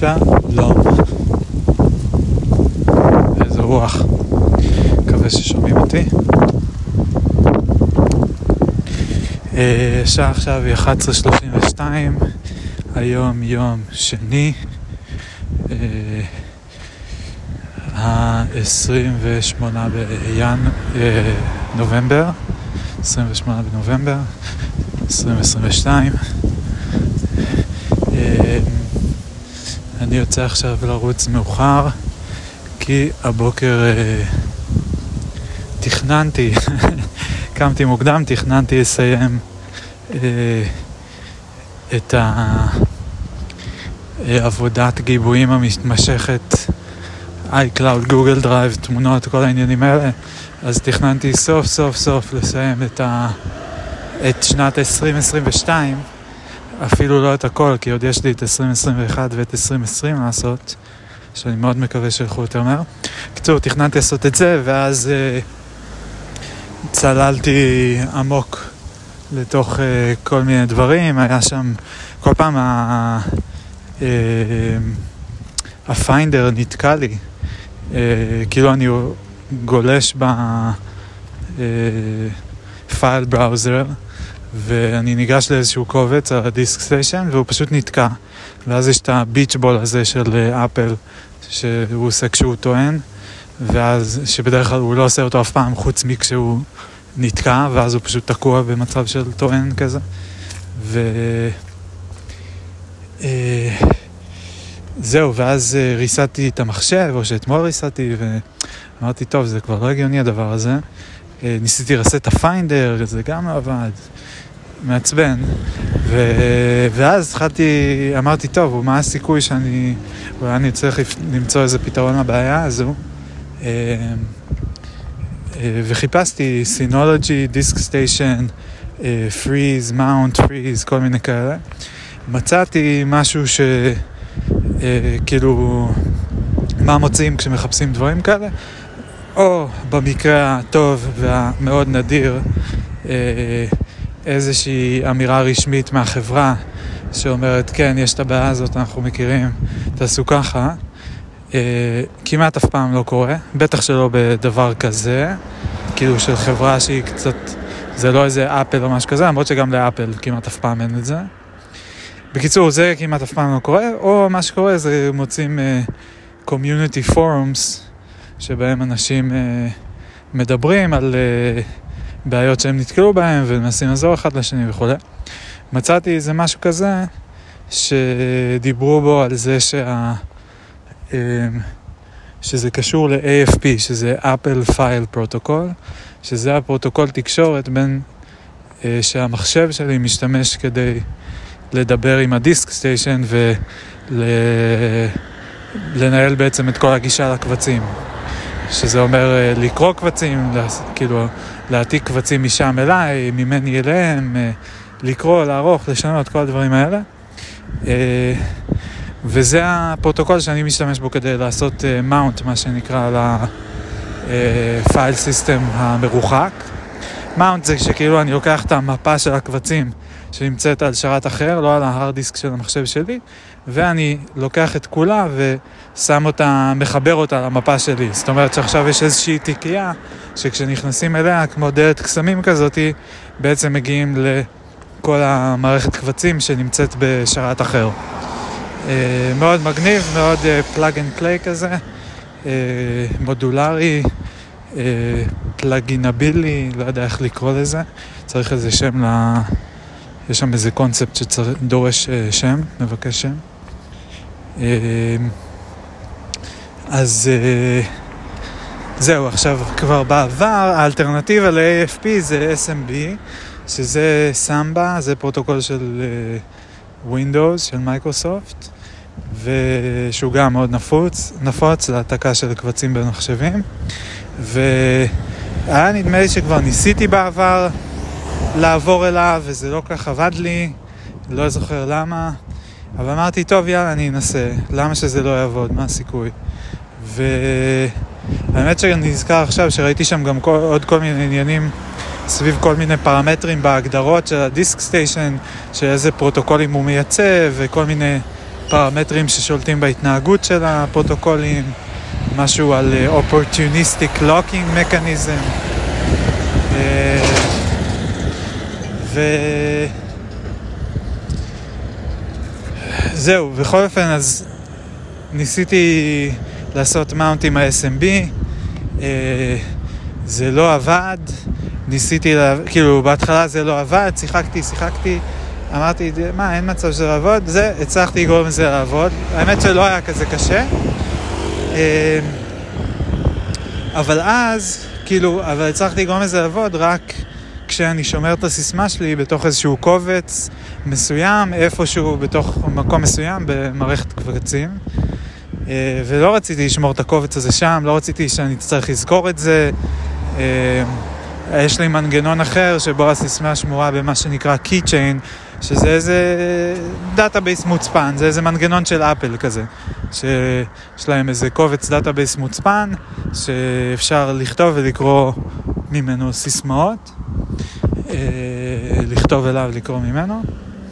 שלום. איזה רוח. מקווה ששומעים אותי. שעה עכשיו היא 11:32. היום יום שני, ה-28 בנובמבר 2022. אני יוצא עכשיו לרוץ מאוחר כי הבוקר תכננתי קמתי מוקדם, תכננתי לסיים את עבודת גיבויים המתמשכת iCloud, Google Drive, תמונות, כל העניינים האלה. אז תכננתי סוף לסיים את שנת 2022, אפילו לא את הכל, כי עוד יש לי את 2021 ואת 2020 לעשות, שאני מאוד מקווה שילכו יותר מהר. בקיצור, תכננתי לעשות את זה, ואז צללתי עמוק לתוך כל מיני דברים. היה שם כל פעם הפיינדר נתקע לי, כאילו אני גולש בפייל בראוזר, ואני ניגש לאיזשהו קובץ על הדיסק סטיישן, והוא פשוט נתקע. ואז יש את הביץ' בול הזה של אפל, שהוא עושה כשהוא טוען, ואז שבדרך כלל הוא לא עושה אותו אף פעם חוץ מכשהוא נתקע, ואז הוא פשוט תקוע במצב של טוען כזה. זהו, ואז ריסעתי את המחשב, או שאתמול ריסעתי, ואמרתי, טוב, זה כבר לא הגיוני הדבר הזה. ניסיתי לרסט את הפיינדר, זה גם עבד, מעצבן. ואז אמרתי, טוב, מה הסיכוי אולי אני צריך למצוא איזה פתרון לבעיה הזו. וחיפשתי Synology, Disk Station, Freeze, Mount, Freeze, כל מיני כאלה. מצאתי משהו כאילו, מה מוצאים כשמחפשים דברים כאלה? או במקרה הטוב והמאוד נדיר, איזושהי אמירה רשמית מהחברה שאומרת, כן, יש את הבעיה הזאת, אנחנו מכירים, תעשו ככה. כמעט אף פעם לא קורה, בטח שלא בדבר כזה, כאילו של חברה שהיא קצת, זה לא איזה אפל או משהו כזה, למרות שגם לאפל כמעט אף פעם אין את זה. בקיצור, זה כמעט אף פעם לא קורה, או מה שקורה זה מוצאים community forums, שבהם אנשים מדברים על בעיות שהם נתקלו בהם, ומנסים לעזור אחד לשני וכו'. מצאתי איזה משהו כזה, שדיברו בו על זה שזה קשור ל-AFP, שזה Apple File Protocol, שזה הפרוטוקול תקשורת בין שהמחשב שלי משתמש כדי לדבר עם הדיסק סטיישן ולנהל בעצם את כל הגישה לקבצים, שזה אומר לקרוא קבצים, כאילו להעתיק קבצים משם אליי, ממני אליהם, לקרוא, לערוך, לשנות, כל הדברים האלה. וזה הפרוטוקול שאני משתמש בו כדי לעשות mount, מה שנקרא לפייל סיסטם המרוחק. mount זה שכאילו אני לוקח את המפה של הקבצים שנמצאת על שרת אחר, לא על ההארד דיסק של המחשב שלי, ואני לוקח את כולה ושם אותה, מחבר אותה למפה שלי. זאת אומרת שעכשיו יש איזושהי תיקייה שכשנכנסים אליה, כמו דלת קסמים כזאת, בעצם מגיעים לכל המערכת קבצים שנמצאת בשרת אחר. מאוד מגניב, מאוד פלאג אנד פליי כזה, מודולרי, פלאגינבילי, לא יודע איך לקרוא לזה, צריך איזה שם יש שם איזה קונספט שדורש שם, מבקש שם. אז זהו, עכשיו כבר בעבר, האלטרנטיבה ל-AFP זה SMB, שזה סמבה, זה פרוטוקול של Windows, של מייקרוסופט, ושהוא גם מאוד נפוץ להעתקה של קבצים בין מחשבים. והיה נדמה לי שכבר ניסיתי בעבר לעבור אליו, וזה לא כך עבד לי, לא זוכר למה, אבל אמרתי, טוב, יאללה, אני אנסה, למה שזה לא יעבוד, מה הסיכוי? והאמת שאני נזכר עכשיו שראיתי שם גם עוד כל מיני עניינים סביב כל מיני פרמטרים בהגדרות של הדיסק סטיישן, שאיזה פרוטוקולים הוא מייצב, וכל מיני פרמטרים ששולטים בהתנהגות של הפרוטוקולים, משהו על opportunistic locking mechanism, זהו, בכל אופן, אז ניסיתי לעשות מאונט עם ה-SMB, זה לא עבד, כאילו בהתחלה זה לא עבד, שיחקתי, אמרתי, מה, אין מצב שזה לעבוד, הצלחתי לגרום לזה לעבוד, האמת שלא היה כזה קשה, אבל הצלחתי לגרום לזה לעבוד רק כשאני שומר את הסיסמה שלי בתוך איזשהו קובץ מסוים, איפשהו בתוך מקום מסוים במערכת קבצים, ולא רציתי לשמור את הקובץ הזה שם, לא רציתי שאני צריך לזכור את זה. יש לי מנגנון אחר שבו הסיסמה שמורה במה שנקרא Keychain, שזה איזה דאטאבייס מוצפן, זה איזה מנגנון של אפל כזה, שיש להם איזה קובץ דאטאבייס מוצפן, שאפשר לכתוב ולקרוא ממנו סיסמאות, לכתוב אליו, לקרוא ממנו,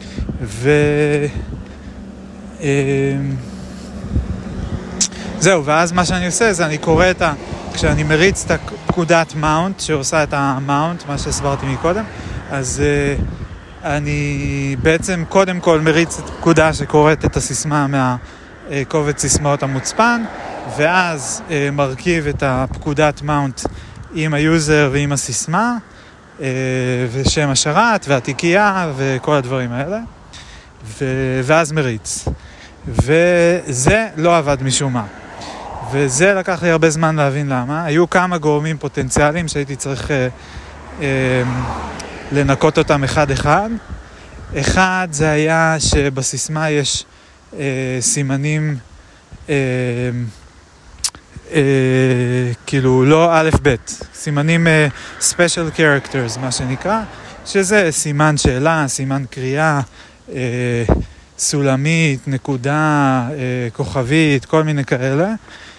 זהו, ואז מה שאני עושה זה אני קורא כשאני מריץ את הפקודת מאונט שעושה את המאונט, מה שהסברתי מקודם, אז אני בעצם קודם כל מריץ את הפקודה שקוראת את הסיסמה מהקובץ סיסמאות המוצפן, ואז מרכיב את הפקודת מאונט עם היוזר ועם הסיסמה, ושם השרת והתיקייה וכל הדברים האלה, ואז מריץ. וזה לא עבד משום מה. וזה לקח לי הרבה זמן להבין למה. היו כמה גורמים פוטנציאליים שהייתי צריך לנקות אותם אחד-אחד. אחד זה היה שבסיסמה יש סימנים כאילו לא א' ב', סימנים special characters מה שנקרא, שזה סימן שאלה, סימן קריאה, סולמית, נקודה, כוכבית, כל מיני כאלה,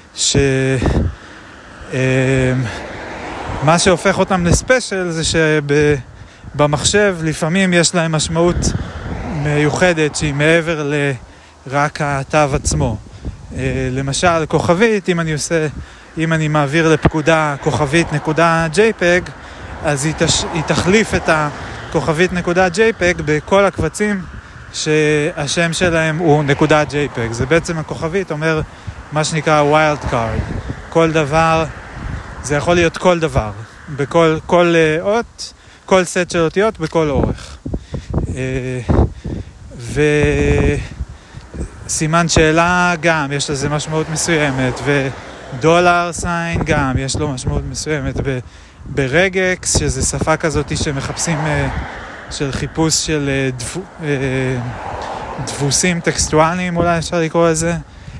מה שהופך אותם לספיישל זה שבמחשב לפעמים יש להם משמעות מיוחדת שהיא מעבר לרק התו עצמו. למשל, כוכבית, אם אני מעביר לפקודה כוכבית נקודה JPEG, אז היא תחליף את הכוכבית נקודה JPEG בכל הקבצים שהשם שלהם הוא נקודה JPEG. זה בעצם הכוכבית אומר מה שנקרא wild card. כל דבר, זה יכול להיות כל דבר, בכל אות, כל סט של אותיות בכל אורך. וסימן שאלה גם, יש לזה משמעות מסוימת, ודולר סיין גם, יש לו משמעות מסוימת. ברגקס, שזה שפה כזאת שמחפשים של חיפוש של דפוסים טקסטואליים, אולי אפשר לקרוא לזה,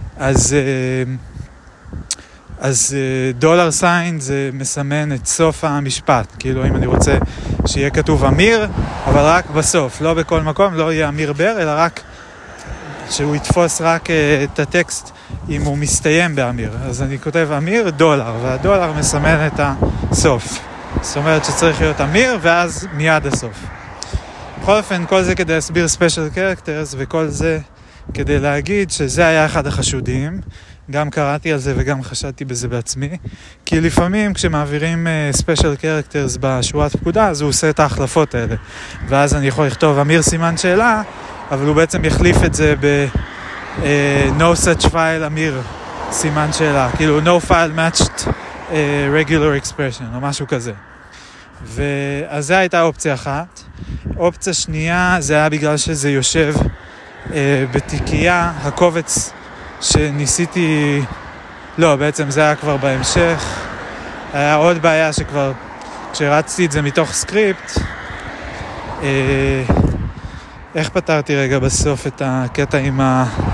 אז דולר סיין זה מסמן את סוף המשפט, כאילו אם אני רוצה שיהיה כתוב אמיר, אבל רק בסוף, לא בכל מקום, לא יהיה אמיר בר, אלא רק שהוא יתפוס רק את הטקסט אם הוא מסתיים באמיר. אז אני כותב אמיר דולר, והדולר מסמן את הסוף. זאת אומרת שצריך להיות אמיר ואז מיד הסוף. בכל אופן, כל זה כדי להסביר special characters, וכל זה כדי להגיד שזה היה אחד החשודים. גם קראתי על זה וגם חשדתי בזה בעצמי, כי לפעמים כשמעבירים special characters בשורת פקודה, אז הוא עושה את ההחלפות האלה. ואז אני יכול לכתוב אמיר סימן שאלה, אבל הוא בעצם יחליף את זה no such file אמיר סימן שאלה, כאילו no file matched regular expression או משהו כזה. אז זו הייתה אופציה אחת. אופציה שנייה זה היה בגלל שזה יושב בתיקייה, הקובץ שניסיתי, לא, בעצם זה היה כבר בהמשך. היה עוד בעיה שכבר כשרצתי את זה מתוך סקריפט, איך פתרתי רגע בסוף את הקטע עם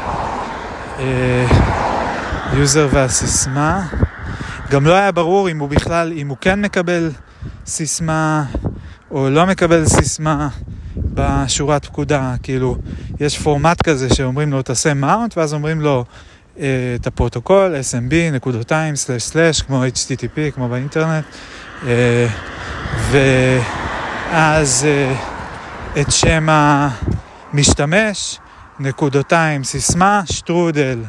היוזר והסיסמה? גם לא היה ברור אם הוא בכלל, אם הוא כן מקבל סיסמה או לא מקבל סיסמה בשורת פקודה. כאילו, יש פורמט כזה שאומרים לו תעשה מאונט, ואז אומרים לו את הפרוטוקול, SMB, נקודותיים, // כמו HTTP, כמו באינטרנט, ואז את שם המשתמש, נקודותיים סיסמה, שטרודל,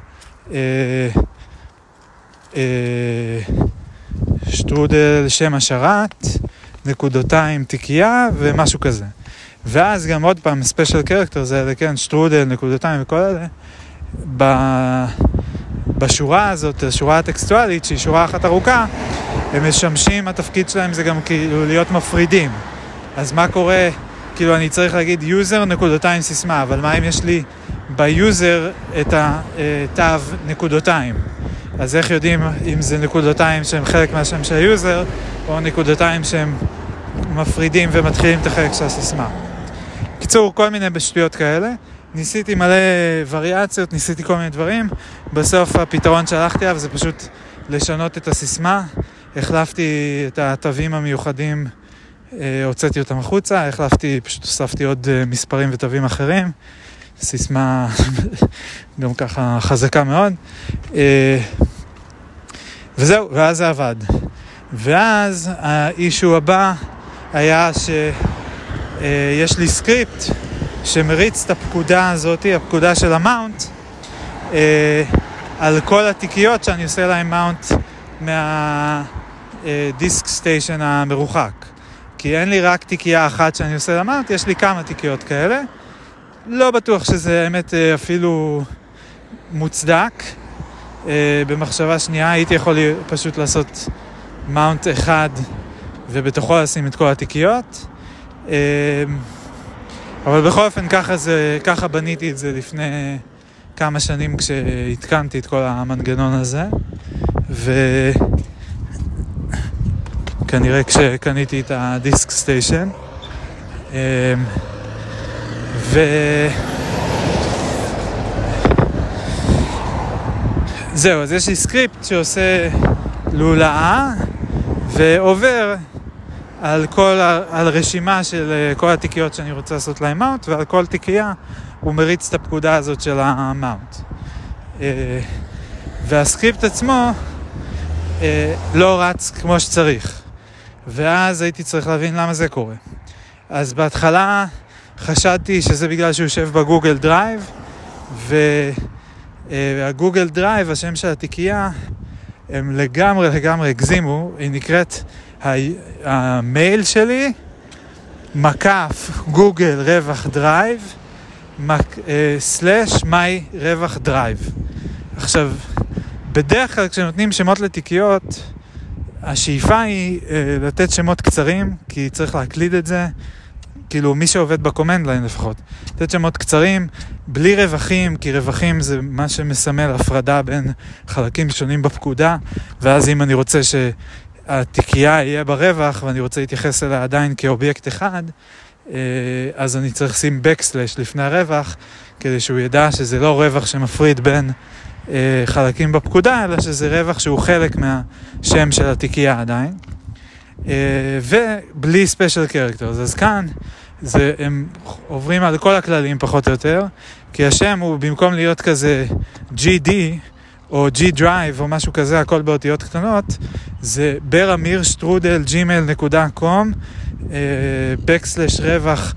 שטרודל שם השרת, נקודותיים תיקייה ומשהו כזה. ואז גם עוד פעם ספיישל קרקטרס האלה, כן, שטרודל, נקודותיים וכל אלה, בשורה הזאת, השורה הטקסטואלית, שהיא שורה אחת ארוכה, הם משמשים, התפקיד שלהם זה גם כאילו להיות מפרידים. אז מה קורה? כאילו אני צריך להגיד יוזר נקודותיים סיסמה, אבל מה אם יש לי ביוזר את התו נקודותיים? אז איך יודעים אם זה נקודותיים שהם חלק מהשם של היוזר, או נקודותיים שהם מפרידים ומתחילים את החלק של הסיסמה? קיצור, כל מיני בשטויות כאלה. ניסיתי מלא וריאציות, ניסיתי כל מיני דברים. בסוף הפתרון שהלכתי עליו זה פשוט לשנות את הסיסמה. החלפתי את התווים המיוחדים, הוצאתי אותם החוצה, פשוט הוספתי עוד מספרים ותווים אחרים. סיסמה גם ככה חזקה מאוד. וזהו, ואז זה עבד. ואז האישו הבא היה שיש לי סקריפט שמריץ את הפקודה הזאת, הפקודה של המאונט, על כל התיקיות שאני עושה להם מאונט מהדיסק סטיישן המרוחק. כי אין לי רק תיקייה אחת שאני עושה לה מאונט, יש לי כמה תיקיות כאלה. לא בטוח שזה האמת אפילו מוצדק. במחשבה שנייה הייתי יכול פשוט לעשות מאונט אחד ובתוכו לשים את כל התיקיות. אבל בכל אופן ככה בניתי את זה לפני כמה שנים כשהתקנתי את כל המנגנון הזה. וכנראה כשקניתי את הדיסק סטיישן. זהו, אז יש לי סקריפט שעושה לולאה ועובר על רשימה של כל התיקיות שאני רוצה לעשות להם מאונט, ועל כל תיקייה הוא מריץ את הפקודה הזאת של המאונט. והסקריפט עצמו לא רץ כמו שצריך. ואז הייתי צריך להבין למה זה קורה. אז בהתחלה חשדתי שזה בגלל שהוא יושב בגוגל דרייב, והגוגל דרייב, השם של התיקייה, הם לגמרי הגזימו. היא נקראת המייל שלי, מקף גוגל רווח דרייב, סלש מי רווח דרייב. עכשיו, בדרך כלל כשנותנים שמות לתיקיות, השאיפה היא לתת שמות קצרים, כי צריך להקליד את זה, כאילו מי שעובד בקומנד ליין לפחות, לתת שמות קצרים, בלי רווחים, כי רווחים זה מה שמסמל הפרדה בין חלקים שונים בפקודה, ואז אם אני רוצה שהתיקייה יהיה ברווח, ואני רוצה להתייחס אליה עדיין כאובייקט אחד, אז אני צריך לשים בקסלש לפני הרווח, כדי שהוא ידע שזה לא רווח שמפריד בין חלקים בפקודה, אלא שזה רווח שהוא חלק מהשם של התיקייה עדיין. ובלי ספיישל קרקטרס. אז כאן הם עוברים על כל הכללים פחות או יותר, כי השם הוא במקום להיות כזה GD או G-Drive או משהו כזה, הכל באותיות קטנות, זה beramirstrudel@gmail.com בקסלש רווח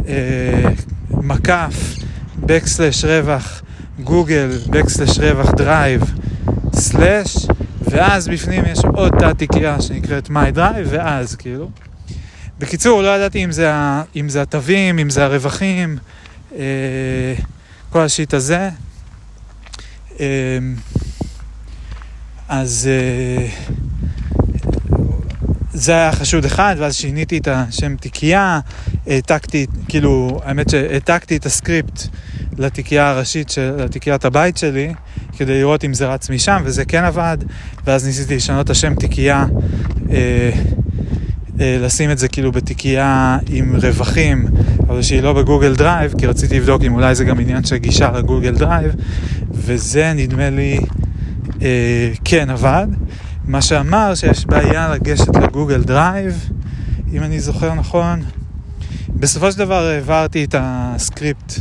מקף בקסלש רווח גוגל בקסלש רווח דרייב סלש, ואז בפנים יש עוד תיקייה שנקראת my drive, ואז כאילו. בקיצור, לא ידעתי אם זה התווים, אם זה הרווחים, כל השיט הזה. אז זה היה חשוד אחד, ואז שיניתי את השם תיקייה, העתקתי את הסקריפט לתיקייה הראשית, לתיקיית הבית שלי, כדי לראות אם זה רץ משם, וזה כן עבד, ואז ניסיתי לשנות את השם תיקייה, לשים את זה כאילו בתיקייה עם רווחים, אבל שהיא לא בגוגל דרייב, כי רציתי לבדוק אם אולי זה גם עניין של גישה לגוגל דרייב, וזה נדמה לי כן עבד. מה שאמר שיש בעיה לגשת לגוגל דרייב, אם אני זוכר נכון. בסופו של דבר העברתי את הסקריפט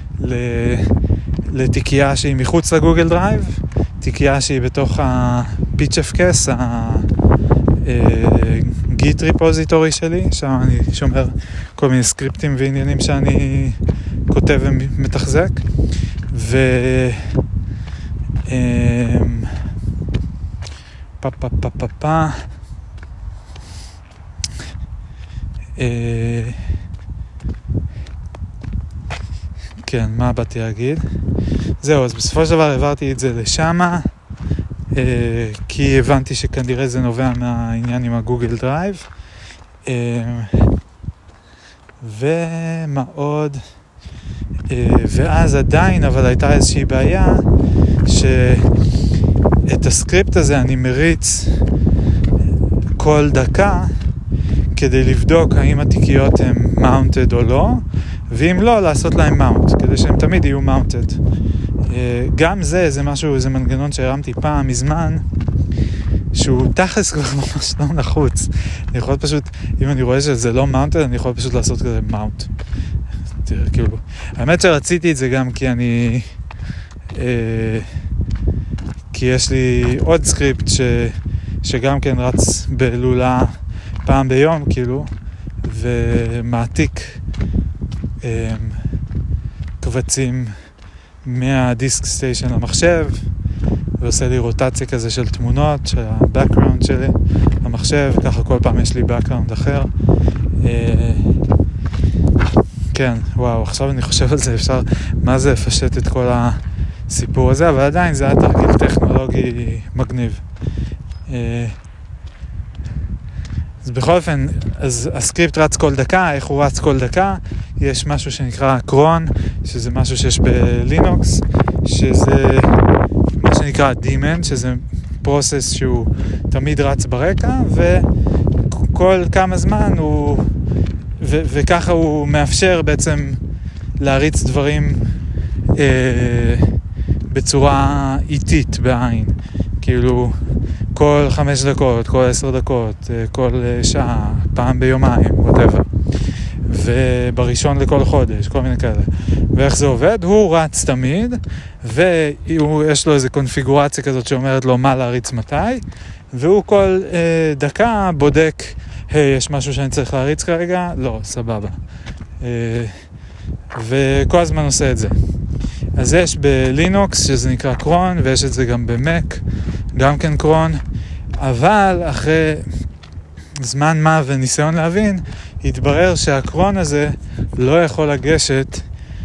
לתיקייה שהיא מחוץ לגוגל דרייב, תיקייה שהיא בתוך ה-PitchFCase, גיט ריפוזיטורי שלי, שם אני שומר כל מיני סקריפטים ועניינים שאני כותב ומתחזק. כן, מה באתי להגיד? זהו, אז בסופו של דבר העברתי את זה לשם, כי הבנתי שכנראה זה נובע מהעניין עם הגוגל דרייב. ומה עוד? ואז עדיין, אבל הייתה איזושהי בעיה, שאת הסקריפט הזה אני מריץ כל דקה, כדי לבדוק האם התיקיות הן mounted או לא, ואם לא, לעשות להם mount, כדי שהם תמיד יהיו mounted. גם זה משהו, זה מנגנון שהרמתי פעם מזמן, שהוא תכלס כבר ממש לא נחוץ. אני יכול פשוט, אם אני רואה שזה לא mounted, אני יכול פשוט לעשות כזה mount. תראה, כאילו, האמת שרציתי את זה גם כי כי יש לי עוד סקריפט שגם כן רץ בלולה פעם ביום, כאילו, ומעתיק קבצים מהדיסק סטיישן למחשב, ועושה לי רוטציה כזה של תמונות, של הבקראונד שלי למחשב, וככה כל פעם יש לי בקראונד אחר. כן, וואו, עכשיו אני חושב על זה, אפשר, מה זה לפשט את כל הסיפור הזה, אבל עדיין זה היה תרגיל טכנולוגי מגניב. אז בכל אופן, אז הסקריפט רץ כל דקה, איך הוא רץ כל דקה? יש משהו שנקרא קרון, שזה משהו שיש בלינוקס, שזה מה שנקרא דימן, שזה פרוסס שהוא תמיד רץ ברקע, וכל כמה זמן הוא, וככה הוא מאפשר בעצם להריץ דברים בצורה איטית בעין. כאילו, כל 5 דקות, כל 10 דקות, כל שעה, פעם ביומיים, whatever. ובראשון לכל חודש, כל מיני כאלה. ואיך זה עובד? הוא רץ תמיד, ויש לו איזו קונפיגורציה כזאת שאומרת לו מה להריץ מתי, והוא כל דקה בודק, יש משהו שאני צריך להריץ כרגע? לא, סבבה. וכל הזמן עושה את זה. אז יש בלינוקס, שזה נקרא קרון, ויש את זה גם במק, גם כן קרון, אבל אחרי זמן מה וניסיון להבין, התברר שהקרון הזה לא יכול לגשת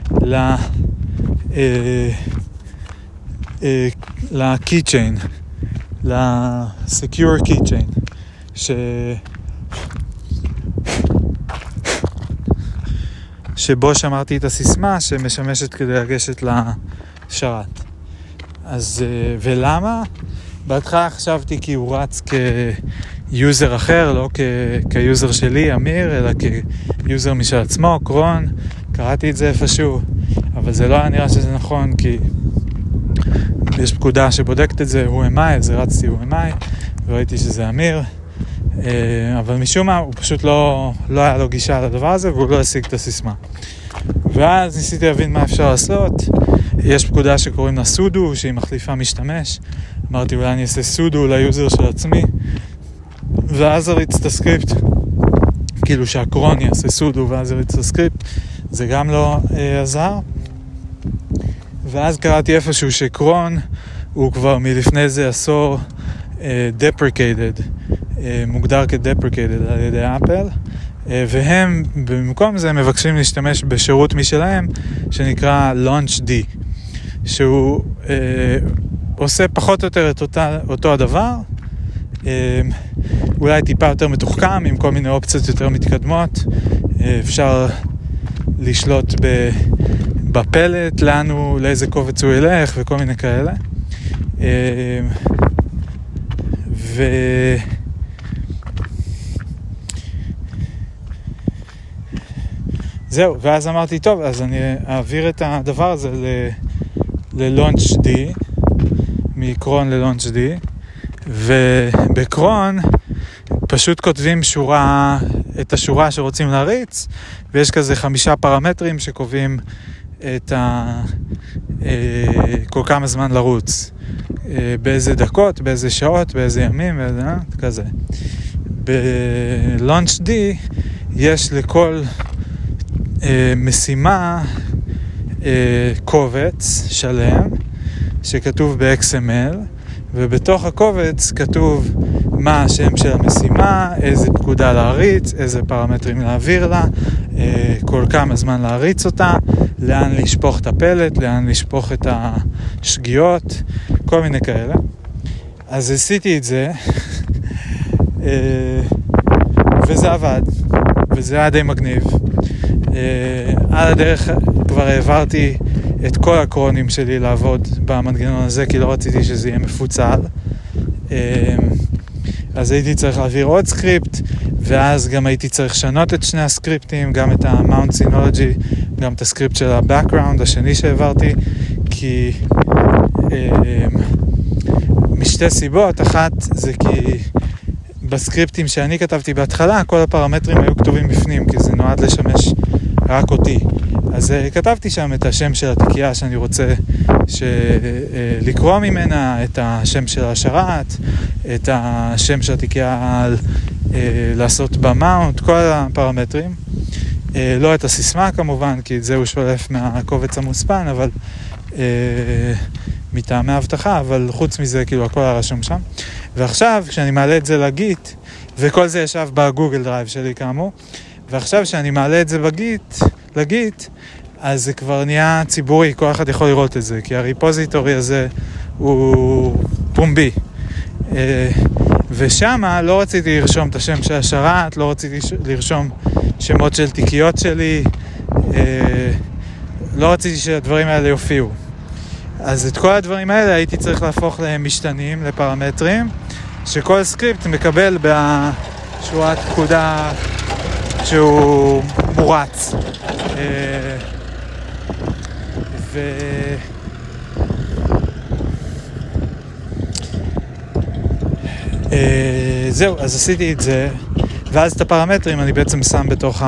ל-keychain, ל-secure keychain, שבו שמרתי את הסיסמה שמשמשת כדי לגשת לשרת. אז, ולמה? בהתחלה חשבתי כי הוא רץ כיוזר אחר, לא כיוזר שלי, אמיר, אלא כיוזר משל עצמו, קרון. קראתי את זה איפשהו, אבל זה לא היה נראה שזה נכון, כי יש פקודה שבודקת את זה, הוא אמי, אז רצתי הוא אמי, וראיתי שזה אמיר. אבל משום מה הוא פשוט לא היה לו גישה לדבר הזה, והוא לא השיג את הסיסמה. ואז ניסיתי להבין מה אפשר לעשות. יש פקודה שקוראים לה סודו, שהיא מחליפה משתמש. אמרתי, אולי אני אעשה סודו ליוזר של עצמי, ואז אריץ את הסקריפט. כאילו שהקרון יעשה סודו ואז אריץ את הסקריפט. זה גם לא עזר. ואז קראתי איפשהו שקרון הוא כבר מלפני איזה עשור deprecated, מוגדר כ-deprecated על ידי אפל, והם במקום זה מבקשים להשתמש בשירות משלהם שנקרא LaunchD, שהוא עושה פחות או יותר את אותו הדבר, אולי טיפה יותר מתוחכם עם כל מיני אופציות יותר מתקדמות. אפשר לשלוט בפלט, לאיזה קובץ הוא ילך וכל מיני כאלה. זהו, ואז אמרתי, טוב, אז אני אעביר את הדבר הזה ל-LaunchD, מקרון ל-LaunchD, ובקרון פשוט כותבים את השורה שרוצים להריץ, ויש כזה 5 פרמטרים שקובעים את כל כמה זמן לרוץ, באיזה דקות, באיזה שעות, באיזה ימים, כזה. ב-LaunchD יש לכל משימה קובץ שלם שכתוב ב-XML, ובתוך הקובץ כתוב מה השם של המשימה, איזה פקודה להריץ, איזה פרמטרים להעביר לה, כל כמה זמן להריץ אותה, לאן לשפוך את הפלט, לאן לשפוך את השגיאות, כל מיני כאלה. אז עשיתי את זה, וזה עבד, וזה היה די מגניב. על הדרך כבר העברתי את כל הקרונים שלי לעבוד במנגנון הזה, כי לא רציתי שזה יהיה מפוצל. אז הייתי צריך להעביר עוד סקריפט, ואז גם הייתי צריך לשנות את שני הסקריפטים, גם את ה-Mount Synology, גם את הסקריפט של ה-Background השני שהעברתי, כי משתי סיבות. אחת זה כי בסקריפטים שאני כתבתי בהתחלה, כל הפרמטרים היו כתובים בפנים, כי זה נועד לשמש רק אותי. אז כתבתי שם את השם של התקייה שאני רוצה לקרוא ממנה, את השם של השרת, את השם של התקייה לעשות במאונט, כל הפרמטרים. לא את הסיסמה כמובן, כי את זה הוא שולף מהקובץ המוספן, אבל מטעמי ההבטחה, אבל חוץ מזה כאילו הכל הרשום שם. ועכשיו כשאני מעלה את זה לגיט, וכל זה ישב בגוגל דרייב שלי כאמור, ועכשיו כשאני מעלה את זה לגיט, אז זה כבר נהיה ציבורי, כל אחד יכול לראות את זה, כי הריפוזיטורי הזה הוא פומבי. ושמה לא רציתי לרשום את השם של השרת, לא רציתי לרשום שמות של תיקיות שלי, לא רציתי שהדברים האלה יופיעו. אז את כל הדברים האלה הייתי צריך להפוך למשתנים, לפרמטרים, שכל סקריפט מקבל בשורת פקודה שהוא מורץ. זהו, אז עשיתי את זה, ואז את הפרמטרים אני בעצם שם בתוך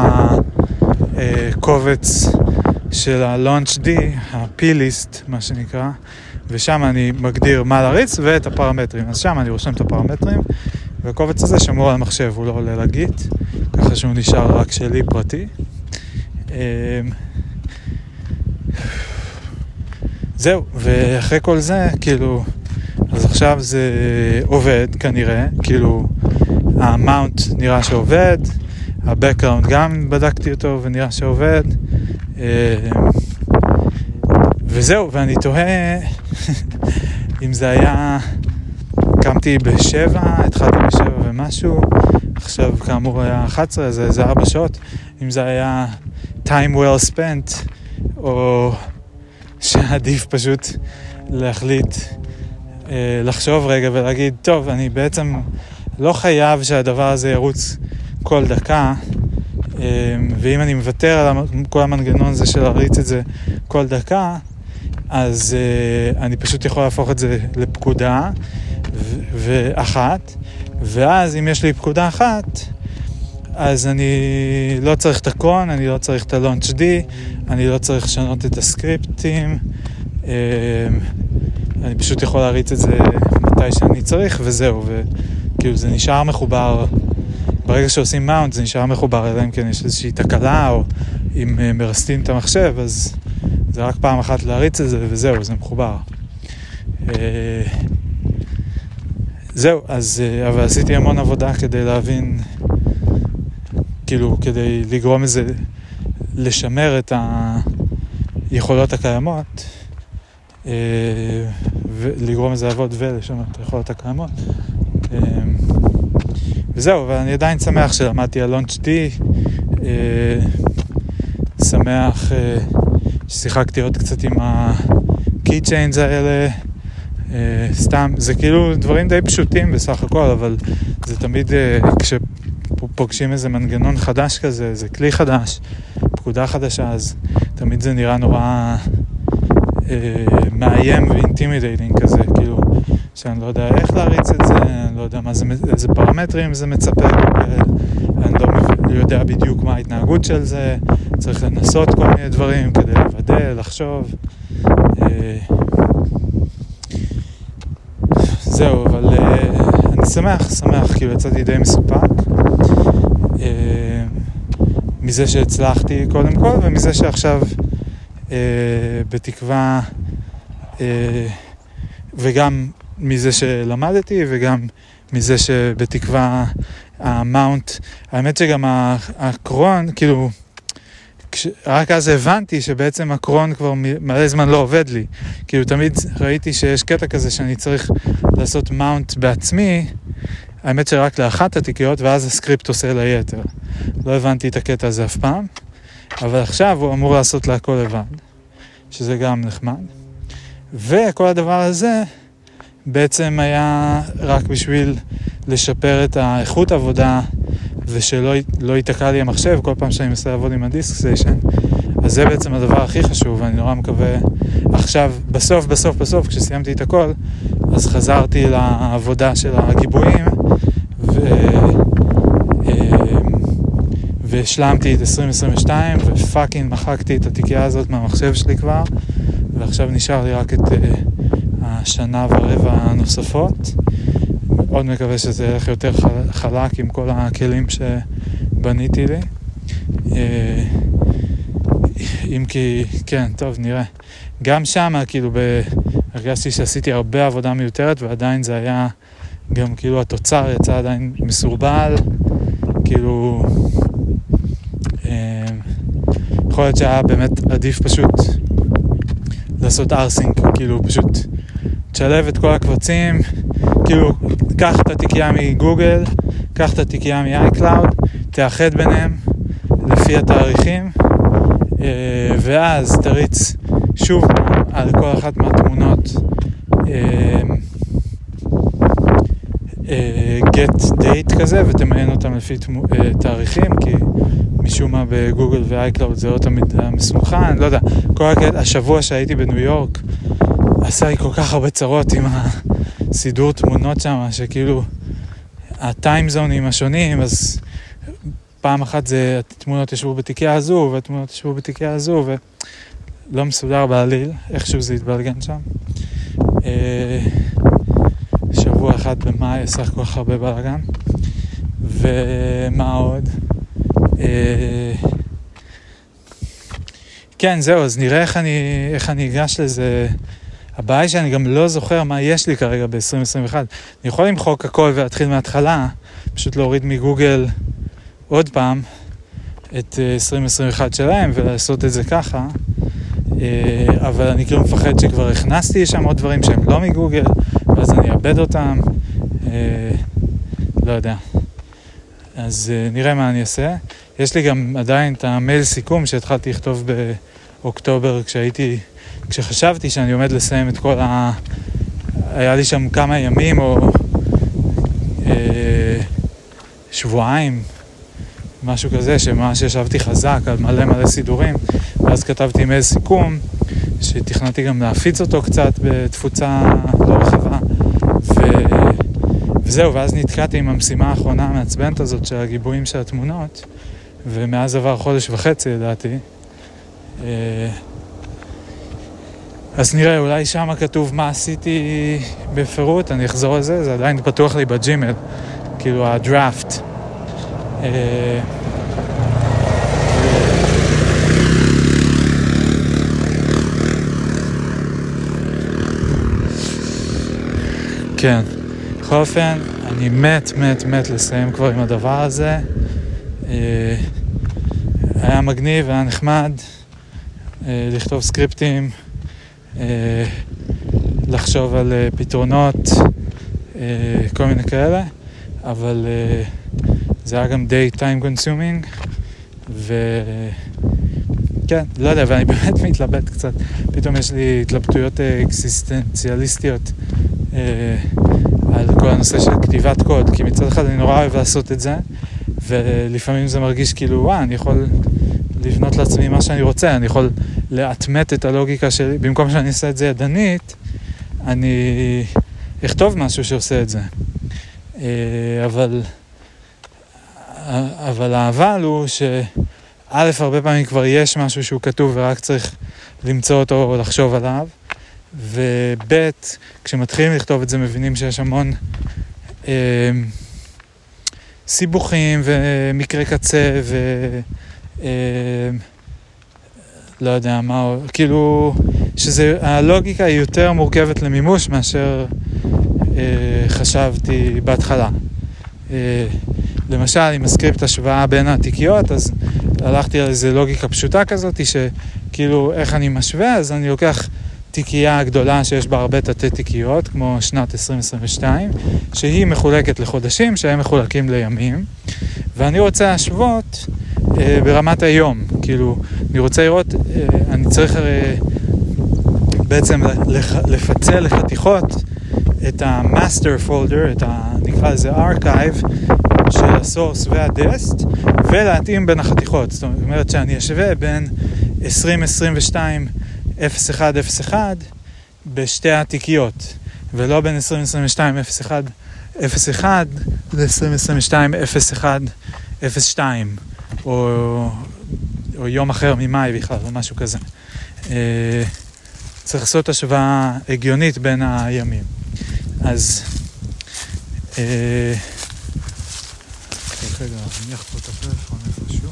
הקובץ של ה-Launch D, ה-P-List, מה שנקרא, ושם אני מגדיר מה להריץ ואת הפרמטרים. אז שם אני רושם את הפרמטרים, והקובץ הזה שמור על המחשב, הוא לא עולה לגיט, ככה שהוא נשאר רק שלי פרטי. זהו, ואחרי כל זה, כאילו, אז עכשיו זה עובד כנראה, כאילו, המאונט נראה שעובד, ה-Background גם בדקתי אותו ונראה שעובד, וזהו, ואני תוהה אם זה היה, קמתי ב7, התחלתי ב7 ומשהו, עכשיו כאמור היה 11, אז זה 4 שעות, אם זה היה time well spent, או שעדיף פשוט להחליט, לחשוב רגע ולהגיד, טוב, אני בעצם לא חייב שהדבר הזה ירוץ כל דקה, ואם אני מוותר על כל המנגנון הזה של להריץ את זה כל דקה, אז אני פשוט יכול להפוך את זה לפקודה ואחת, ואז אם יש לי פקודה אחת, אז אני לא צריך את הקרון, אני לא צריך את ה-Launch D, אני לא צריך לשנות את הסקריפטים, אני פשוט יכול להריץ את זה מתי שאני צריך, וזהו, וכאילו זה נשאר מחובר, ברגע שעושים מאונט זה נשאר מחובר, אלא אם כן יש איזושהי תקלה, או אם מרסטים את המחשב, אז זה רק פעם אחת להריץ את זה, וזהו, זה מחובר. זהו, אז, אבל עשיתי המון עבודה כדי להבין, כאילו, כדי לגרום לזה, לשמר את היכולות הקיימות, ולגרום לזה לעבוד ולשמר את היכולות הקיימות. וזהו, אבל אני עדיין שמח שלמדתי על Launch D, שמח ששיחקתי עוד קצת עם ה-keychains האלה, סתם, זה כאילו דברים די פשוטים בסך הכל, אבל זה תמיד, כשפוגשים איזה מנגנון חדש כזה, זה כלי חדש, פקודה חדשה, אז תמיד זה נראה נורא מאיים ואינטימידייטינג כזה, כאילו, שאני לא יודע איך להריץ את זה, אני לא יודע איזה פרמטרים זה מצפה, אני לא יודע בדיוק מה ההתנהגות של זה, צריך לנסות כל מיני דברים כדי לוודא, לחשוב. זהו, אבל אני שמח, כאילו יצאתי די מסופק מזה שהצלחתי קודם כל, ומזה שעכשיו בתקווה, וגם מזה שלמדתי וגם מזה שבתקווה המאונט, האמת שגם הקרון, כאילו, רק אז הבנתי שבעצם הקרון כבר מלא זמן לא עובד לי. כאילו תמיד ראיתי שיש קטע כזה שאני צריך לעשות מאונט בעצמי, האמת שרק לאחת התיקיות, ואז הסקריפט עושה ליתר. לא הבנתי את הקטע הזה אף פעם, אבל עכשיו הוא אמור לעשות להכל לבד, שזה גם נחמד. וכל הדבר הזה בעצם היה רק בשביל לשפר את האיכות העבודה, ושלא ייתקע לי המחשב כל פעם שאני מנסה לעבוד עם הדיסק סטיישן. אז זה בעצם הדבר הכי חשוב, ואני נורא מקווה עכשיו, בסוף, כשסיימתי את הכל, אז חזרתי לעבודה של הגיבויים, והשלמתי את 2022, ופאקינג מחקתי את התיקייה הזאת מהמחשב שלי כבר, ועכשיו נשאר לי רק את השנה ורבע הנוספות. מאוד מקווה שזה ילך יותר חלק עם כל הכלים שבניתי לי. אם כי, כן, טוב, נראה. גם שם, כאילו, הרגשתי שעשיתי הרבה עבודה מיותרת, ועדיין זה היה גם, כאילו, התוצר יצא עדיין מסורבל. כאילו, יכול להיות שהיה באמת עדיף פשוט לעשות ארסינג, כאילו, פשוט תשלב את כל הקבצים, כאילו, קח את התיקייה מגוגל, קח את התיקייה מ-iCloud, תאחד ביניהם לפי התאריכים, ואז תריץ שוב על כל אחת מהתמונות get date כזה, ותמיין אותם לפי תאריכים, כי משום מה בגוגל ו-iCloud זה לא תמיד מסונכן, לא יודע, כל השבוע שהייתי בניו יורק עשה לי כל כך הרבה צרות עם הסידור תמונות שם, שכאילו הטיימזונים השונים, אז פעם אחת זה התמונות ישבו בתיקייה הזו, והתמונות ישבו בתיקייה הזו, ולא מסודר בעליל, איכשהו זה התבלגן שם. שבוע אחד במאי עשה כל כך הרבה בלגן. ומה עוד? כן, זהו, אז נראה איך אני אגש לזה. הבעיה היא שאני גם לא זוכר מה יש לי כרגע ב-2021. אני יכול למחוק הכל ולהתחיל מההתחלה, פשוט להוריד מגוגל עוד פעם את 2021 שלהם ולעשות את זה ככה, אבל אני כאילו מפחד שכבר הכנסתי שם עוד דברים שהם לא מגוגל, ואז אני אאבד אותם, לא יודע. אז נראה מה אני אעשה. יש לי גם עדיין את המייל סיכום שהתחלתי לכתוב באוקטובר, כשחשבתי שאני עומד לסיים את כל היה לי שם כמה ימים או שבועיים, משהו כזה, שממש ישבתי חזק על מלא סידורים, ואז כתבתי מייל סיכום, שתכנתי גם להפיץ אותו קצת בתפוצה לא רחבה, וזהו, ואז נתקעתי עם המשימה האחרונה המעצבנת הזאת של הגיבויים של התמונות, ומאז עבר חודש וחצי לדעתי. אז נראה, אולי שם כתוב מה עשיתי בפירוט, אני אחזור על זה, זה עדיין פתוח לי בג'ימל, כאילו הדראפט. כן, בכל אופן, אני מת לסיים כבר עם הדבר הזה. היה מגניב, היה נחמד לכתוב סקריפטים, לחשוב על פתרונות, כל מיני כאלה, אבל זה היה גם די time consuming, וכן, לא יודע, ואני באמת מתלבט קצת, פתאום יש לי התלבטויות אקסיסטנציאליסטיות על כל הנושא של כתיבת קוד, כי מצד אחד אני נורא אוהב לעשות את זה, ולפעמים זה מרגיש כאילו, אני יכול לבנות לעצמי מה שאני רוצה, אני יכול להתמת את הלוגיקה שלי, במקום שאני אעשה את זה ידנית, אני אכתוב משהו שעושה את זה. אבל האבל הוא שא' הרבה פעמים כבר יש משהו שהוא כתוב ורק צריך למצוא אותו או לחשוב עליו, וב' כשמתחילים לכתוב את זה מבינים שיש המון סיבוכים ומקרה קצה לא יודע מה, כאילו, שהלוגיקה היא יותר מורכבת למימוש מאשר חשבתי בהתחלה. למשל, עם הסקריפט השוואה בין התיקיות, אז הלכתי על איזו לוגיקה פשוטה כזאת, שכאילו איך אני משווה, אז אני לוקח תיקייה גדולה שיש בה הרבה תתי תיקיות, כמו שנת 2022, שהיא מחולקת לחודשים, שהם מחולקים לימים, ואני רוצה להשוות ברמת היום, כאילו, אני רוצה לראות, אני צריך בעצם לפצל לחתיכות את ה-master folder, נקרא לזה archive, של הסורס והדסט, ולהתאים בין החתיכות. זאת אומרת שאני אשווה בין 2022 0101 בשתי התיקיות, ולא בין 2022 0101 ל-2022 0102, או יום אחר ממאי בכלל, או משהו כזה. צריך לעשות השוואה הגיונית בין הימים. אז רגע, אני אחפור את הפלאפון איפשהו.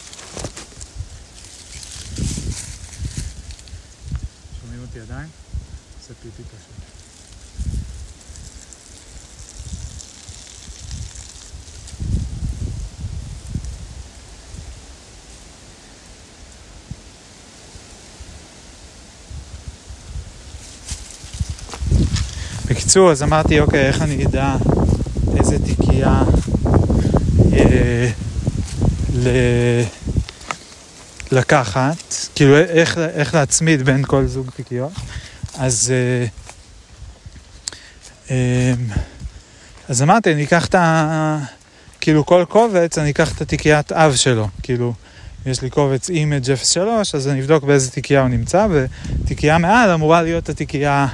שומעים אותי עדיין? זה פיפי פשוט. בקיצור, אז אמרתי, אוקיי, איך אני אדע איזה תיקייה לקחת, כאילו איך להצמיד בין כל זוג תיקיות. אז אמרתי, אני אקח כאילו כל קובץ, אני אקח את התיקיית אב שלו, כאילו יש לי קובץ image 03, אז אני אבדוק באיזה תיקייה הוא נמצא, ותיקייה מעל אמורה להיות התיקייה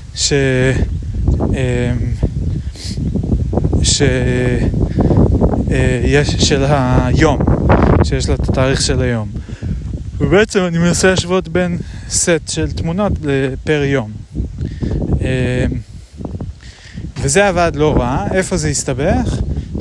יש של היום, שיש לה את התאריך של היום. ובעצם אני מנסה להשוות בין סט של תמונות פר יום. וזה עבד לא רע. איפה זה הסתבך?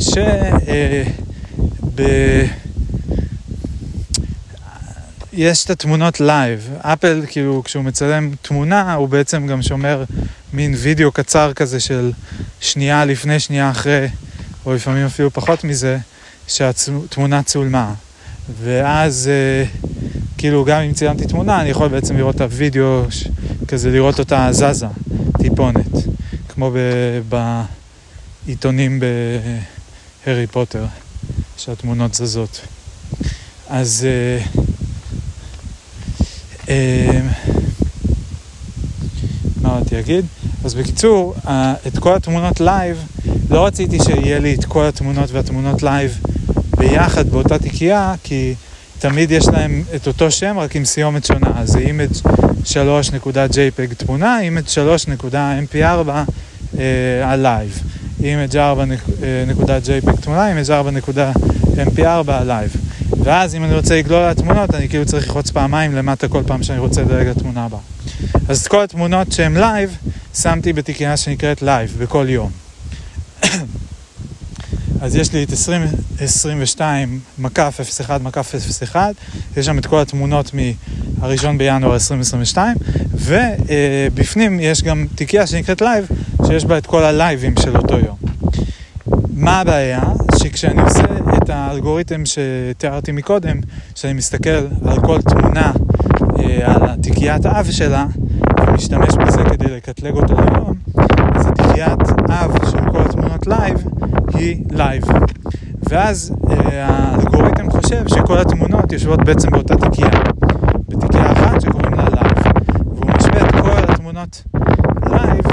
יש את התמונות לייב. אפל, כאילו, כשהוא מצלם תמונה, הוא בעצם גם שומר מין וידאו קצר כזה של שנייה לפני, שנייה אחרי, או לפעמים אפילו פחות מזה, שהתמונה צולמה. ואז, כאילו, גם אם צילמתי תמונה, אני יכול בעצם לראות את הוידאו, כזה לראות אותה זזה, טיפונת, כמו בעיתונים בהרי פוטר, שהתמונות זזות. אז מה רציתי להגיד? אז בקיצור, את כל התמונות לייב, לא רציתי שיהיה לי את כל התמונות והתמונות לייב ביחד באותה תיקייה, כי תמיד יש להם את אותו שם, רק עם סיומת שונה. אז זה image 3.jpg תמונה, image 3.mp4 הלייב. image 4.jpg תמונה, image 4.mp4 הלייב. ואז אם אני רוצה לגלול לתמונות, אני כאילו צריך לחוץ פעמיים למטה כל פעם שאני רוצה לדרג לתמונה הבאה. אז את כל התמונות שהן לייב, שמתי בתיקייה שנקראת לייב, בכל יום. אז יש לי את 2022 מקף 01 מקף 01, יש שם את כל התמונות מהראשון בינואר 2022, ובפנים יש גם תיקייה שנקראת לייב, שיש בה את כל הלייבים של אותו יום. מה הבעיה? שכשאני עושה את האלגוריתם שתיארתי מקודם, שאני מסתכל על כל תמונה, על התיקיית אב שלה, ומשתמש בזה כדי לקטלג אותה ליום, אז התיקיית אב של כל התמונות לייב היא לייב. ואז האלגוריתם חושב שכל התמונות יושבות בעצם באותה תיקייה, בתיקייה אחת שקוראים לה לייב. והוא משווה את כל התמונות לייב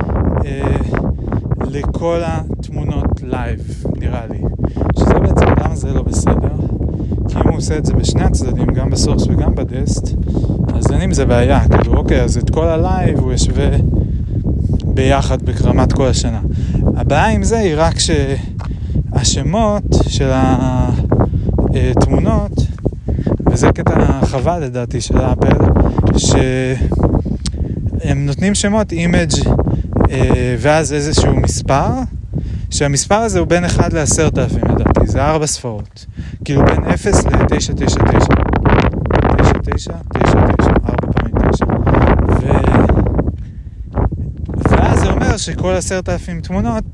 לכל התמונות לייב, נראה לי. שזה בעצם למה זה לא בסדר. כי אם הוא עושה את זה בשני הצדדים, גם בסורס וגם בדסט, אז אין עם זה בעיה. כאילו, אוקיי, אז את כל הלייב הוא ישווה ביחד בקרמת כל השנה. הבעיה עם זה היא רק שהשמות של התמונות, וזה קטע חבל לדעתי של אפל, שהם נותנים שמות image ואז איזשהו מספר, שהמספר הזה הוא בין 1 ל-10,000 לדעתי, זה 4 ספרות. כאילו בין 0 ל-999. 999, שכל 10,000 תמונות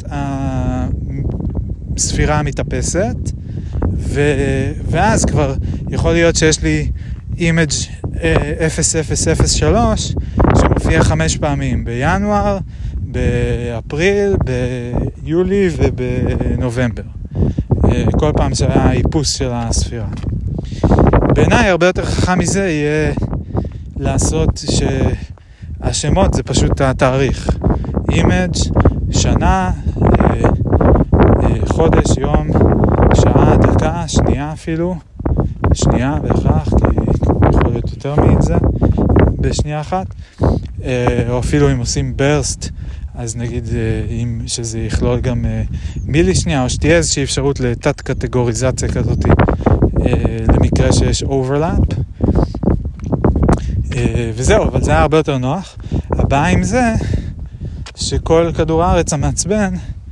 הספירה מתאפסת, ואז כבר יכול להיות שיש לי אימג' 0003 שמופיע 5 פעמים, בינואר, באפריל, ביולי ובנובמבר. כל פעם שהיה איפוס של הספירה. בעיניי הרבה יותר חכם מזה יהיה לעשות שהשמות זה פשוט התאריך. אימג', שנה, חודש, יום, שעה, דקה, שנייה אפילו. שנייה בהכרח, כי יכול להיות יותר מזה בשנייה אחת. או אפילו אם עושים ברסט, אז נגיד שזה יכלול גם מילי שנייה, או שתהיה איזושהי אפשרות לתת קטגוריזציה כזאת למקרה שיש אוברלאפ. וזהו, אבל זה היה הרבה יותר נוח. הבעיה עם זה שכל כדור הארץ המעצבן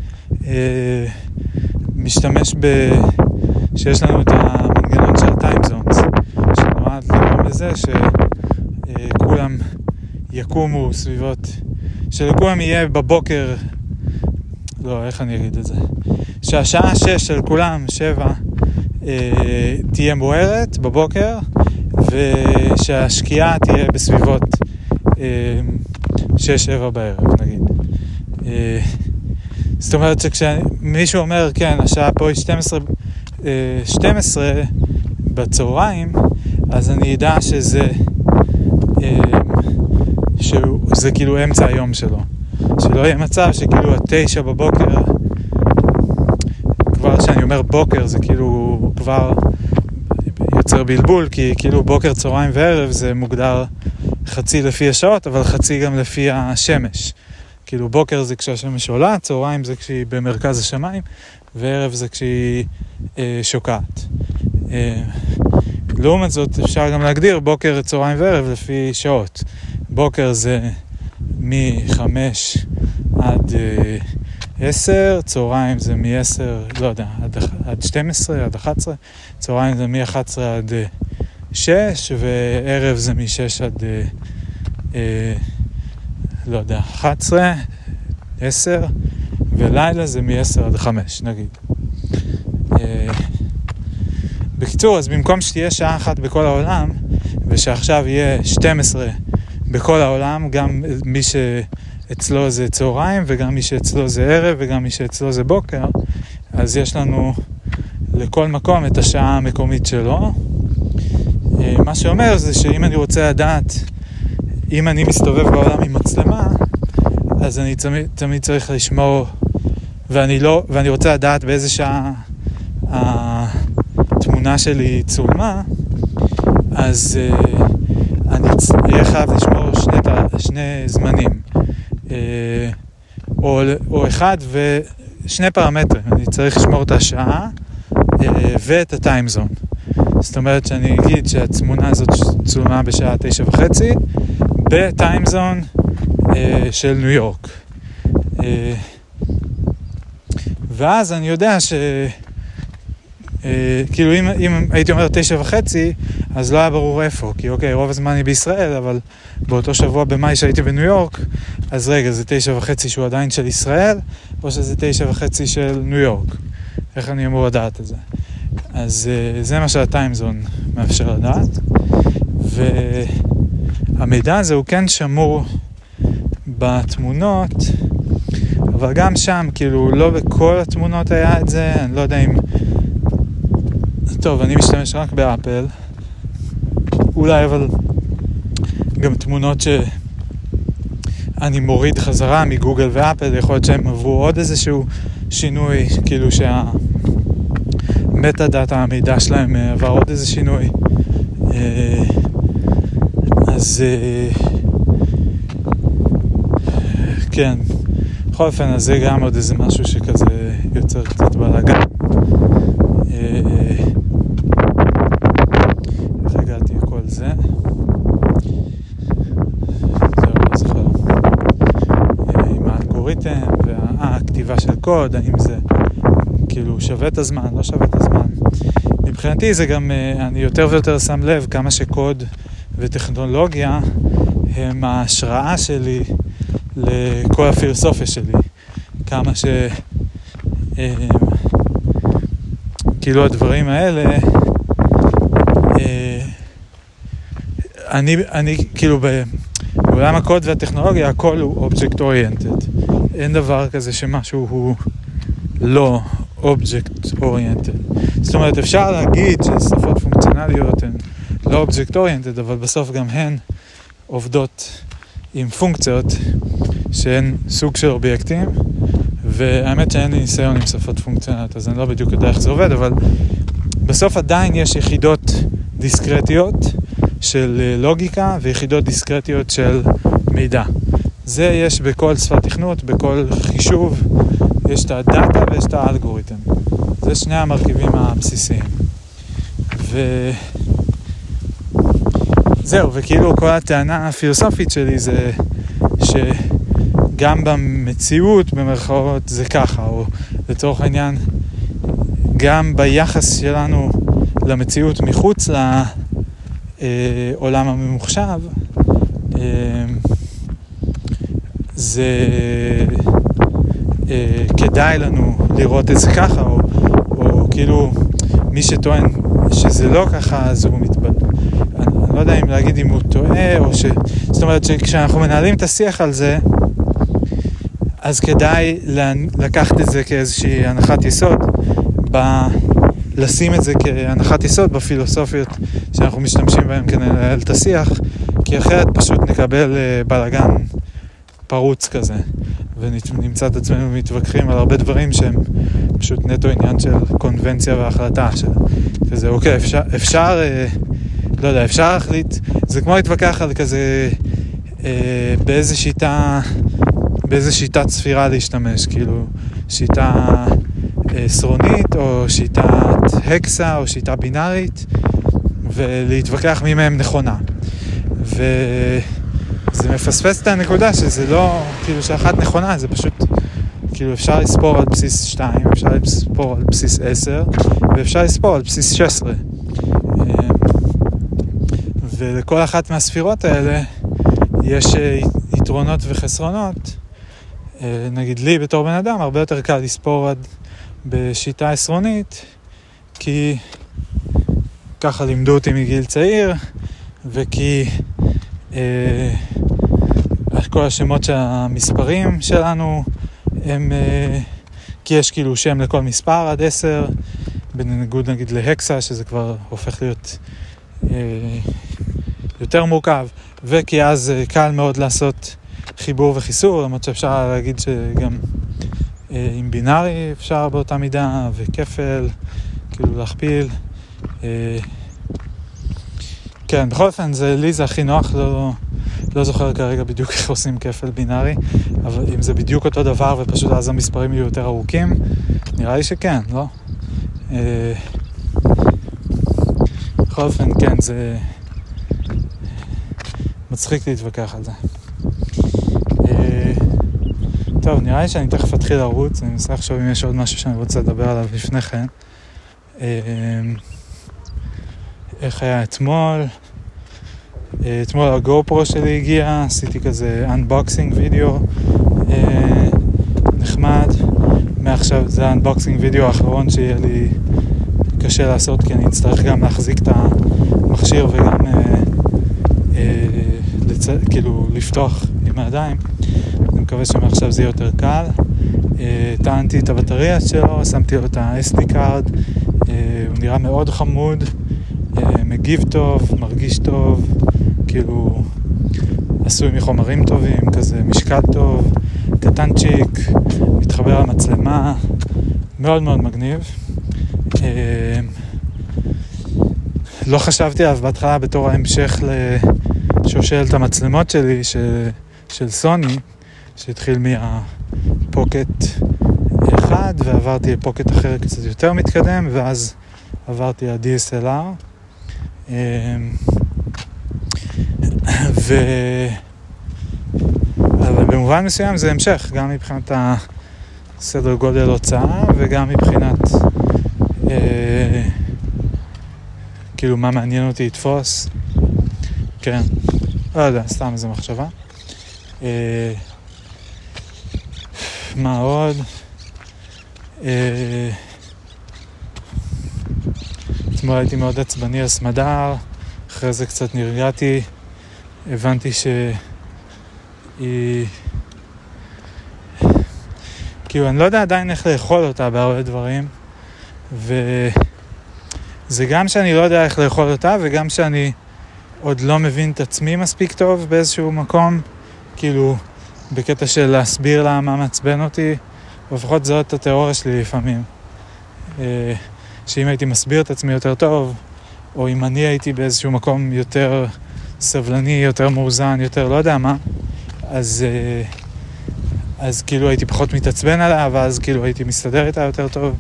משתמש שיש לנו את המנגנון של הטיימזונס, שנועד לגרום לזה שכולם יקומו סביבות, שלכולם יהיה בבוקר, לא, איך אני אגיד את זה? שהשעה 6 של כולם, 7, תהיה מוארת בבוקר, ושהשקיעה תהיה בסביבות 6-7 בערב, נגיד. זאת אומרת שכשמישהו אומר, כן, השעה פה היא 12 בצהריים, אז אני אדע שזה כאילו אמצע היום שלו. שלא יהיה מצב שכאילו 9 בבוקר, כבר שאני אומר בוקר, זה כאילו כבר יוצר בלבול, כי כאילו בוקר, צהריים וערב זה מוגדר חצי לפי השעות, אבל חצי גם לפי השמש. כאילו בוקר זה כשהשמש עולה, צהריים זה כשהיא במרכז השמיים, וערב זה כשהיא שוקעת. לעומת זאת אפשר גם להגדיר בוקר, צהריים וערב לפי שעות. בוקר זה מ-5 עד 10, צהריים זה מ-10, לא יודע, עד 12, עד 11, צהריים זה מ-11 עד 6, וערב זה מ-6 עד, לא יודע, 11, 10, ולילה זה מ-10 עד 5, נגיד. בקיצור, אז במקום שתהיה שעה אחת בכל העולם, ושעכשיו יהיה 12 בכל העולם, גם מי שאצלו זה צהריים, וגם מי שאצלו זה ערב, וגם מי שאצלו זה בוקר, אז יש לנו לכל מקום את השעה המקומית שלו. מה שאומר זה שאם אני רוצה לדעת, אם אני מסתובב בעולם עם מצלמה, אז אני תמיד צריך לשמור, ואני רוצה לדעת באיזה שעה התמונה שלי צולמה, אז אני אהיה חייב לשמור שני זמנים, או אחד ושני פרמטרים. אני צריך לשמור את השעה ואת הטיימזון. זאת אומרת שאני אגיד שהתמונה הזאת צולמה בשעה 9:30 בטיימזון של ניו יורק. ואז אני יודע כאילו אם הייתי אומר 9:30, אז לא היה ברור איפה, כי אוקיי, רוב הזמן היא בישראל, אבל באותו שבוע במאי שהייתי בניו יורק, אז רגע, זה 9:30 שהוא עדיין של ישראל, או שזה 9:30 של ניו יורק. איך אני אמור לדעת את זה? אז זה מה שהטיימזון מאפשר לדעת, והמידע הזה הוא כן שמור בתמונות, אבל גם שם, כאילו, לא בכל התמונות היה את זה, אני לא יודע אם... טוב, אני משתמש רק באפל, אולי, אבל גם תמונות שאני מוריד חזרה מגוגל ואפל, יכול להיות שהם עברו עוד איזשהו שינוי, כאילו שהמטה דאטה, המידע שלהם עבר עוד איזה שינוי. אז כן, בכל אופן, אז זה גם עוד איזה משהו שכזה יוצר קצת בלגן. איך הגעתי כל זה? זהו, לא זוכר. עם האלגוריתם והכתיבה של קוד, האם זה כאילו שווה את הזמן, לא שווה את הזמן. מבחינתי זה גם, אני יותר ויותר שם לב כמה שקוד וטכנולוגיה הם ההשראה שלי לכל הפילוסופיה שלי. כמה כאילו הדברים האלה, אני כאילו בעולם הקוד והטכנולוגיה הכל הוא object oriented. אין דבר כזה שמשהו הוא לא object oriented. זאת אומרת, אפשר להגיד ששפות פונקציונליות הן לא object oriented, אבל בסוף גם הן עובדות עם פונקציות שהן סוג של אובייקטים, והאמת שאין לי ניסיון עם שפות פונקציונליות, אז אני לא בדיוק יודע איך זה עובד, אבל בסוף עדיין יש יחידות דיסקרטיות של לוגיקה ויחידות דיסקרטיות של מידע. זה יש בכל שפת תכנות, בכל חישוב, יש את הדאטה ויש את האלגוריתם. זה שני המרכיבים הבסיסיים. זהו, וכאילו כל הטענה הפילוסופית שלי זה שגם במציאות במרכאות זה ככה, או לצורך העניין גם ביחס שלנו למציאות מחוץ לעולם הממוחשב, זה כדאי לנו לראות את זה ככה, או כאילו מי שטוען שזה לא ככה, אז הוא מתבלבל. אני לא יודע אם להגיד אם הוא טועה, זאת אומרת שכשאנחנו מנהלים את השיח על זה, אז כדאי לקחת את זה כאיזושהי הנחת יסוד, לשים את זה כהנחת יסוד בפילוסופיות שאנחנו משתמשים בהן כדי לנהל את השיח, כי אחרת פשוט נקבל בלגן פרוץ כזה, ונמצא את עצמנו מתווכחים על הרבה דברים שהם פשוט נטו עניין של קונבנציה והחלטה שזה אוקיי, אפשר לא יודע, אפשר להחליט, זה כמו להתווכח על כזה באיזה שיטת ספירה להשתמש, כאילו שיטה סרונית או שיטת הקסה או שיטה בינארית, ולהתווכח מי מהם נכונה. וזה מפספס את הנקודה שזה לא, כאילו שאחת נכונה, זה פשוט, כאילו אפשר לספור על בסיס 2, אפשר לספור על בסיס 10, ואפשר לספור על בסיס 16. ולכל אחת מהספירות האלה יש יתרונות וחסרונות. נגיד לי בתור בן אדם הרבה יותר קל לספור בשיטה עשרונית, כי ככה לימדו אותי מגיל צעיר, וכי כל השמות של המספרים שלנו הם, כי יש כאילו שם לכל מספר עד 10, בניגוד נגיד להקסה שזה כבר הופך להיות יותר מורכב, וכי אז קל מאוד לעשות חיבור וחיסור, למרות שאפשר להגיד שגם עם בינארי אפשר באותה מידה, וכפל, כאילו להכפיל. כן, בכל אופן, לי זה הכי נוח, לא זוכר כרגע בדיוק איך עושים כפל בינארי, אבל אם זה בדיוק אותו דבר ופשוט אז המספרים יהיו יותר ארוכים, נראה לי שכן, לא? בכל אופן, כן, זה מצחיק להתווכח על זה. טוב, נראה לי שאני תכף אתחיל לרוץ, אני מנסה עכשיו אם יש עוד משהו שאני רוצה לדבר עליו לפני כן. איך היה אתמול? אתמול הגופרו שלי הגיע, עשיתי כזה unboxing וידאו נחמד. מעכשיו זה האנבוקסינג וידאו האחרון שיהיה לי קשה לעשות, כי אני אצטרך גם להחזיק את המכשיר וגם כאילו לפתוח עם הידיים. אני מקווה שמעכשיו זה יהיה יותר קל. טענתי את הבטריה שלו, שמתי לו את ה-SD card, הוא נראה מאוד חמוד, מגיב טוב, מרגיש טוב, כאילו עשוי מחומרים טובים, כזה משקל טוב, קטנצ'יק, מתחבר למצלמה, מאוד מאוד מגניב. לא חשבתי עליו בהתחלה בתור ההמשך לשושלת המצלמות שלי של סוני, שהתחיל מהפוקט 1 ועברתי לפוקט אחר קצת יותר מתקדם, ואז עברתי ל-DSLR. אבל במובן מסוים זה המשך, גם מבחינת הסדר גודל הוצאה וגם מבחינת כאילו מה מעניין אותי לתפוס. כן, לא יודע, סתם איזו מחשבה. מה עוד? אתמול הייתי מאוד עצבני על סמדר, אחרי זה קצת נרגעתי, הבנתי שהיא... כאילו אני לא יודע עדיין איך לאכול אותה בהרבה דברים, וזה גם שאני לא יודע איך לאכול אותה, וגם שאני עוד לא מבין את עצמי מספיק טוב באיזשהו מקום, כאילו בקטע של להסביר לה מה מעצבן אותי, ולפחות זאת התיאוריה שלי לפעמים. שאם הייתי מסביר את עצמי יותר טוב, או אם אני הייתי באיזשהו מקום יותר סבלני, יותר מאוזן, יותר לא יודע מה, אז כאילו הייתי פחות מתעצבן עליה, ואז כאילו הייתי מסתדר איתה יותר טוב.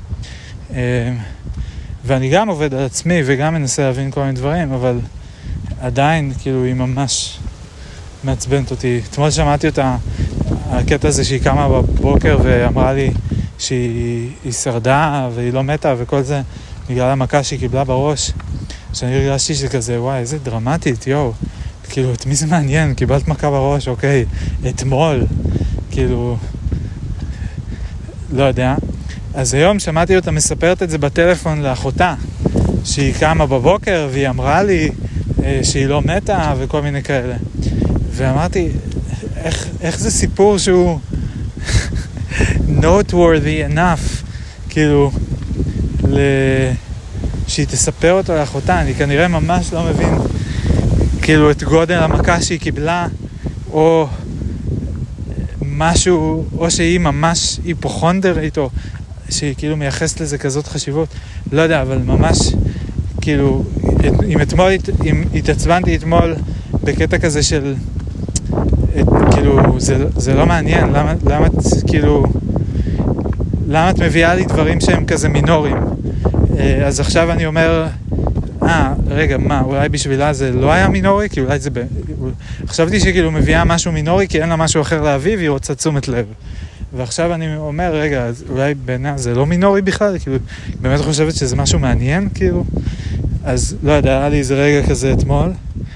ואני גם עובד על עצמי וגם מנסה להבין כל מיני דברים, אבל עדיין כאילו היא ממש מעצבנת אותי. אתמול שמעתי אותה, הקטע הזה שהיא קמה בבוקר ואמרה לי שהיא שרדה והיא לא מתה וכל זה בגלל המכה שהיא קיבלה בראש, שאני הרגשתי שכזה וואי איזה דרמטית, יואו, כאילו את מי זה מעניין, קיבלת מכה בראש, אוקיי, אתמול, כאילו לא יודע. אז היום שמעתי אותה מספרת את זה בטלפון לאחותה, שהיא קמה בבוקר והיא אמרה לי שהיא לא מתה וכל מיני כאלה, ואמרתי איך זה סיפור שהוא noteworthy enough כאילו שהיא תספר אותו לאחותה. אני כנראה ממש לא מבין כאילו את גודל המכה שהיא קיבלה, או משהו, או שהיא ממש היפוכונדרית, או שהיא כאילו מייחסת לזה כזאת חשיבות, לא יודע, אבל ממש כאילו אם התעצבנתי אתמול בקטע כזה של כאילו זה לא מעניין, למה כאילו למה את מביאה לי דברים שהם כזה מינוריים? אז עכשיו אני אומר רגע, מה, אולי בשבילה זה לא היה מינורי? כי אולי זה חשבתי שכאילו מביאה משהו מינורי כי אין לה משהו אחר להביא והיא רוצה תשומת לב, ועכשיו אני אומר רגע, אולי בעיניי זה לא מינורי בכלל, כאילו באמת חושבת שזה משהו מעניין כאילו. אז לא יודע, היה לי איזה רגע כזה אתמול.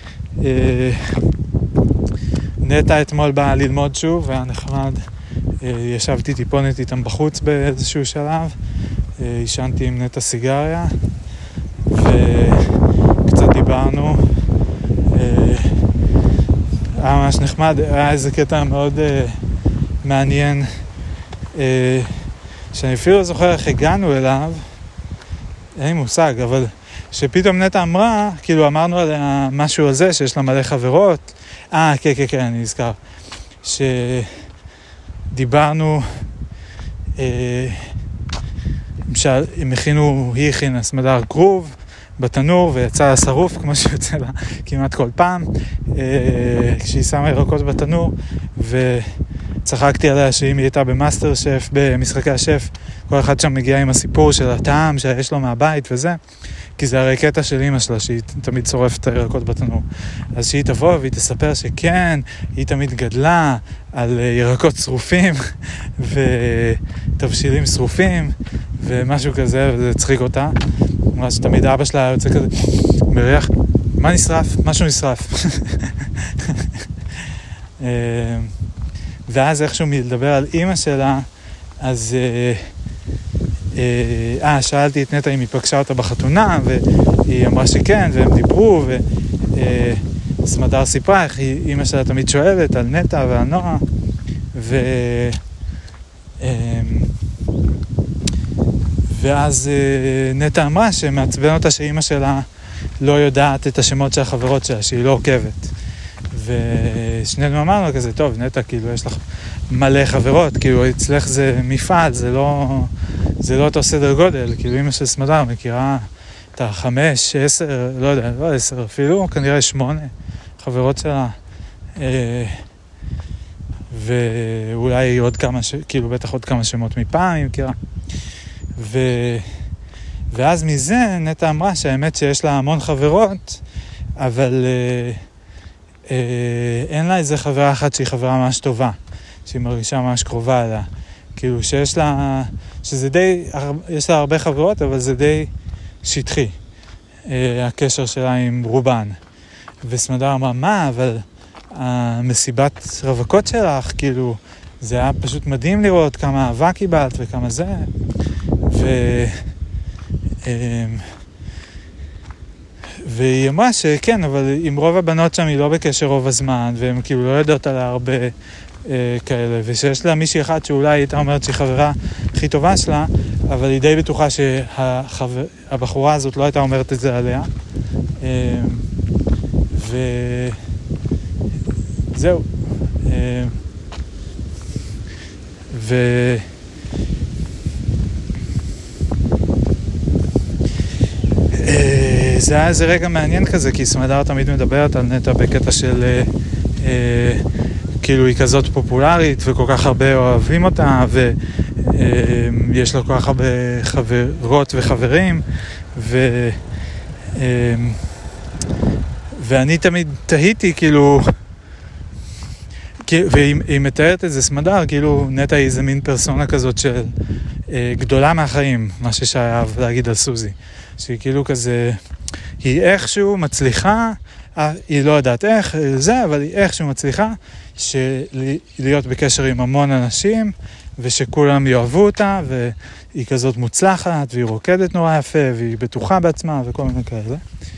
נטע אתמול באה ללמוד שוב, והיה נחמד. ישבתי טיפונת איתם בחוץ באיזשהו שלב, ישנתי עם נטע סיגריה, וקצת דיברנו. היה ממש נחמד, היה איזה קטע מאוד מעניין, שאני אפילו לא זוכר איך הגענו אליו, אין לי מושג, אבל שפתאום נטע אמרה, כאילו אמרנו על משהו הזה, שיש לה מלא חברות, כן, אני נזכר, שדיברנו, הם הכינו, היא הכינה סמדר כרוב בתנור, ויצא לה שרוף, כמו שיוצא לה כמעט כל פעם, כשהיא שמה ירקות בתנור, וצחקתי עליה שאם היא הייתה במאסטר שף, במשחקי השף, כל אחד שם מגיע עם הסיפור של הטעם שיש לו מהבית וזה, כי זה הרי קטע של אמא שלה, שהיא תמיד צורפת את הירקות בתנור. אז שהיא תבוא והיא תספר שכן, היא תמיד גדלה על ירקות שרופים, ותבשילים שרופים, ומשהו כזה, וזה צחיק אותה. אמרה שתמיד אבא שלה יוצא כזה, מריח, מה נשרף? משהו נשרף. ואז איכשהו מדבר על אמא שלה, אז שאלתי את נטע אם היא פגשה אותה בחתונה, והיא אמרה שכן, והם דיברו, וסמדר סיפרה איך אמא שלה תמיד שואלת על נטע ועל נועה, ואז נטע אמרה שמעצבן אותה שאמא שלה לא יודעת את השמות של החברות שלה, שהיא לא עוקבת. ושנינו אמרנו כזה, טוב, נטע, כאילו, יש לך מלא חברות, כאילו, אצלך זה מפעל, זה לא אותו סדר גודל, כאילו, אמא של סמדר מכירה את 5, 10, לא יודע, לא 10 אפילו, כנראה 8 חברות שלה, ואולי עוד כמה, כאילו, בטח עוד כמה שמות מפעם, היא מכירה. ואז מזה נטע אמרה שהאמת שיש לה המון חברות, אבל אין לה איזה חברה אחת שהיא חברה ממש טובה, שהיא מרגישה ממש קרובה אליה. כאילו שיש לה, שזה די, יש לה הרבה חברות, אבל זה די שטחי, הקשר שלה עם רובן. וסמדר אמרה, מה, אבל המסיבת רווקות שלך, כאילו, זה היה פשוט מדהים לראות כמה אהבה קיבלת וכמה זה. והיא אמרה שכן, אבל עם רוב הבנות שם היא לא בקשר רוב הזמן, והן כאילו לא יודעות עליה הרבה כאלה, ושיש לה מישהי אחת שאולי הייתה אומרת שהיא חברה הכי טובה שלה, אבל היא די בטוחה שהבחורה הזאת לא הייתה אומרת את זה עליה. וזהו. זה היה איזה רגע מעניין כזה, כי סמדר תמיד מדברת על נטע בקטע של כאילו היא כזאת פופולרית וכל כך הרבה אוהבים אותה ויש לה כל כך הרבה חברות וחברים ואני תמיד תהיתי כאילו והיא מתארת את זה סמדר, כאילו נטע היא איזה מין פרסונה כזאת של גדולה מהחיים, מה ששאהב להגיד על סוזי, שהיא כאילו כזה, היא איכשהו מצליחה, היא לא יודעת איך זה, אבל היא איכשהו מצליחה להיות בקשר עם המון אנשים, ושכולם יאהבו אותה, והיא כזאת מוצלחת, והיא רוקדת נורא יפה, והיא בטוחה בעצמה, וכל מיני כאלה.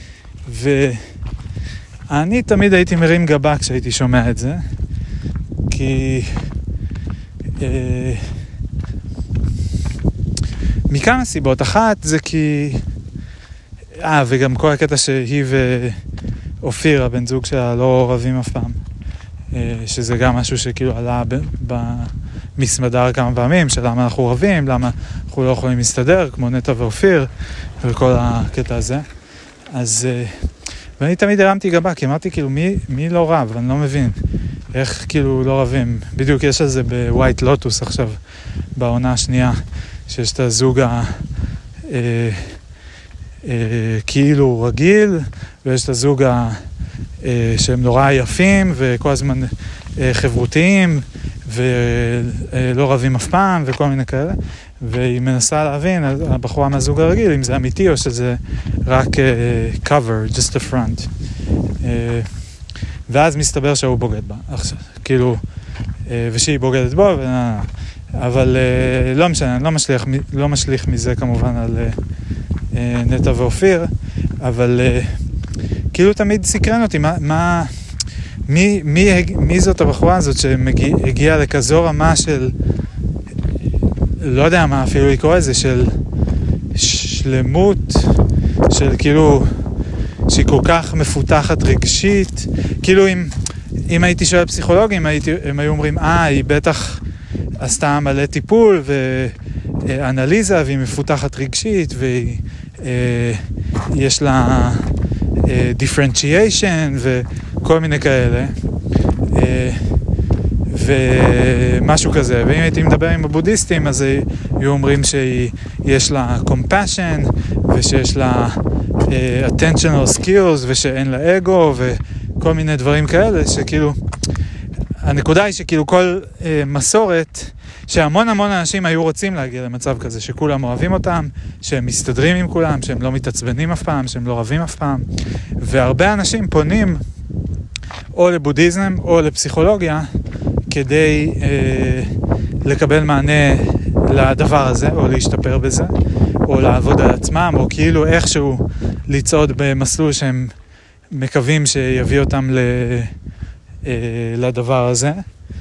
ואני תמיד הייתי מרים גבה כשהייתי שומע את זה, כי מכמה סיבות. אחת זה כי וגם כל הקטע שהיא ואופיר הבן זוג שלה לא רבים אף פעם, שזה גם משהו שכאילו עלה במסמדר כמה פעמים, שלמה אנחנו רבים, למה אנחנו לא יכולים להסתדר כמו נטע ואופיר וכל הקטע הזה. אז ואני תמיד הרמתי גבה, כי אמרתי כאילו מי לא רב, אני לא מבין איך כאילו לא רבים. בדיוק יש על זה בווייט לוטוס עכשיו בעונה השנייה, שיש את הזוג כאילו רגיל, ויש את הזוג שהם נורא יפים וכל הזמן חברותיים ולא רבים אף פעם וכל מיני כאלה, והיא מנסה להבין הבחורה מהזוג הרגיל אם זה אמיתי או שזה רק cover, just a front, ואז מסתבר שהוא בוגד בה עכשיו, כאילו, ושהיא בוגדת בו, אבל לא משנה, לא משליך מזה כמובן על נטע ואופיר, אבל כאילו תמיד סקרן אותי מי זאת הבחורה הזאת שהגיעה לכזו רמה של לא יודע מה אפילו לקרוא את זה, של שלמות, של כאילו שהיא כל כך מפותחת רגשית. כאילו אם הייתי שואל פסיכולוגים הם היו אומרים היא בטח עשתה מלא טיפול ואנליזה והיא מפותחת רגשית ויש לה differentiation וכל מיני כאלה ומשהו כזה. ואם הייתי מדבר עם הבודהיסטים אז היו אומרים שיש לה compassion ושיש לה attentional skills ושאין לה אגו וכל מיני דברים כאלה, שכאילו הנקודה היא שכאילו כל מסורת שהמון אנשים היו רוצים להגיע למצב כזה, שכולם אוהבים אותם, שהם מסתדרים עם כולם, שהם לא מתעצבנים אף פעם, שהם לא רבים אף פעם, והרבה אנשים פונים או לבודהיזם או לפסיכולוגיה כדי לקבל מענה לדבר הזה, או להשתפר בזה, או לעבוד על עצמם, או כאילו איכשהו לצעוד במסלול שהם מקווים שיביא אותם לדבר הזה.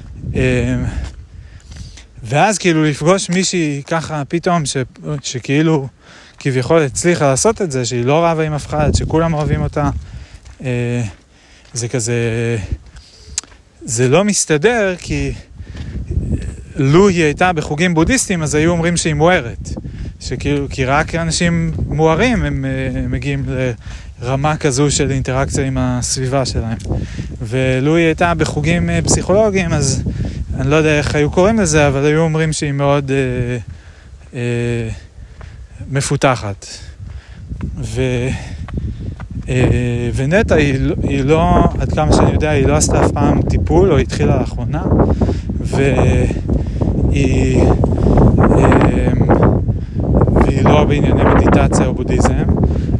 ואז כאילו לפגוש מישהי ככה פתאום שכאילו כביכול הצליחה לעשות את זה, שהיא לא רבה עם אף אחד, שכולם אוהבים אותה, זה כזה, זה לא מסתדר, כי לו היא הייתה בחוגים בודהיסטיים אז היו אומרים שהיא מוארת, שכאילו, כי רק אנשים מוארים הם מגיעים לרמה כזו של אינטראקציה עם הסביבה שלהם. ולו היא הייתה בחוגים פסיכולוגיים אז אני לא יודע איך היו קוראים לזה, אבל היו אומרים שהיא מאוד מפותחת. ונטע היא לא, עד כמה שאני יודע, היא לא עשתה אף פעם טיפול, או התחילה לאחרונה, והיא לא בענייני מדיטציה או בודהיזם.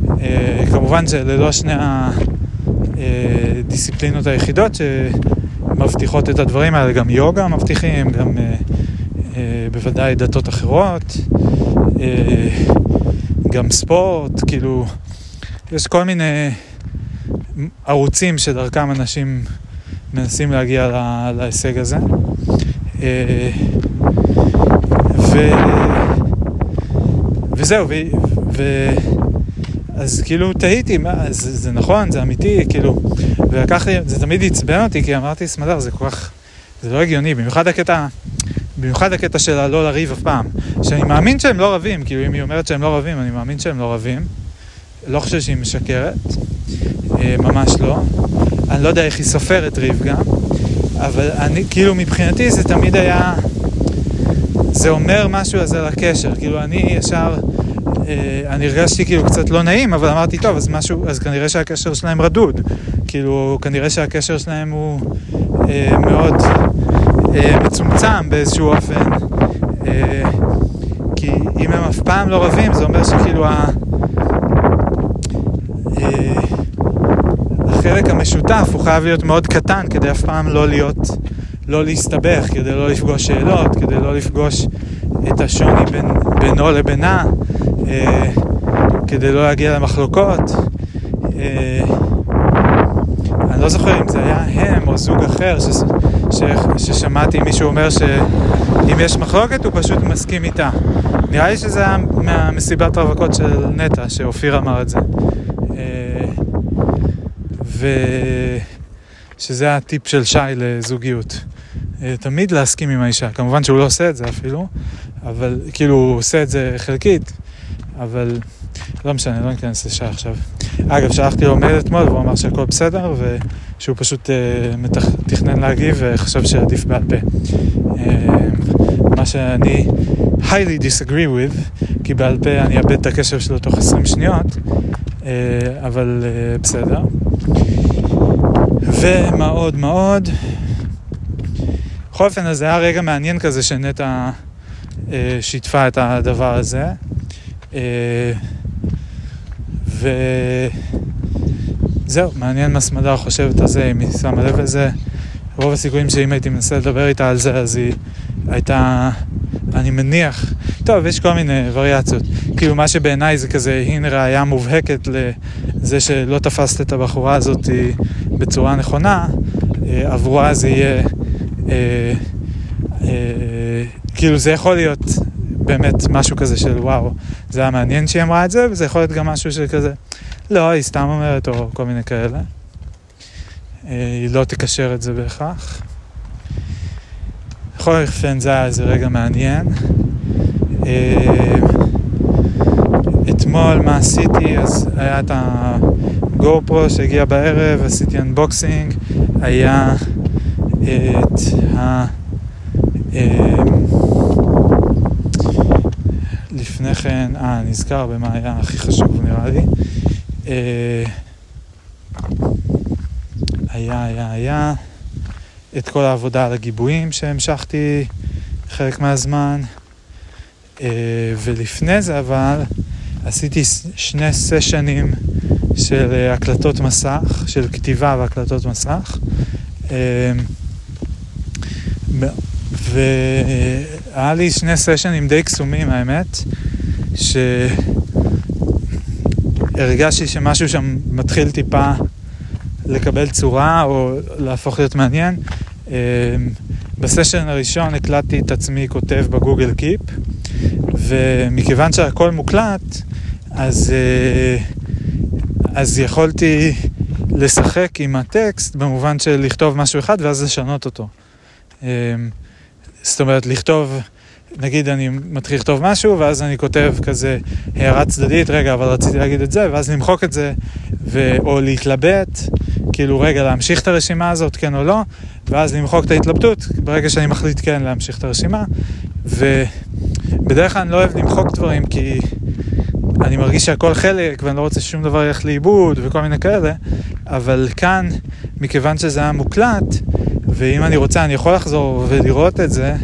כמובן שללא שני הדיסציפלינות היחידות מבטיחות את הדברים האלה, גם יוגה מבטיחים, גם בוודאי דתות אחרות, גם ספורט, כאילו, יש כל מיני ערוצים שדרכם אנשים מנסים להגיע להישג הזה. וזהו, אז כאילו תהיתי, זה נכון, זה אמיתי, כאילו, ולקח לי, זה תמיד עצבן אותי, כי אמרתי, סמדר, זה כל כך, זה לא הגיוני, במיוחד הקטע שלה לא לריב אף פעם, שאני מאמין שהם לא רבים, כאילו אם היא אומרת שהם לא רבים, אני מאמין שהם לא רבים, לא חושב שהיא משקרת, ממש לא, אני לא יודע איך היא סופרת ריב גם, אבל אני, כאילו מבחינתי זה תמיד היה, זה אומר משהו אז על הקשר, כאילו אני ישר, אני הרגשתי כאילו קצת לא נעים, אבל אמרתי טוב, אז כנראה שהקשר שלהם רדוד, כאילו כנראה שהקשר שלהם הוא מאוד מצומצם באיזשהו אופן, כי אם הם אף פעם לא רבים, זה אומר שכאילו החלק המשותף הוא חייב להיות מאוד קטן, כדי אף פעם לא להסתבך, כדי לא לפגוש שאלות, כדי לא לפגוש את השוני בינו לבינה, כדי לא להגיע למחלוקות. אני לא זוכר אם זה היה הם או זוג אחר ששמעתי מישהו אומר שאם יש מחלוקת הוא פשוט מסכים איתה. נראה לי שזה היה מהמסיבת רווקות של נטה, שאופיר אמר את זה. ושזה הטיפ של שי לזוגיות. תמיד להסכים עם האישה. כמובן שהוא לא עושה את זה אפילו, אבל כאילו הוא עושה את זה חלקית, אבל לא משנה, לא ניכנס לשי עכשיו. אגב, שלחתי לו מייל אתמול והוא אמר שהכל בסדר, ושהוא פשוט תכנן להגיב וחשב שעדיף בעל פה. מה שאני highly disagree with, כי בעל פה אני אאבד את הקשר שלו תוך 20 שניות, אבל בסדר. ומאוד מאוד, בכל אופן, אז זה היה רגע מעניין כזה שנטה שיתפה את הדבר הזה. וזהו, מעניין מה סמדר חושבת על זה, אם היא שמה לב לזה. רוב הסיכויים שאם הייתי מנסה לדבר איתה על זה, אז היא הייתה, אני מניח, טוב, יש כל מיני וריאציות. כאילו מה שבעיניי זה כזה, הנה ראיה מובהקת לזה שלא תפסת את הבחורה הזאת בצורה נכונה, עבורה זה יהיה, כאילו זה יכול להיות באמת משהו כזה של וואו, זה היה מעניין שהיא אמרה את זה, וזה יכול להיות גם משהו של כזה, לא, היא סתם אומרת, או כל מיני כאלה. היא לא תקשר את זה בהכרח. בכל אופן זה היה איזה רגע מעניין. אתמול מה עשיתי, אז היה את הגו-פרו שהגיע בערב, עשיתי אנבוקסינג, היה את לפני כן, נזכר במה היה הכי חשוב נראה לי. היה את כל העבודה על הגיבויים שהמשכתי חלק מהזמן, ולפני זה אבל עשיתי 2 סשנים של הקלטות מסך, של כתיבה והקלטות מסך, והיה לי 2 סשנים די קסומים האמת, שהרגשתי שמשהו שם מתחיל טיפה לקבל צורה או להפוך להיות מעניין. בסשן הראשון הקלטתי את עצמי כותב בגוגל קיפ, ומכיוון שהכל מוקלט, אז יכולתי לשחק עם הטקסט במובן של לכתוב משהו אחד ואז לשנות אותו. זאת אומרת, לכתוב, נגיד אני מתחיל לכתוב משהו ואז אני כותב כזה הערה צדדית, רגע, אבל רציתי להגיד את זה, ואז למחוק את זה, או להתלבט, כאילו רגע, להמשיך את הרשימה הזאת, כן או לא, ואז למחוק את ההתלבטות, ברגע שאני מחליט כן להמשיך את הרשימה, ובדרך כלל אני לא אוהב למחוק דברים, כי אני מרגיש שהכל חלק, ואני לא רוצה שום דבר ילך לאיבוד, וכל מיני כאלה, אבל כאן, מכיוון שזה היה מוקלט, ואם אני רוצה, אני יכול לחזור ולראות את זה,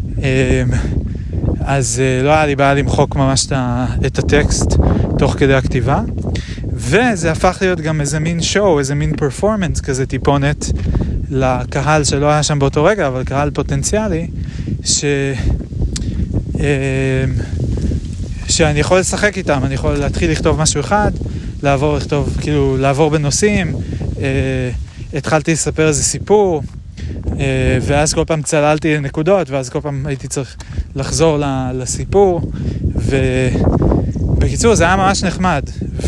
אז לא היה לי בעיה למחוק ממש את הטקסט תוך כדי הכתיבה, וזה הפך להיות גם איזה מין שואו, איזה מין פרפורמנס כזה טיפונת לקהל שלא היה שם באותו רגע, אבל קהל פוטנציאלי, שאני יכול לשחק איתם, אני יכול להתחיל לכתוב משהו אחד, לעבור בנושאים, התחלתי לספר איזה סיפור, ואז כל פעם צללתי לנקודות, ואז כל פעם הייתי צריך לחזור לסיפור, ובקיצור זה היה ממש נחמד,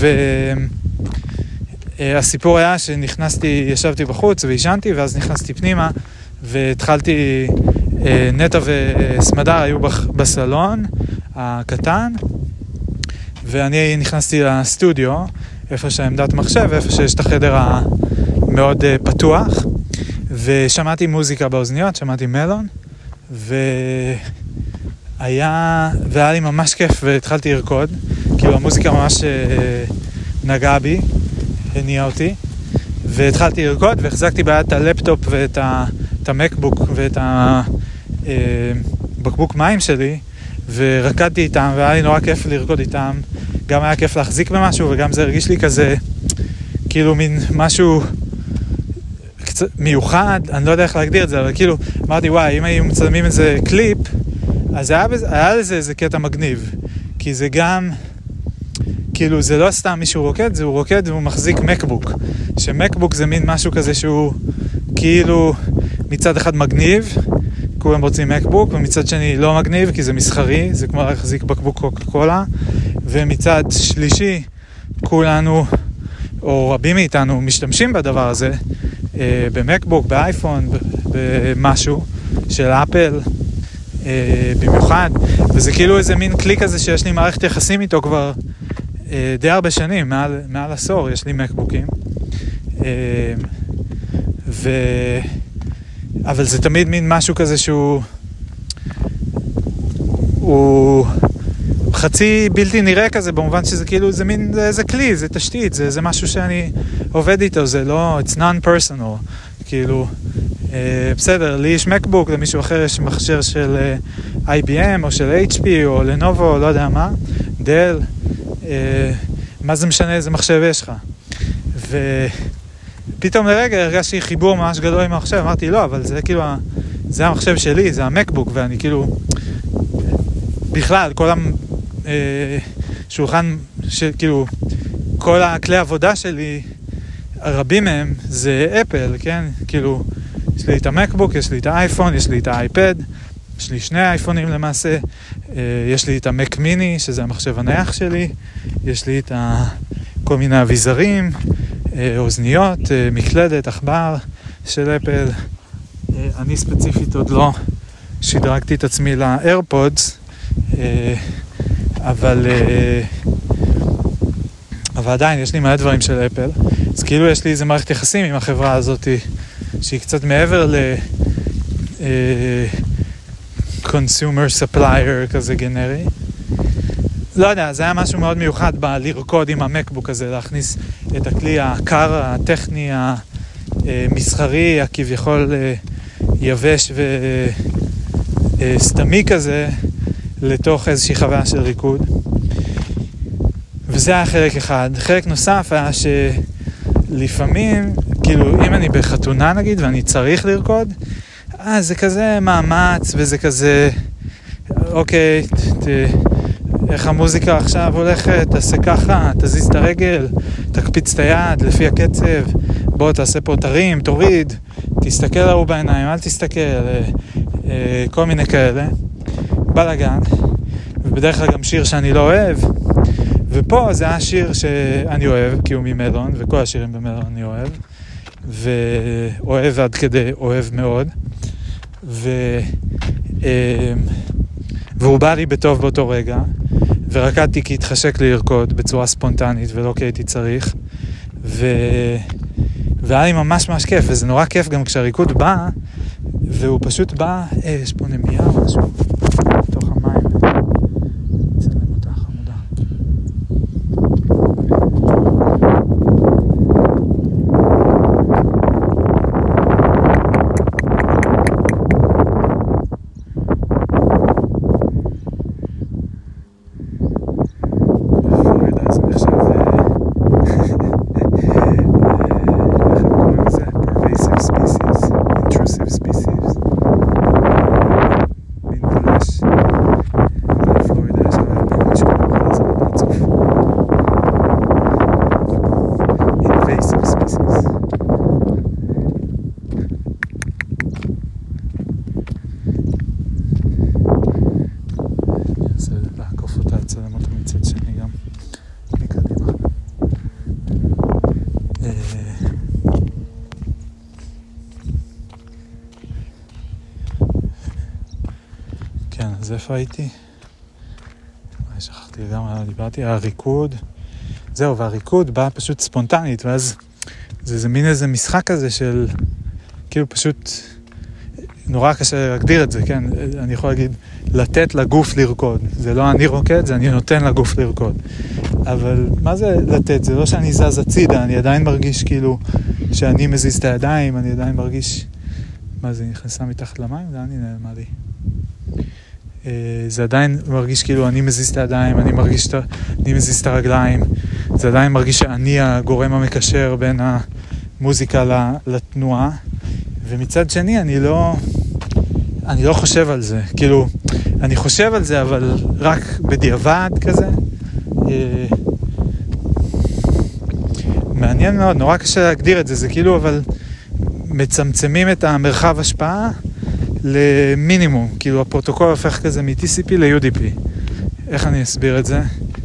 והסיפור היה ישבתי בחוץ וישנתי, ואז נכנסתי פנימה, והתחלתי, נטע וסמדר היו בסלון הקטן, ואני נכנסתי לסטודיו, איפה שהעמדת מחשב, איפה שיש את החדר המאוד פתוח, ושמעתי מוזיקה באוזניות, שמעתי מלון, והיה לי ממש כיף, והתחלתי לרקוד, כאילו המוזיקה ממש נגעה בי, הניעה אותי, והתחלתי לרקוד, והחזקתי ביד את הלפטופ ואת המקבוק ואת הבקבוק מים שלי, ורקדתי איתם, והיה לי נורא כיף לרקוד איתם, גם היה כיף להחזיק במשהו, וגם זה הרגיש לי כזה, כאילו מין משהו קצת מיוחד, אני לא יודע איך להגדיר את זה, אבל כאילו, אמרתי, וואי, אם היו מצלמים איזה קליפ, אז היה לזה איזה קטע מגניב, כי זה גם, כאילו, זה לא סתם מישהו רוקד, הוא רוקד והוא מחזיק מקבוק, שמקבוק זה מין משהו כזה שהוא, כאילו, מצד אחד מגניב, כולם רוצים מקבוק, ומצד שני לא מגניב, כי זה מסחרי, זה כמו להחזיק בקבוק קוקה קולה, ומצד שלישי, כולנו, או רבים מאיתנו, משתמשים בדבר הזה, במקבוק, באייפון, במשהו של אפל, במיוחד, וזה כאילו איזה מין כלי כזה שיש לי מערכת יחסים איתו כבר די הרבה שנים, מעל עשור יש לי מקבוקים, אבל זה תמיד מין משהו כזה שהוא חצי בלתי נראה כזה, במובן שזה כאילו, זה מין, זה כלי, זה תשתית, זה משהו שאני עובד איתו, זה לא, it's non-personal, כאילו, בסדר, לי יש מקבוק, למישהו אחר יש מכשיר של IBM או של HP או לנובו, לא יודע מה, דל, מה זה משנה איזה מחשב יש לך? ופתאום לרגע הרגשתי חיבור ממש גדול עם המחשב, אמרתי לא, אבל זה כאילו, זה המחשב שלי, זה המקבוק, ואני כאילו, בכלל, כל השולחן, כאילו, כל הכלי העבודה שלי, רבים מהם זה אפל, כן? כאילו, יש לי את המקבוק, יש לי את האייפון, יש לי את האייפד, יש לי שני אייפונים למעשה, יש לי את המק מיני, שזה המחשב הנייח שלי, יש לי את כל מיני אביזרים, אוזניות, מקלדת, עכבר של אפל. אני ספציפית עוד לא שדרגתי את עצמי לאיירפודס, אבל עדיין יש לי מלא דברים של אפל, אז כאילו יש לי איזה מערכת יחסים עם החברה הזאת שהיא קצת מעבר consumer supplier כזה גנרי. לא יודע, זה היה משהו מאוד מיוחד בלרקוד עם המקבוק הזה, להכניס את הכלי הקר, הטכני, המסחרי, הכביכול יבש וסתמי כזה, לתוך איזושהי חוויה של ריקוד. וזה היה חלק אחד. חלק נוסף היה שלפעמים, כאילו אם אני בחתונה נגיד ואני צריך לרקוד, אז זה כזה מאמץ וזה כזה, אוקיי, איך המוזיקה עכשיו הולכת, תעשה ככה, תזיז את הרגל, תקפיץ את היד לפי הקצב, בוא תעשה פה תרים, תוריד, תסתכל עליו בעיניים, אל תסתכל, כל מיני כאלה, בלגן, ובדרך כלל גם שיר שאני לא אוהב, ופה זה היה שיר שאני אוהב, כי הוא ממלון, וכל השירים במלון אני אוהב, ואוהב עד כדי אוהב מאוד, והוא בא לי בטוב באותו רגע, ורקדתי כי התחשק לי לרקוד בצורה ספונטנית ולא כי הייתי צריך, והיה לי ממש ממש כיף, וזה נורא כיף גם כשהריקוד בא, והוא פשוט בא, יש פה נמייה או משהו בתוך המים, צלם אותה חמודה. Pervasive species. כן, אז איפה הייתי? שכחתי לגמרי, דיברתי, הריקוד. זהו, והריקוד בא פשוט ספונטנית, ואז זה מין איזה משחק כזה של, כאילו פשוט, נורא קשה להגדיר את זה, כן? אני יכול להגיד, לתת לגוף לרקוד. זה לא אני רוקד, זה אני נותן לגוף לרקוד. אבל מה זה לתת? זה לא שאני זז הצידה, אני עדיין מרגיש כאילו שאני מזיז את הידיים, אני עדיין מרגיש, מה זה, נכנסה מתחת למים? לאן היא נעלמה לי? זה עדיין מרגיש כאילו אני מזיז את הידיים, אני מזיז את הרגליים, זה עדיין מרגיש שאני הגורם המקשר בין המוזיקה לתנועה, ומצד שני אני לא חושב על זה, כאילו אני חושב על זה אבל רק בדיעבד כזה. מעניין מאוד, נורא קשה להגדיר את זה, זה כאילו אבל מצמצמים את המרחב השפעה למינימום, כאילו הפרוטוקול הופך כזה מ-TCP ל-UDP. איך אני אסביר את זה?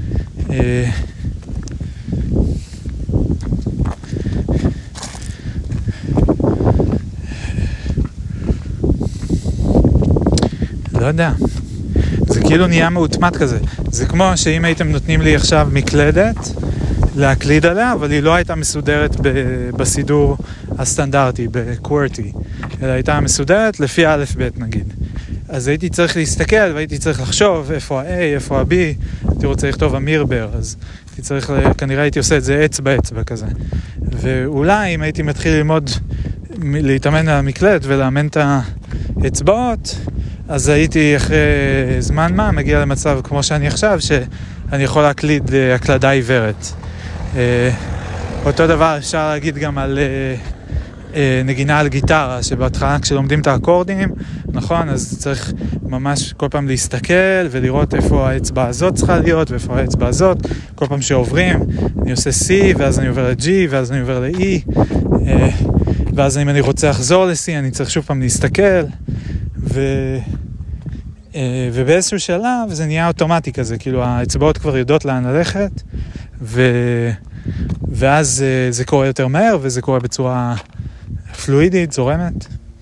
לא יודע. זה כאילו נהיה מאותמת כזה. זה כמו שאם הייתם נותנים לי עכשיו מקלדת להקליד עליה, אבל היא לא הייתה מסודרת בסידור הסטנדרטי, בקוורטי, אלא הייתה מסודרת לפי א' ב' נגיד. אז הייתי צריך להסתכל והייתי צריך לחשוב איפה ה-A, איפה ה-B, הייתי רוצה לכתוב אמיר בר, אז הייתי צריך, כנראה הייתי עושה את זה אצבע כזה. ואולי אם הייתי מתחיל ללמוד, להתאמן על המקלדת ולאמן את האצבעות, אז הייתי אחרי זמן מה מגיע למצב כמו שאני עכשיו, שאני יכול להקליד הקלדה עיוורת. אותו דבר אפשר להגיד גם על נגינה על גיטרה, שבהתחלה כשלומדים את האקורדים, נכון, אז צריך ממש כל פעם להסתכל ולראות איפה האצבע הזאת צריכה להיות ואיפה האצבע הזאת. כל פעם שעוברים, אני עושה C ואז אני עובר ל-G ואז אני עובר ל-E, ואז אם אני רוצה לחזור ל-C אני צריך שוב פעם להסתכל, ובאיזשהו שלב זה נהיה אוטומטי כזה, כאילו האצבעות כבר יודעות לאן ללכת, ואז זה קורה יותר מהר וזה קורה בצורה פלואידית, זורמת.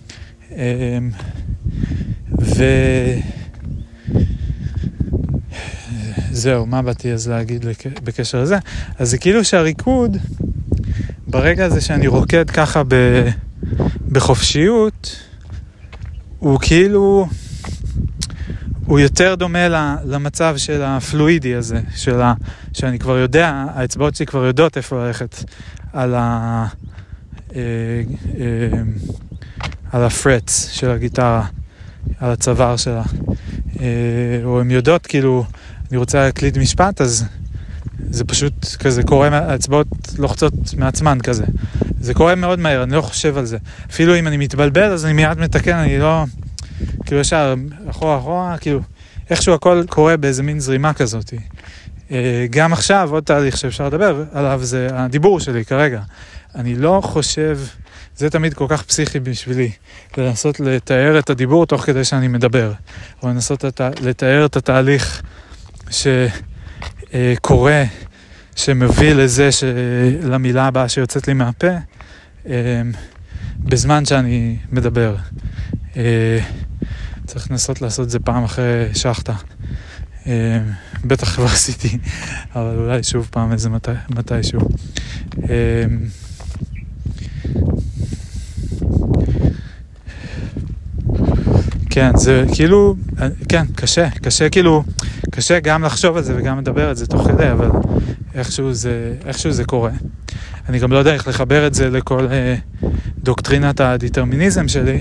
וזהו, מה באתי אז להגיד בקשר לזה? אז זה כאילו שהריקוד, ברגע הזה שאני רוקד ככה בחופשיות, הוא כאילו, הוא יותר דומה למצב של הפלואידי הזה, שאני כבר יודע, האצבעות שלי כבר יודעות איפה ללכת על הפרטס של הגיטרה, על הצוואר שלה. או הן יודעות, כאילו, אני רוצה להקליד משפט, אז זה פשוט כזה קורה, האצבעות לוחצות מעצמן כזה. זה קורה מאוד מהר, אני לא חושב על זה. אפילו אם אני מתבלבל, אז אני מיד מתקן, אני לא, כאילו ישר, אחורה, כאילו, איכשהו הכל קורה באיזה מין זרימה כזאת. גם עכשיו, עוד תהליך שאפשר לדבר עליו, זה הדיבור שלי כרגע. אני לא חושב, זה תמיד כל כך פסיכי בשבילי, לנסות לתאר את הדיבור תוך כדי שאני מדבר, או לנסות לתאר את התהליך שקורה, שמביא לזה למילה הבאה שיוצאת לי מהפה, בזמן שאני מדבר. צריך לנסות לעשות את זה פעם אחרי שחטה. בטח כבר עשיתי, אבל אולי שוב פעם איזה מתישהו. כן, זה כאילו, כן, קשה כאילו, קשה גם לחשוב על זה וגם לדבר על זה תוך כדי, אבל איכשהו זה קורה. אני גם לא יודע איך לחבר את זה לכל דוקטרינת הדטרמיניזם שלי.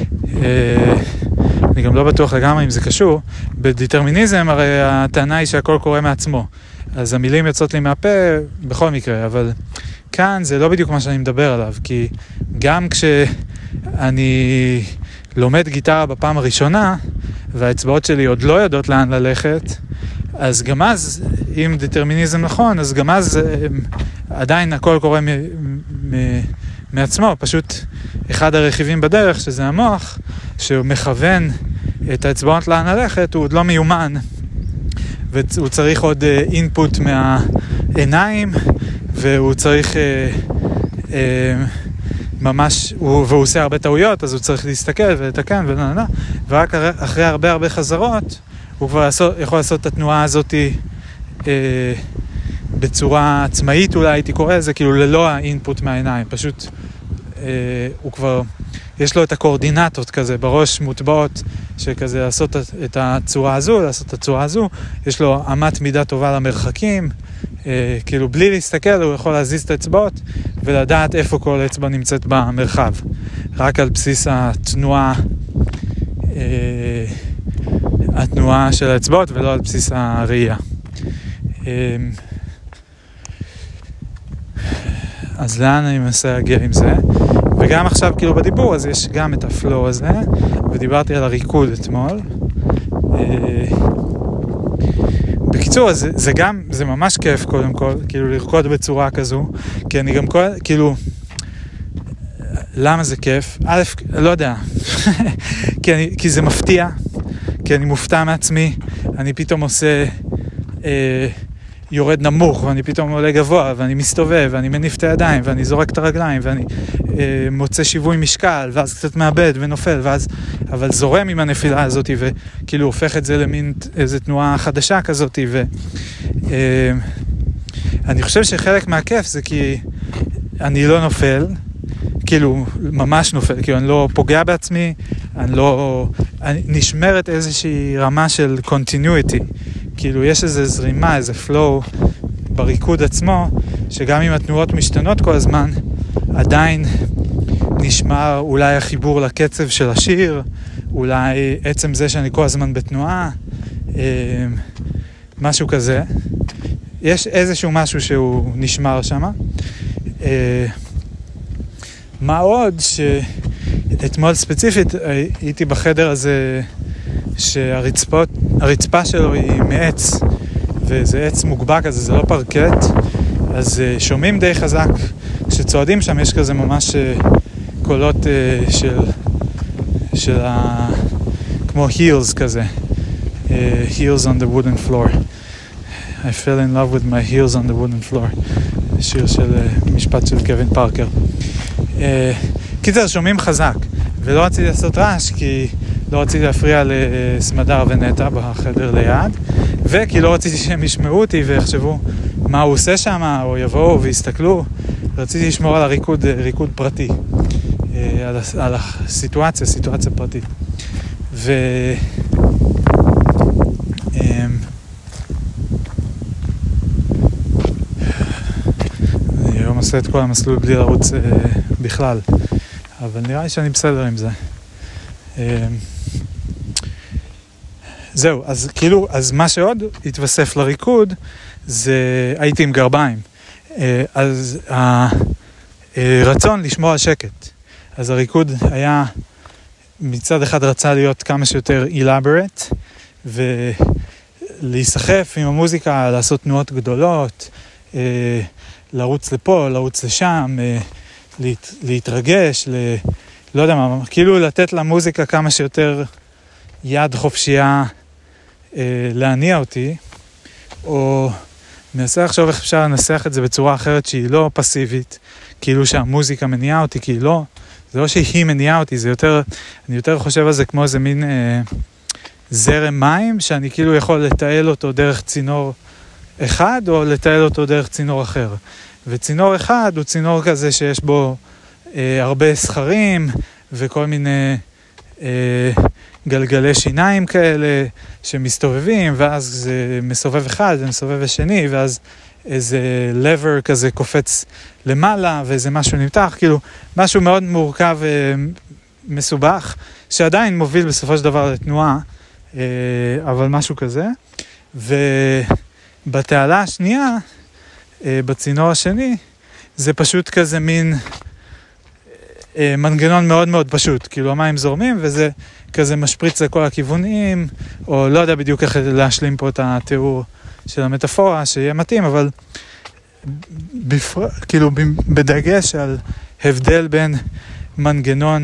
אני גם לא בטוח לגמרי אם זה קשור. בדטרמיניזם הרי הטענה היא שהכל קורה מעצמו. אז המילים יוצאות לי מהפה בכל מקרה, אבל כאן זה לא בדיוק מה שאני מדבר עליו, כי גם כשאני לומד גיטרה בפעם הראשונה, והאצבעות שלי עוד לא יודעות לאן ללכת, אז גם אז, אם דטרמיניזם נכון, אז גם אז עדיין הכל קורה מעצמו, פשוט אחד הרכיבים בדרך, שזה המוח, שהוא מכוון את האצבעות לאן ללכת, הוא עוד לא מיומן, והוא צריך עוד אינפוט מהעיניים, והוא צריך ממש, והוא עושה הרבה טעויות, אז הוא צריך להסתכל ולתקן ולננה, ורק אחרי הרבה חזרות, הוא כבר יכול לעשות את התנועה הזאת בצורה עצמאית, אולי הייתי קורא לזה, כאילו ללא האינפוט מהעיניים, פשוט הוא כבר, יש לו את הקואורדינטות כזה בראש מוטבעות, שכזה לעשות את הצורה הזו, לעשות את הצורה הזו, יש לו אמת מידה טובה למרחקים, כאילו בלי להסתכל הוא יכול להזיז את האצבעות ולדעת איפה כל אצבע נמצאת במרחב, רק על בסיס התנועה של האצבעות ולא על בסיס הראייה. אז לאן אני מנסה להגיע עם זה? וגם עכשיו כאילו בדיבור אז יש גם את הפלואו הזה, ודיברתי על הריקוד אתמול. בקיצור, אז זה ממש כיף קודם כל, כאילו לרקוד בצורה כזו, כי אני גם כאילו, למה זה כיף? א', לא יודע, כי זה מפתיע, כי אני מופתע מעצמי, אני פתאום עושה, יורד נמוך, ואני פתאום עולה גבוה, ואני מסתובב, ואני מניף את הידיים, ואני זורק את הרגליים, ואני מוצא שיווי משקל, ואז קצת מאבד ונופל, אבל זורם עם הנפילה הזאת, וכאילו הופך את זה למין איזו תנועה חדשה כזאת, ואני חושב שחלק מהכיף זה כי אני לא נופל, כאילו ממש נופל, כאילו אני לא פוגע בעצמי, אני נשמרת איזושהי רמה של continuity, כאילו יש איזו זרימה, איזה flow בריקוד עצמו, שגם אם התנועות משתנות כל הזמן, עדיין נשמר אולי החיבור לקצב של השיר, אולי עצם זה שאני כל הזמן בתנועה, משהו כזה. יש איזשהו משהו שהוא נשמר שם. מה עוד שאתמול ספציפית הייתי בחדר הזה שהרצפה שלו היא מעץ, וזה עץ מוגבע כזה, זה לא פרקט, אז שומעים די חזק. כשצועדים שם יש כזה ממש קולות של כמו heels כזה. Heels on the wooden floor. I fell in love with my heels on the wooden floor. שיר של משפט של קווין פארקר. קיצר, שומעים חזק. ולא רציתי לעשות רעש כי לא רציתי להפריע לסמדר ונטע בחדר ליד, וכי לא רציתי שהם ישמעו אותי ויחשבו מה הוא עושה שם, או יבואו ויסתכלו. רציתי לשמור על ריקוד פרטי, על הסיטואציה פרטית. אני היום עושה את כל המסלול בלי לרוץ בכלל, אבל נראה לי שאני בסדר עם זה. זהו, אז כאילו, אז מה שעוד התווסף לריקוד, זה הייתי עם גרביים. אז הרצון לשמור על שקט. אז הריקוד היה, מצד אחד רצה להיות כמה שיותר elaborate, ולהיסחף עם המוזיקה, לעשות תנועות גדולות, לרוץ לפה, לרוץ לשם, להתרגש, לא יודע מה, כאילו לתת למוזיקה כמה שיותר יד חופשייה להניע אותי, או מנסה לחשוב איך אפשר לנסח את זה בצורה אחרת שהיא לא פסיבית, כאילו שהמוזיקה מניעה אותי, כי לא, זה לא שהיא מניעה אותי, זה יותר, אני יותר חושב על זה כמו איזה מין זרם מים, שאני כאילו יכול לטייל אותו דרך צינור אחד, או לטייל אותו דרך צינור אחר. וצינור אחד הוא צינור כזה שיש בו הרבה סחרים, וכל מיני גלגלי שיניים כאלה שמסתובבים, ואז זה מסובב אחד ומסובב השני, ואז איזה lever כזה קופץ למעלה, ואיזה משהו נמתח, כאילו משהו מאוד מורכב ומסובך, שעדיין מוביל בסופו של דבר לתנועה, אבל משהו כזה. ובתעלה השנייה, בצינור השני, זה פשוט כזה מין מנגנון מאוד מאוד פשוט, כאילו המים זורמים וזה כזה משפריץ לכל הכיוונים, או לא יודע בדיוק איך להשלים פה את התיאור של המטאפורה שיהיה מתאים, אבל כאילו בדגש על הבדל בין מנגנון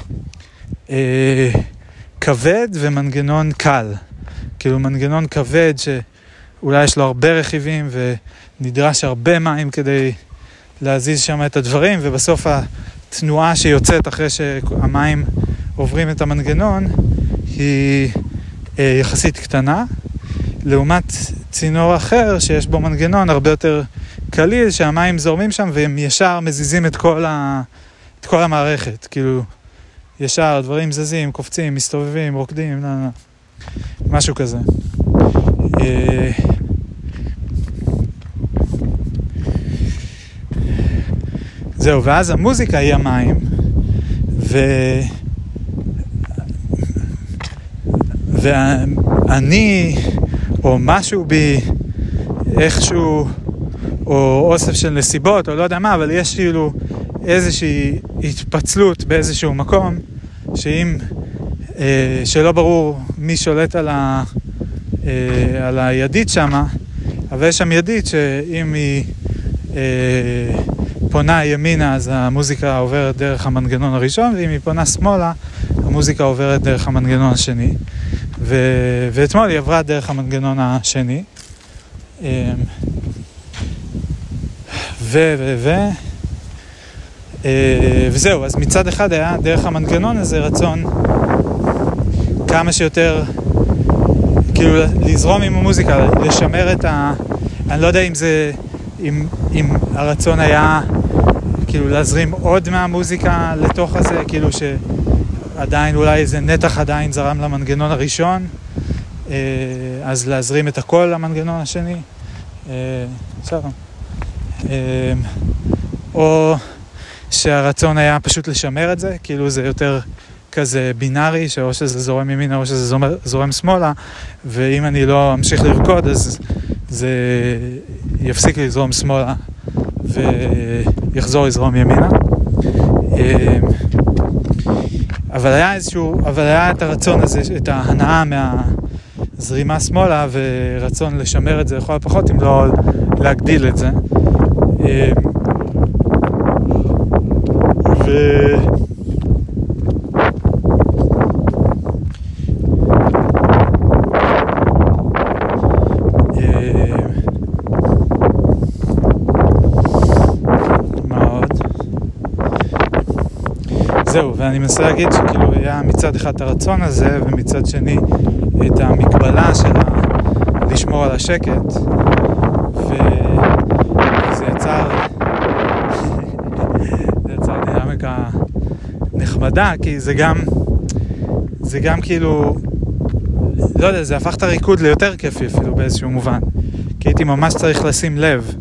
כבד ומנגנון קל. כאילו מנגנון כבד שאולי יש לו הרבה רכיבים ונדרש הרבה מים כדי להזיז שם את הדברים, ובסוף התנועה שיוצאת אחרי שהמים עוברים את המנגנון היא יחסית קטנה, לעומת צינור אחר שיש בו מנגנון הרבה יותר קליל, שהמים זורמים שם והם ישר מזיזים את כל המערכת, כאילו ישר דברים זזים, קופצים, מסתובבים, רוקדים, משהו כזה. זהו, ואז המוזיקה היא המים, ואני, או משהו בי, איכשהו, או אוסף של נסיבות, או לא יודע מה, אבל יש כאילו איזושהי התפצלות באיזשהו מקום, שלא ברור מי שולט על הידית שמה, אבל יש שם ידית שאם היא פונה ימינה, אז המוזיקה עוברת דרך המנגנון הראשון, ואם היא פונה שמאלה, המוזיקה עוברת דרך המנגנון השני. ואתמול היא עברה דרך המנגנון השני. וזהו, אז מצד אחד היה דרך המנגנון הזה רצון כמה שיותר כאילו לזרום עם המוזיקה, לשמר את אני לא יודע אם זה, אם הרצון היה כאילו להזרים עוד מהמוזיקה לתוך הזה, כאילו שעדיין אולי איזה נתח עדיין זרם למנגנון הראשון, אז להזרים את הכל למנגנון השני, שלום. או שהרצון היה פשוט לשמר את זה, כאילו זה יותר כזה בינארי, שאו שזה זורם ימינה או שזה זורם שמאלה, ואם אני לא אמשיך לרקוד אז זה יפסיק לזרום שמאלה ויחזור לזרום ימינה. אבל היה את הרצון הזה, את ההנאה מהזרימה שמאלה, ורצון לשמר את זה לכל הפחות, אם לא להגדיל את זה. זהו, ואני מנסה להגיד שכאילו היה מצד אחד את הרצון הזה, ומצד שני את המגבלה של לשמור על השקט, וזה יצר דינמיקה נחמדה, כי זה גם כאילו, לא יודע, זה הפך את הריקוד ליותר כיפי אפילו באיזשהו מובן, כי הייתי ממש צריך לשים לב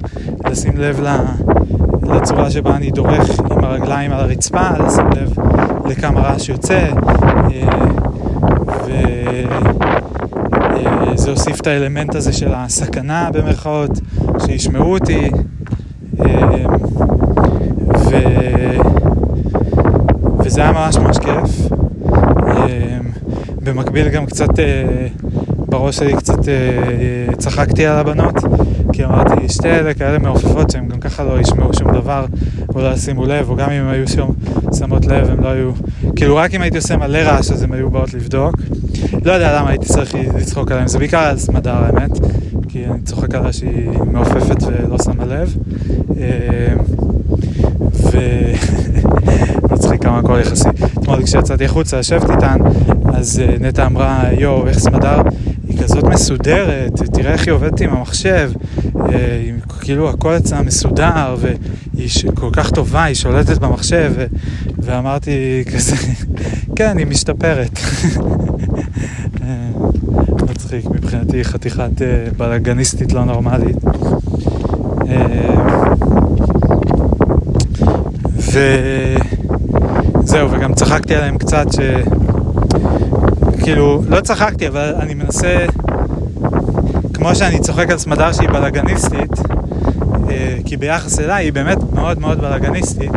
לצורה שבה אני דורך עם הרגליים על הרצפה, לשים לב לכמה רעש יוצא, וזה הוסיף את האלמנט הזה של הסכנה במרכאות, שישמעו אותי, וזה היה ממש ממש כיף. במקביל גם קצת בראש שלי קצת צחקתי על הבנות, כי אמרתי, שתי אלה כאלה מעופפות שהם גם ככה לא ישמעו שום דבר או לא ישימו לב, או גם אם הם היו שמות לב הם לא היו, כאילו רק אם הייתי עושה מלא רעש אז הם היו באות לבדוק. לא יודע למה הייתי צריך לצחוק עליהם, זה בעיקר על סמדר האמת, כי אני צוחק עליה שהיא מעופפת ולא שמה לב, מצחיק כמה הכל יחסי. אתמול כשיצאתי החוצה, ישבתי איתן, אז נטע אמרה, יו, איך סמדר? היא כזאת מסודרת, תראה איך היא עובדת עם המחשב, כאילו הכל יצא מסודר, והיא כל כך טובה, היא שולטת במחשב, ואמרתי כזה, כן, היא משתפרת. מצחיק, מבחינתי חתיכת בלגניסטית לא נורמלית. וזהו, וגם צחקתי עליהם קצת כאילו, לא צחקתי, אבל אני מנסה, כמו שאני צוחק על סמדר שהיא בלגניסטית, כי ביחס אליי היא באמת מאוד מאוד בלגניסטית,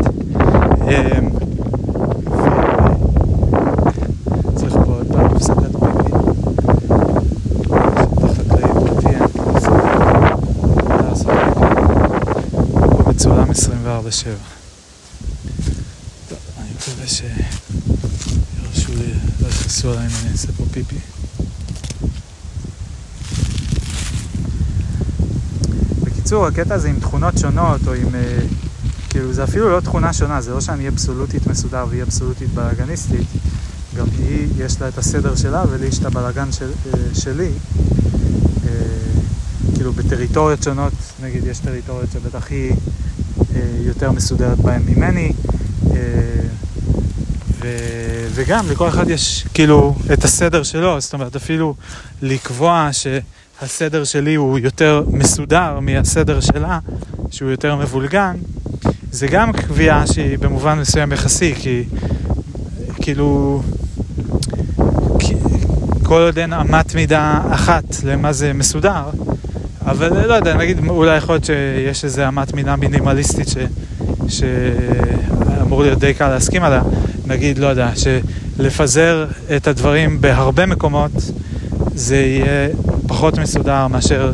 צריך פה עוד פעם הפסקת פיפי, שטח חקלאי פרטי, פה מצולם 24/7. טוב, אני מקווה שירשו לי, לא יכנסו עליי אם אני אעשה פה פיפי. בקיצור, הקטע הזה עם תכונות שונות, או עם כאילו זה אפילו לא תכונה שונה, זה לא שאני אבסולוטית מסודר והיא אבסולוטית בלגניסטית, גם היא יש לה את הסדר שלה ולי יש את הבלגן שלי. כאילו בטריטוריות שונות, נגיד יש טריטוריות שבטח היא יותר מסודרת בהן ממני, וגם לכל אחד יש כאילו את הסדר שלו, זאת אומרת אפילו לקבוע שהסדר שלי הוא יותר מסודר מהסדר שלה, שהוא יותר מבולגן, זה גם קביעה שהיא במובן מסוים יחסי, כי כאילו כל עוד אין אמת מידה אחת למה זה מסודר, אבל לא יודע, נגיד אולי יכול להיות שיש איזו אמת מידה מינימליסטית שאמור להיות די קל להסכים עליה, נגיד, לא יודע, שלפזר את הדברים בהרבה מקומות זה יהיה פחות מסודר מאשר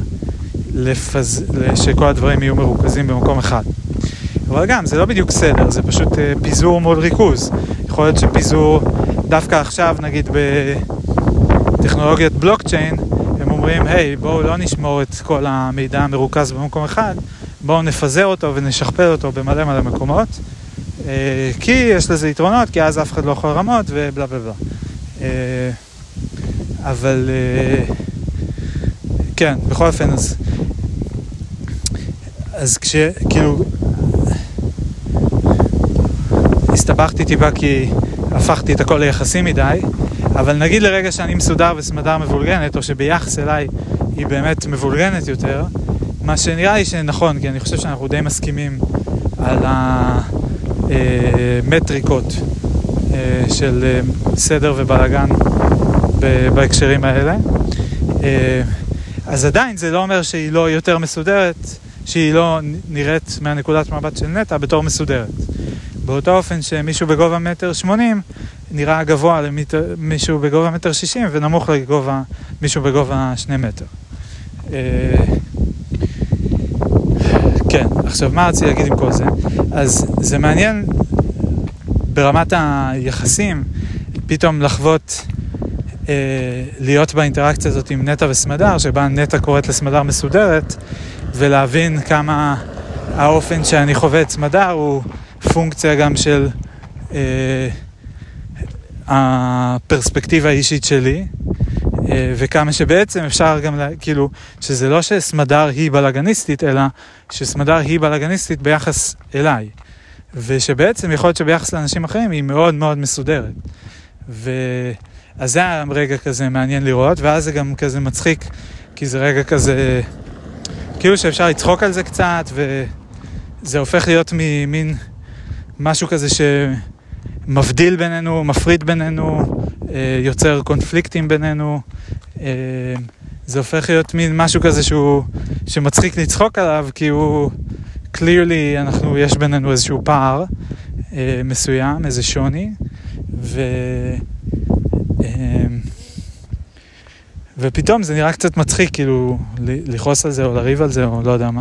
שכל הדברים יהיו מרוכזים במקום אחד. אבל גם, זה לא בדיוק סדר, זה פשוט פיזור מול ריכוז. יכול להיות שפיזור, דווקא עכשיו, נגיד בטכנולוגיית בלוקצ'יין, הם אומרים, היי, בואו לא נשמור את כל המידע המרוכז במקום אחד, בואו נפזר אותו ונשכפל אותו במלא מלא מקומות, כי יש לזה יתרונות, כי אז אף אחד לא יכול לרמות ובלה בלה בלה. אבל כן, בכל אופן, אז כאילו הסתבכתי טיפה כי הפכתי את הכל ליחסי מדי, אבל נגיד לרגע שאני מסודר וסמדר מבולגנת, או שביחס אליי היא באמת מבולגנת יותר, מה שנראה לי שנכון, כי אני חושב שאנחנו די מסכימים על המטריקות של סדר ובלגן בהקשרים האלה. אז עדיין זה לא אומר שהיא לא יותר מסודרת, שהיא לא נראית מהנקודת מבט של נטע בתור מסודרת. באותו אופן שמישהו בגובה 1.80 נראה גבוה למישהו בגובה 1.60 ונמוך לגובה מישהו בגובה 2 מטר. כן, עכשיו מה רציתי להגיד עם כל זה? אז זה מעניין ברמת היחסים פתאום לחוות להיות באינטראקציה הזאת עם נטע וסמדר, שבה נטע קוראת לסמדר מסודרת, ולהבין כמה האופן שאני חווה את סמדר הוא פונקציה גם של הפרספקטיבה האישית שלי, וכמה שבעצם אפשר גם כאילו שזה לא שסמדר היא בלגניסטית, אלא שסמדר היא בלגניסטית ביחס אליי, ושבעצם יכול להיות שביחס לאנשים אחרים היא מאוד מאוד מסודרת. אז זה היה רגע כזה מעניין לראות, ואז זה גם כזה מצחיק, כי זה רגע כזה כאילו שאפשר לצחוק על זה קצת, וזה הופך להיות ממין משהו כזה שמבדיל בינינו, מפריד בינינו, יוצר קונפליקטים בינינו. זה הופך להיות מין משהו כזה שמצחיק לצחוק עליו, כי הוא clearly יש בינינו איזשהו פער מסוים, איזה שוני, ופתאום זה נראה קצת מצחיק, כאילו לכעוס על זה או לריב על זה או לא יודע מה.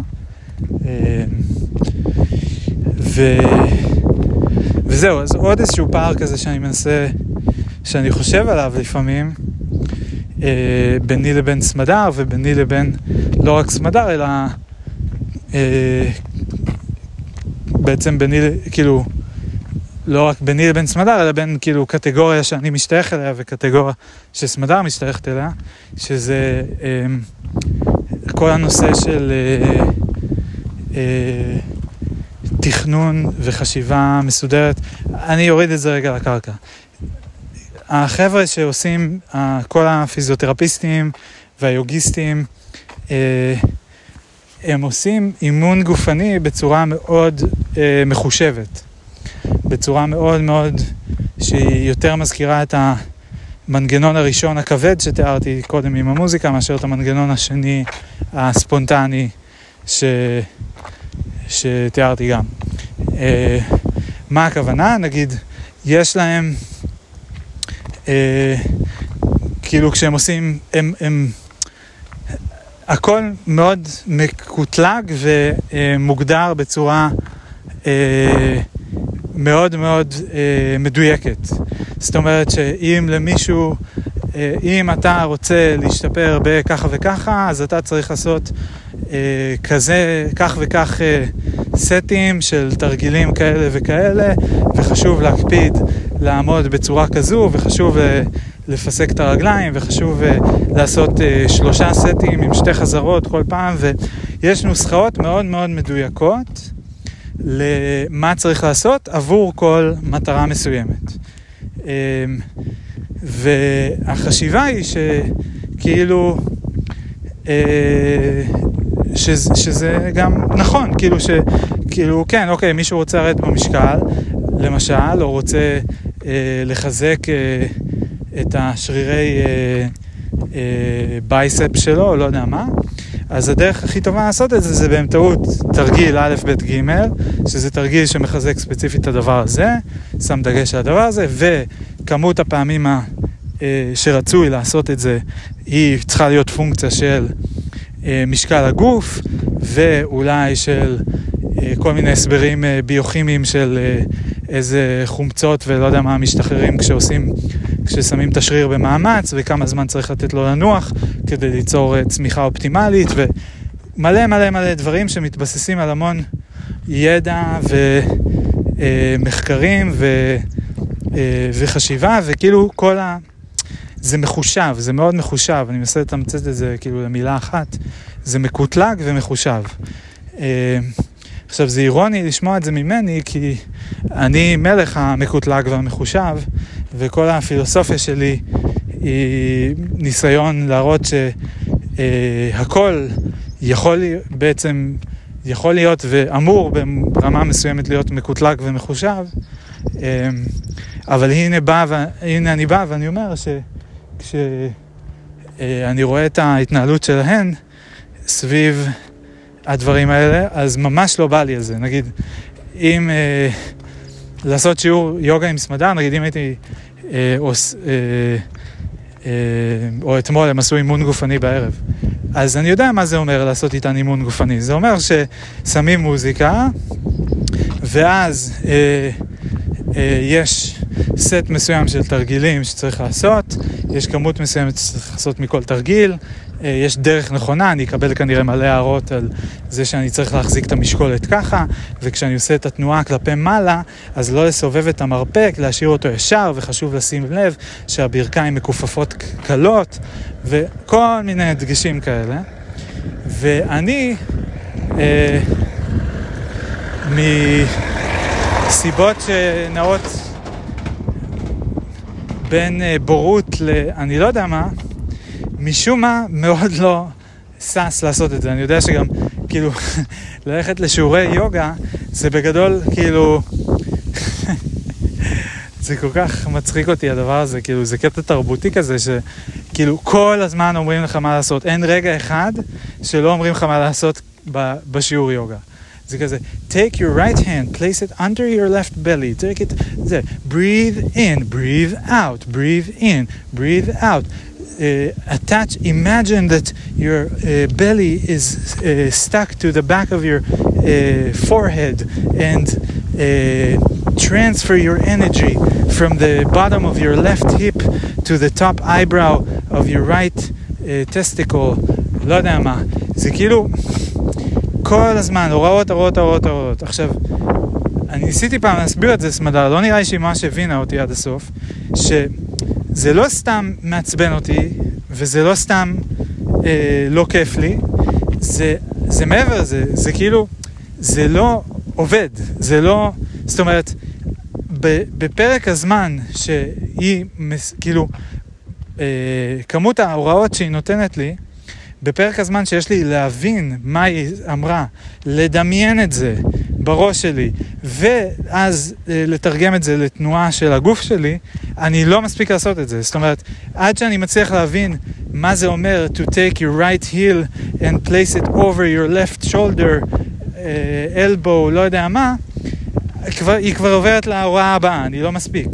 וזהו, אז עוד איזשהו פער כזה שאני חושב עליו לפעמים, ביני לבין סמדר וביני לבין לא רק סמדר, אלא בעצם ביני, כאילו, לא רק ביני לבין סמדר, אלא בין כאילו קטגוריה שאני משתייך אליה וקטגוריה שסמדר משתייכת אליה, שזה כל הנושא של תכנון וחשיבה מסודרת. אני אוריד את זה רגע לקרקע. החבר'ה שעושים, כל הפיזיותרפיסטים והיוגיסטים, הם עושים אימון גופני בצורה מאוד מחושבת. בצורה מאוד מאוד שהיא יותר מזכירה את המנגנון הראשון הכבד שתיארתי קודם עם המוזיקה, מאשר את המנגנון השני הספונטני שתיארתי גם. מה הכוונה? נגיד, יש להם כאילו כשהם עושים, הם הכל מאוד מקוטלג ומוגדר בצורה מאוד מאוד מדויקת. זאת אומרת שאם למישהו אם אתה רוצה להשתפר בככה וככה, אז אתה צריך לעשות כזה, כך וכך סטים של תרגילים כאלה וכאלה, וחשוב להקפיד לעמוד בצורה כזו, וחשוב לפסק את הרגליים, וחשוב לעשות 3 סטים עם 2 חזרות כל פעם, ויש נוסחאות מאוד מאוד מדויקות למה צריך לעשות עבור כל מטרה מסוימת. והחשיבה היא שכאילו שזה גם נכון, כאילו כן, אוקיי, מישהו רוצה לרדת במשקל למשל, או רוצה לחזק את השרירי בייספ שלו, לא יודע מה, אז הדרך הכי טובה לעשות את זה זה באמצעות תרגיל א' ב' ג', שזה תרגיל שמחזק ספציפית את הדבר הזה, שם דגש על הדבר הזה, וכמות הפעמים שרצוי לעשות את זה היא צריכה להיות פונקציה של משקל הגוף, ואולי של כל מיני הסברים ביוכימיים של איזה חומצות ולא יודע מה משתחררים כששמים את השריר במאמץ, וכמה זמן צריך לתת לו לנוח כדי ליצור צמיחה אופטימלית, ומלא מלא מלא דברים שמתבססים על המון ידע ומחקרים וחשיבה, וכאילו זה מחושב, זה מאוד מחושב, אני מנסה לתמצת את זה כאילו למילה אחת, זה מקוטלג ומחושב. עכשיו זה אירוני לשמוע את זה ממני, כי אני מלך המקוטלג והמחושב, וכל הפילוסופיה שלי היא ניסיון להראות שהכל יכול להיות ואמור ברמה מסוימת להיות מקוטלג ומחושב, אבל הנה אני בא ואני אומר כשאני רואה את ההתנהלות שלהן סביב הדברים האלה, אז ממש לא בא לי על זה. נגיד, אם לעשות שיעור יוגה עם סמדר, נגיד אם הייתי או אתמול הם עשו אימון גופני בערב, אז אני יודע מה זה אומר לעשות איתן אימון גופני. זה אומר ששמים מוזיקה, ואז יש סט מסוים של תרגילים שצריך לעשות, יש כמות מסוימת שצריך לעשות מכל תרגיל, יש דרך נכונה, אני אקבל כנראה מלא הערות על זה שאני צריך להחזיק את המשקולת ככה, וכשאני עושה את התנועה כלפי מעלה, אז לא לסובב את המרפק, להשאיר אותו ישר, וחשוב לשים לב שהברכיים מקופפות קלות, וכל מיני דגשים כאלה. ואני, מסיבות שנעות בין בורות אני לא יודע מה, משום מה מאוד לא סס לעשות את זה. אני יודע שגם כאילו ללכת לשיעורי יוגה זה בגדול כאילו זה כל כך מצחיק אותי הדבר הזה, כאילו זה קטע תרבותי כזה שכאילו כל הזמן אומרים לך מה לעשות, אין רגע אחד שלא אומרים לך מה לעשות בשיעור יוגה. זה כזה, take your right hand, place it under your left belly, take it, זה, breathe in, breathe out, breathe in, breathe out, imagine that your belly is stuck to the back of your forehead, and transfer your energy from the bottom of your left hip to the top eyebrow of your right testicle, לא יודע מה, זה כאילו כל הזמן, הוראות. עכשיו, אני ניסיתי פעם להסביר את זה, סמדר, לא נראה לי שהיא ממש הבינה אותי עד הסוף, שזה לא סתם מעצבן אותי, וזה לא סתם לא כיף לי, זה מעבר, זה כאילו, זה לא עובד, זה לא, זאת אומרת, בפרק הזמן שהיא, כאילו, כמות ההוראות שהיא נותנת לי, בפרק הזמן שיש לי להבין מה היא אמרה, לדמיין את זה בראש שלי, ואז לתרגם את זה לתנועה של הגוף שלי, אני לא מספיק לעשות את זה. זאת אומרת, עד שאני מצליח להבין מה זה אומר to take your right heel and place it over your left shoulder, elbow, לא יודע מה, היא כבר עוברת להוראה הבאה, אני לא מספיק.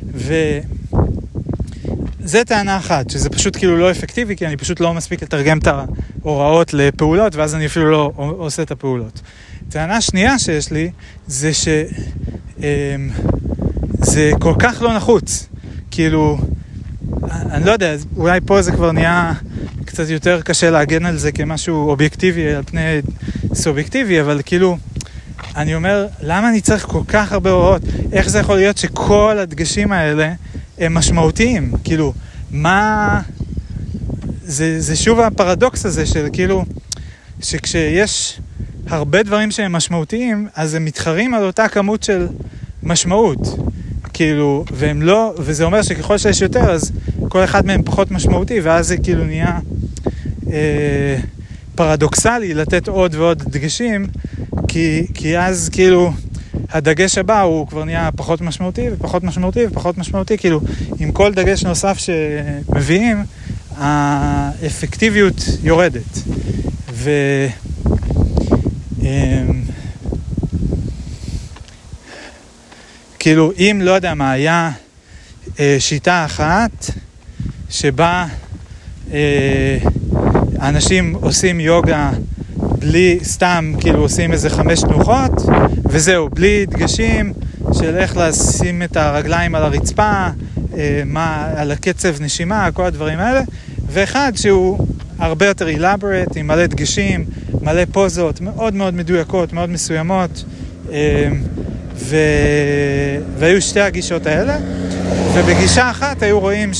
זה טענה אחת, שזה פשוט כאילו לא אפקטיבי, כי אני פשוט לא מספיק לתרגם את ההוראות לפעולות, ואז אני אפילו לא עושה את הפעולות. טענה שנייה שיש לי, זה שזה כל כך לא נחוץ. כאילו, אני לא יודע, אולי פה זה כבר נהיה קצת יותר קשה להגן על זה כמשהו אובייקטיבי על פני סובייקטיבי, אבל כאילו, אני אומר, למה אני צריך כל כך הרבה הוראות? איך זה יכול להיות שכל הדגשים האלה הם משמעותיים? כאילו, מה... זה שוב הפרדוקס הזה של כאילו, שכשיש הרבה דברים שהם משמעותיים, אז הם מתחרים על אותה כמות של משמעות. כאילו, והם לא, וזה אומר שככל שיש יותר, אז כל אחד מהם פחות משמעותי, ואז זה כאילו נהיה פרדוקסלי לתת עוד ועוד דגשים, כי אז כאילו הדגש הבא הוא כבר נהיה פחות משמעותי ופחות משמעותי ופחות משמעותי, כאילו עם כל דגש נוסף שמביאים, האפקטיביות יורדת. כאילו, אם לא יודע מה, היה שיטה אחת שבה אנשים עושים יוגה בלי, סתם כאילו עושים איזה 5 תנוחות וזהו, בלי דגשים של איך לשים את הרגליים על הרצפה, על הקצב נשימה, כל הדברים האלה, ואחד שהוא הרבה יותר elaborate, עם מלא דגשים, מלא פוזות, מאוד מאוד מדויקות, מאוד מסוימות, והיו שתי הגישות האלה, ובגישה אחת היו רואים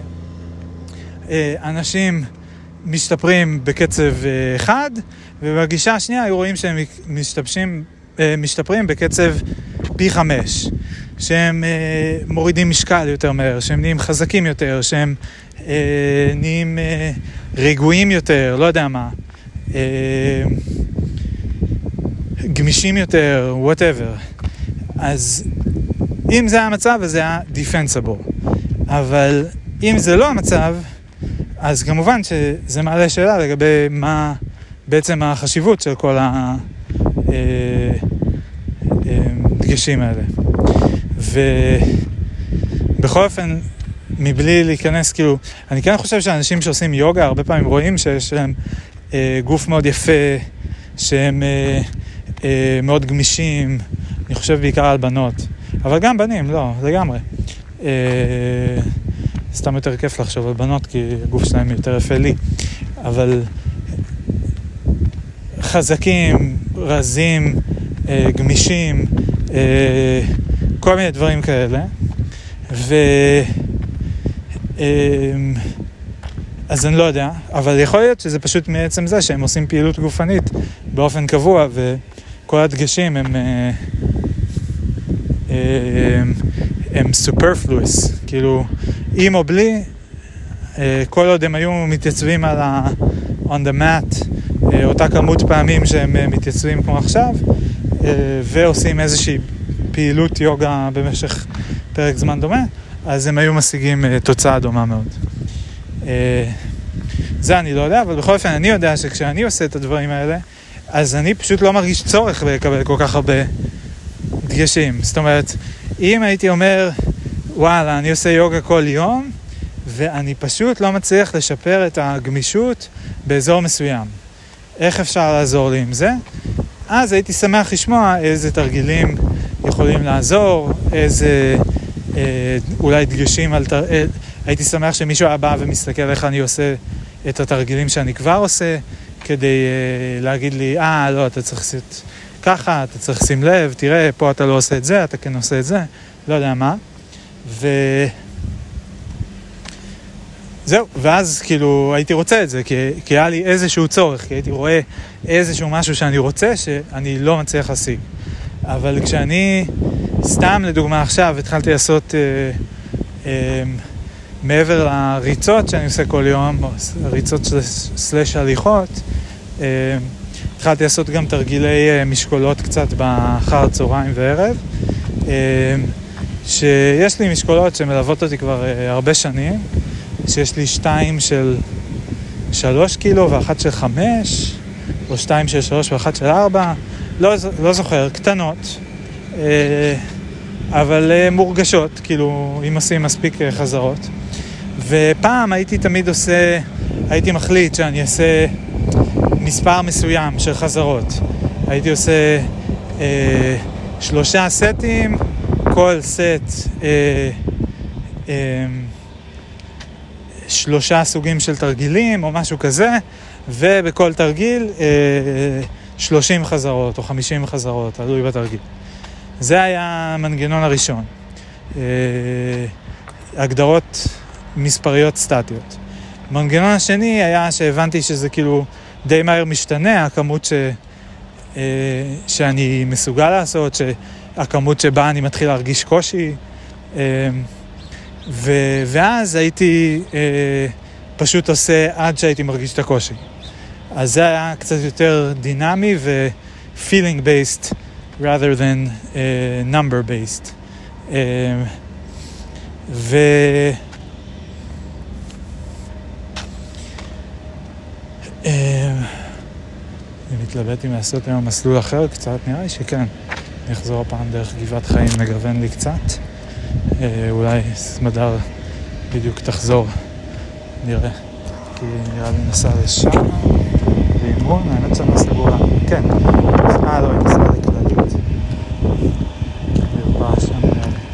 שאנשים משתפרים בקצב אחד, ובגישה השנייה היו רואים שהם משתפרים בקצב פי 5, שהם מורידים משקל יותר מהר, שהם נהיים חזקים יותר, שהם נהיים רגועים יותר, לא יודע מה, גמישים יותר, whatever. אז אם זה המצב, אז זה היה defensible. אבל אם זה לא המצב, אז כמובן שזה מעלה שאלה לגבי מה בעצם החשיבות של כל הדגשים האלה. ובכל אופן, מבלי להיכנס, כאילו, אני כן חושב שאנשים שעושים יוגה, הרבה פעמים רואים שיש להם גוף מאוד יפה, שהם מאוד גמישים, אני חושב בעיקר על בנות, אבל גם בנים, לא, לגמרי. סתם יותר כיף לחשוב על בנות, כי הגוף שלהם יותר יפה לי, אבל חזקים, רזים, גמישים, כל מיני דברים כאלה. אז אני לא יודע, אבל יכול להיות שזה פשוט מעצם זה שהם עושים פעילות גופנית באופן קבוע, וכל הדגשים הם superfluous, כאילו עם או בלי, כל עוד הם היו מתייצבים on the mat, אותה כמות פעמים שהם מתייצבים כמו עכשיו, ועושים איזושהי פעילות יוגה במשך פרק זמן דומה, אז הם היו משיגים תוצאה דומה מאוד. זה אני לא יודע, אבל בכל אופן אני יודע שכשאני עושה את הדברים האלה, אז אני פשוט לא מרגיש צורך לקבל כל כך הרבה דגשים. זאת אומרת, אם הייתי אומר, וואלה, אני עושה יוגה כל יום, ואני פשוט לא מצליח לשפר את הגמישות באזור מסוים. איך אפשר לעזור לי עם זה? אז הייתי שמח לשמוע איזה תרגילים יכולים לעזור, איזה אולי דגשים על הייתי שמח שמישהו הבא ומסתכל איך אני עושה את התרגילים שאני כבר עושה, כדי להגיד לי, לא, אתה צריך לעשות ככה, אתה צריך לשים לב, תראה, פה אתה לא עושה את זה, אתה כן עושה את זה, לא יודע מה. זהו, ואז כאילו הייתי רוצה את זה, כי היה לי איזשהו צורך, כי הייתי רואה איזשהו משהו שאני רוצה, שאני לא מצליח להשיג. אבל כשאני, סתם לדוגמה עכשיו, התחלתי לעשות מעבר לריצות שאני עושה כל יום, ריצות סלש הליכות, התחלתי לעשות גם תרגילי משקולות קצת באחר צהריים וערב, שיש לי משקולות שמלוות אותי כבר הרבה שנים, שיש לי 2 של 3 קילו ואחת של 5, או 2 של 3 ואחת של 4, לא זוכר, קטנות, אבל מורגשות, כאילו, אם עושים מספיק חזרות. ופעם הייתי מחליט שאני אעשה מספר מסוים של חזרות. הייתי עושה 3 סטים, כל סט 3 סוגים של תרגילים או משהו כזה, ובכל תרגיל 30 חזרות או 50 חזרות, תלוי בתרגיל. זה היה המנגנון הראשון. הגדרות מספריות סטטיות. המנגנון השני היה שהבנתי שזה כאילו די מהר משתנה, הכמות שאני מסוגל לעשות, הכמות שבה אני מתחיל להרגיש קושי, ואז הייתי פשוט עושה עד שהייתי מרגיש את הקושי. אז זה היה קצת יותר דינמי ו-feeling based rather than number based. אני מתלבט אם לעשות היום מסלול אחר קצת, נראה לי שכן. אני אחזור הפעם דרך גבעת חיים, נגוון לי קצת. אולי סמדר בדיוק תחזור, נראה. כי נראה לי נסע לשם, ואימון, האמת שאני סגורה. כן, לא, היא נסעה לכללית. מרפאה שם נראה לי.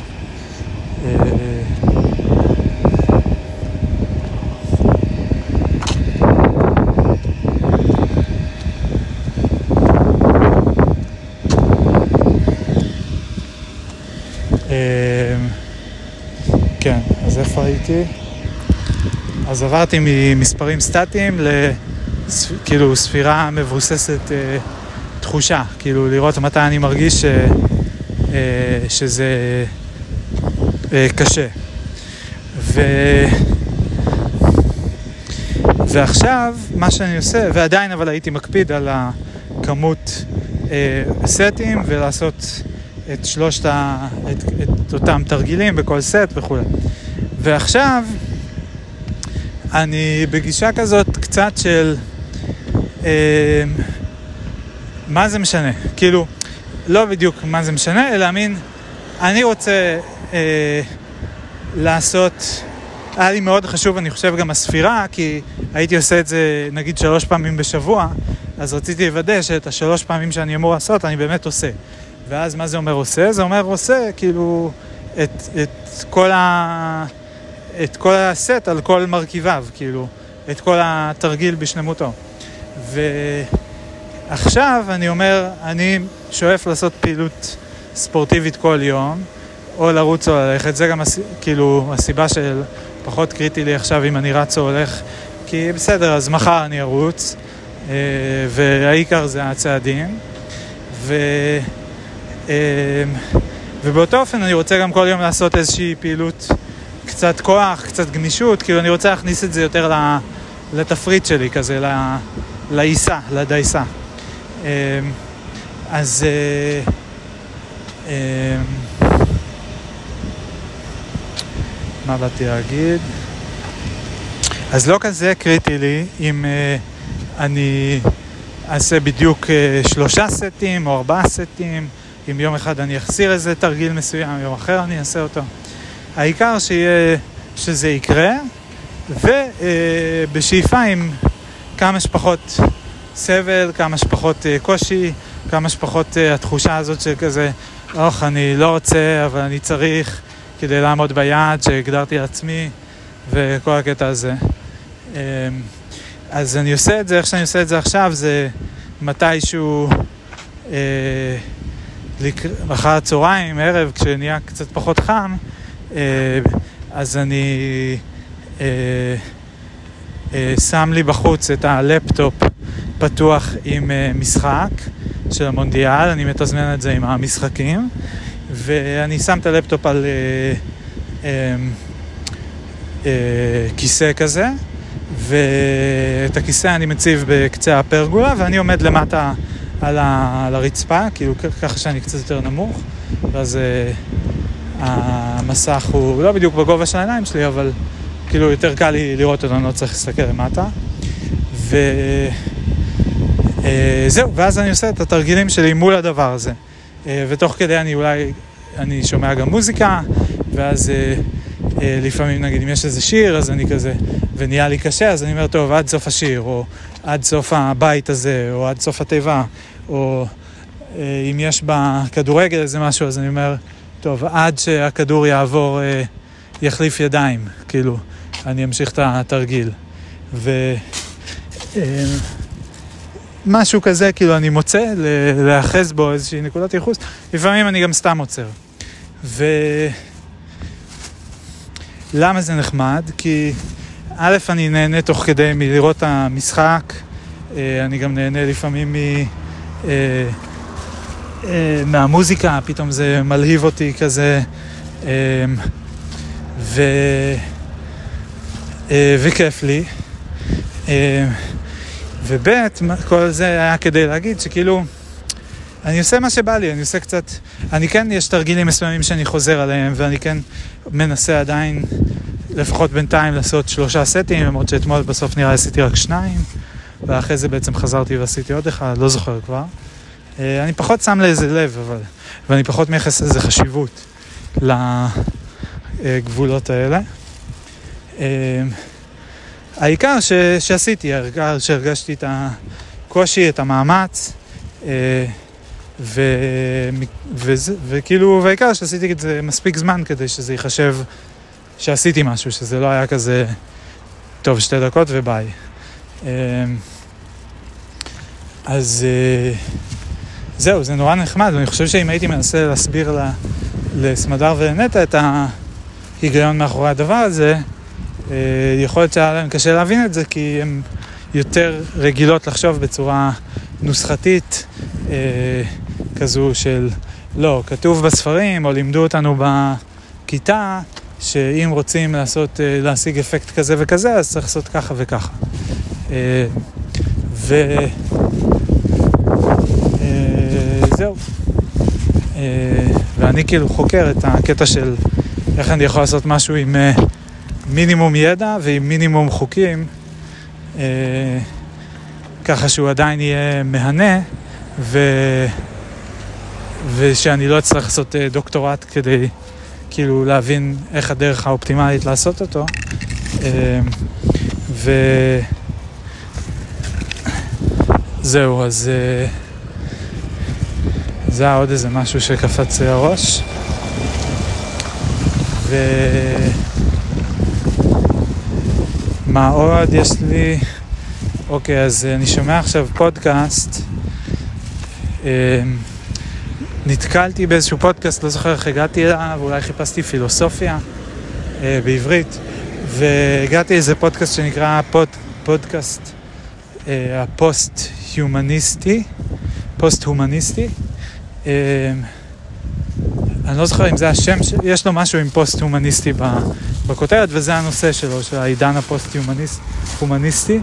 כן, אז איפה הייתי? אז עברתי ממספרים סטטיים כאילו ספירה מבוססת תחושה, כאילו לראות מתי אני מרגיש שזה קשה. ועכשיו מה שאני עושה, ועדיין אבל הייתי מקפיד על הכמות סטים ולעשות את אותם תרגילים בכל סט וכו'. ועכשיו אני בגישה כזאת קצת של מה זה משנה, כאילו לא בדיוק מה זה משנה, אלא אני רוצה לעשות, היה לי מאוד חשוב, אני חושב גם הספירה, כי הייתי עושה את זה נגיד 3 פעמים בשבוע, אז רציתי לוודא שאת 3 פעמים שאני אמור לעשות אני באמת עושה. ואז מה זה אומר עושה? זה אומר עושה כאילו את כל הסט על כל מרכיביו, כאילו את כל התרגיל בשלמותו. ועכשיו אני אומר, אני שואף לעשות פעילות ספורטיבית כל יום, או לרוץ או ללכת. זה גם כאילו הסיבה של פחות קריטי לי עכשיו אם אני רץ או הולך, כי בסדר, אז מחר אני ארוץ, והעיקר זה הצעדים. ובאותו אופן אני רוצה גם כל יום לעשות איזושהי פעילות, קצת כוח, קצת גמישות, כאילו אני רוצה להכניס את זה יותר לתפריט שלי, כזה, לעיסה, לדייסה. אז מה באתי להגיד? אז לא כזה קריטי לי אם אני אעשה בדיוק 3 סטים או 4 סטים, אם יום אחד אני אחסיר איזה תרגיל מסוים, יום אחר אני אעשה אותו. העיקר שזה יקרה, ובשאיפה עם כמה שפחות סבל, כמה שפחות קושי, כמה שפחות התחושה הזאת שכזה, אני לא רוצה, אבל אני צריך כדי לעמוד ביעד שהגדרתי לעצמי, וכל הקטע הזה. אז אני עושה את זה, איך שאני עושה את זה עכשיו, זה מתישהו אחר הצהריים, ערב, כשנהיה קצת פחות חם, אז אני שם לי בחוץ את הלפטופ פתוח עם משחק של המונדיאל, אני מתזמן את זה עם המשחקים, ואני שם את הלפטופ על כיסא כזה, ואת הכיסא אני מציב בקצה הפרגולה, ואני עומד למטה על הרצפה, כאילו ככה שאני קצת יותר נמוך, ואז המסך הוא לא בדיוק בגובה של העיניים שלי, אבל כאילו יותר קל לי לראות אותו, אני לא צריך להסתכל למטה. וזהו, ואז אני עושה את התרגילים שלי מול הדבר הזה. ותוך כדי אני שומע גם מוזיקה, ואז לפעמים נגיד אם יש איזה שיר, אז אני כזה, ונהיה לי קשה, אז אני אומר, טוב, עד סוף השיר, או עד סוף הבית הזה, או עד סוף התיבה, או אם יש בכדורגל איזה משהו, אז אני אומר, טוב, עד שהכדור יעבור, יחליף ידיים, כאילו, אני אמשיך את התרגיל. משהו כזה, כאילו אני מוצא להאחז בו איזושהי נקודת ייחוס, לפעמים אני גם סתם עוצר. למה זה נחמד? כי א', אני נהנה תוך כדי מלראות את המשחק, אני גם נהנה לפעמים מהמוזיקה, פתאום זה מלהיב אותי כזה, וכיף לי. ובית, כל זה היה כדי להגיד שכאילו, אני עושה מה שבא לי, אני עושה קצת, אני כן, יש תרגילים מסוימים שאני חוזר עליהם, ואני כן מנסה עדיין, לפחות בינתיים, לעשות 3 סטים, למרות שאתמול בסוף נראה עשיתי רק 2, ואחרי זה בעצם חזרתי ועשיתי עוד אחד, לא זוכר כבר. אני פחות שם לאיזה לב, ואני פחות מייחס לזה חשיבות לגבולות האלה. העיקר שעשיתי, העיקר שהרגשתי את הקושי, את המאמץ, וכאילו, והעיקר שעשיתי את זה מספיק זמן כדי שזה ייחשב שעשיתי משהו, שזה לא היה כזה טוב 2 דקות וביי. אז זהו, זה נורא נחמד, ואני חושב שאם הייתי מנסה להסביר לסמדר ולנטה את ההיגיון מאחורי הדבר הזה, יכול להיות שהיה להם קשה להבין את זה, כי הן יותר רגילות לחשוב בצורה נוסחתית, כזו של, לא, כתוב בספרים, או לימדו אותנו בכיתה, שאם רוצים להשיג אפקט כזה וכזה, אז צריך לעשות ככה וככה. זהו. ואני כאילו חוקר את הקטע של איך אני יכול לעשות משהו עם מינימום ידע ועם מינימום חוקים, ככה שהוא עדיין יהיה מהנה, ושאני לא אצטרך לעשות דוקטורט כדי כאילו להבין איך הדרך האופטימלית לעשות אותו. זהו, אז זה היה עוד איזה משהו שקפץ הראש. מה עוד יש לי? אוקיי, אז אני שומע עכשיו פודקאסט. נתקלתי באיזשהו פודקאסט, לא זוכר איך הגעתי אליו, אולי חיפשתי פילוסופיה בעברית, והגעתי לאיזה פודקאסט שנקרא פודקאסט הפוסט-הומניסטי, פוסט-הומניסטי. אני לא זוכר אם זה השם, יש לו משהו עם פוסט-הומניסטי בכותרת, וזה הנושא שלו, של העידן הפוסט-הומניסטי,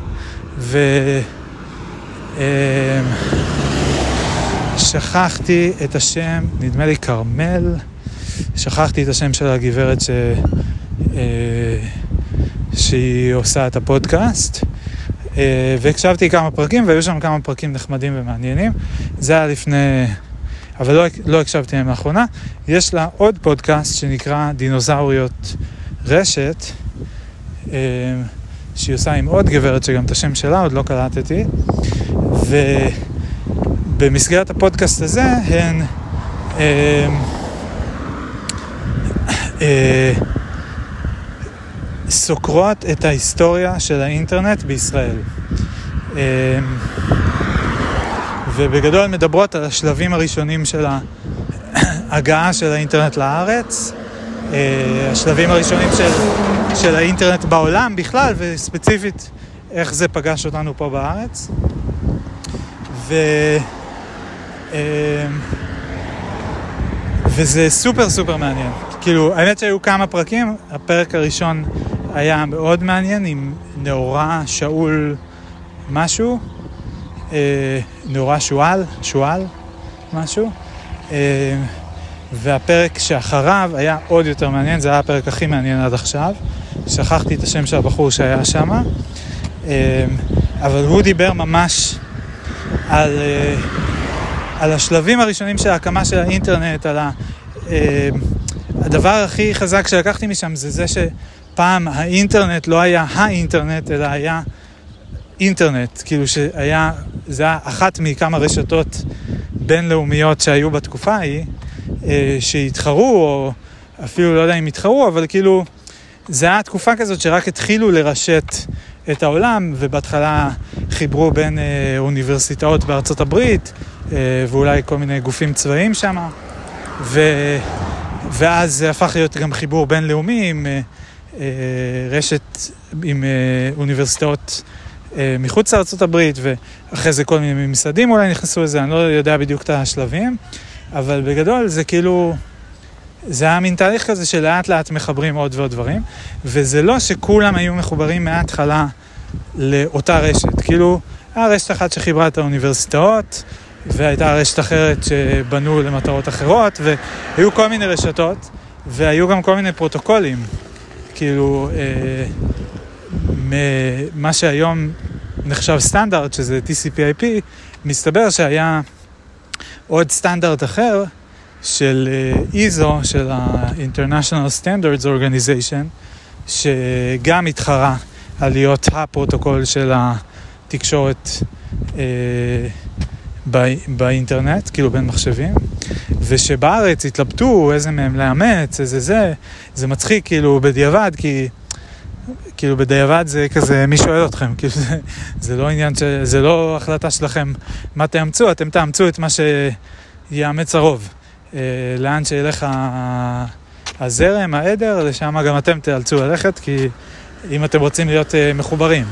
שכחתי את השם, נדמה לי קרמל, שכחתי את השם של הגברת שהיא עושה את הפודקאסט, והקשבתי כמה פרקים, והיו שם כמה פרקים נחמדים ומעניינים. זה היה לפני, אבל לא הקשבתי להם לאחרונה. יש לה עוד פודקאסט שנקרא דינוזאוריות רשת, שהיא עושה עם עוד גברת שגם את השם שלה עוד לא קלטתי, ובמסגרת הפודקאסט הזה הן סוקרות את ההיסטוריה של האינטרנט בישראל. ובגדול מדברות על השלבים הראשונים של ההגעה של האינטרנט לארץ, השלבים הראשונים של האינטרנט בעולם בכלל, וספציפית איך זה פגש אותנו פה בארץ. וזה סופר סופר מעניין. כאילו, האמת שהיו כמה פרקים, הפרק הראשון היה מאוד מעניין עם נאורה שאול משהו, נאורה שואל משהו, והפרק שאחריו היה עוד יותר מעניין, זה היה הפרק הכי מעניין עד עכשיו, שכחתי את השם של הבחור שהיה שם, אבל הוא דיבר ממש על השלבים הראשונים של ההקמה של האינטרנט, על הדבר הכי חזק שלקחתי משם זה שפעם האינטרנט לא היה האינטרנט, אלא היה אינטרנט, כאילו שהיה, זה היה אחת מכמה רשתות בינלאומיות שהיו בתקופה ההיא, שהתחרו, או אפילו לא יודע אם התחרו, אבל כאילו זה היה תקופה כזאת שרק התחילו לרשת את העולם, ובהתחלה חיברו בין אוניברסיטאות בארצות הברית, ואולי כל מיני גופים צבאיים שם, ואז זה הפך להיות גם חיבור בינלאומי עם רשת עם אוניברסיטאות מחוץ לארצות הברית, ואחרי זה כל מיני ממסדים אולי נכנסו לזה, אני לא יודע בדיוק את השלבים, אבל בגדול זה כאילו, זה היה מין תהליך כזה שלאט לאט מחברים עוד ועוד דברים, וזה לא שכולם היו מחוברים מההתחלה לאותה רשת, כאילו, היה רשת אחת שחיברה את האוניברסיטאות, והייתה רשת אחרת שבנו למטרות אחרות, והיו כל מיני רשתות, והיו גם כל מיני פרוטוקולים, כאילו, מה שהיום נחשב סטנדרט, שזה TCP/IP, מסתבר שהיה עוד סטנדרט אחר, של ISO, של ה-International Standards Organization, שגם התחרה על להיות הפרוטוקול של התקשורת באינטרנט, כאילו בין מחשבים, ושבארץ התלבטו איזה מהם לאמץ, זה מצחיק כאילו בדיעבד, כי כאילו בדיעבד זה כזה, מי שואל אתכם, כאילו זה לא עניין, זה לא החלטה שלכם מה תאמצו, אתם תאמצו את מה שיאמץ הרוב. לאן שילך הזרם, העדר, לשם גם אתם תאלצו ללכת, כי אם אתם רוצים להיות מחוברים.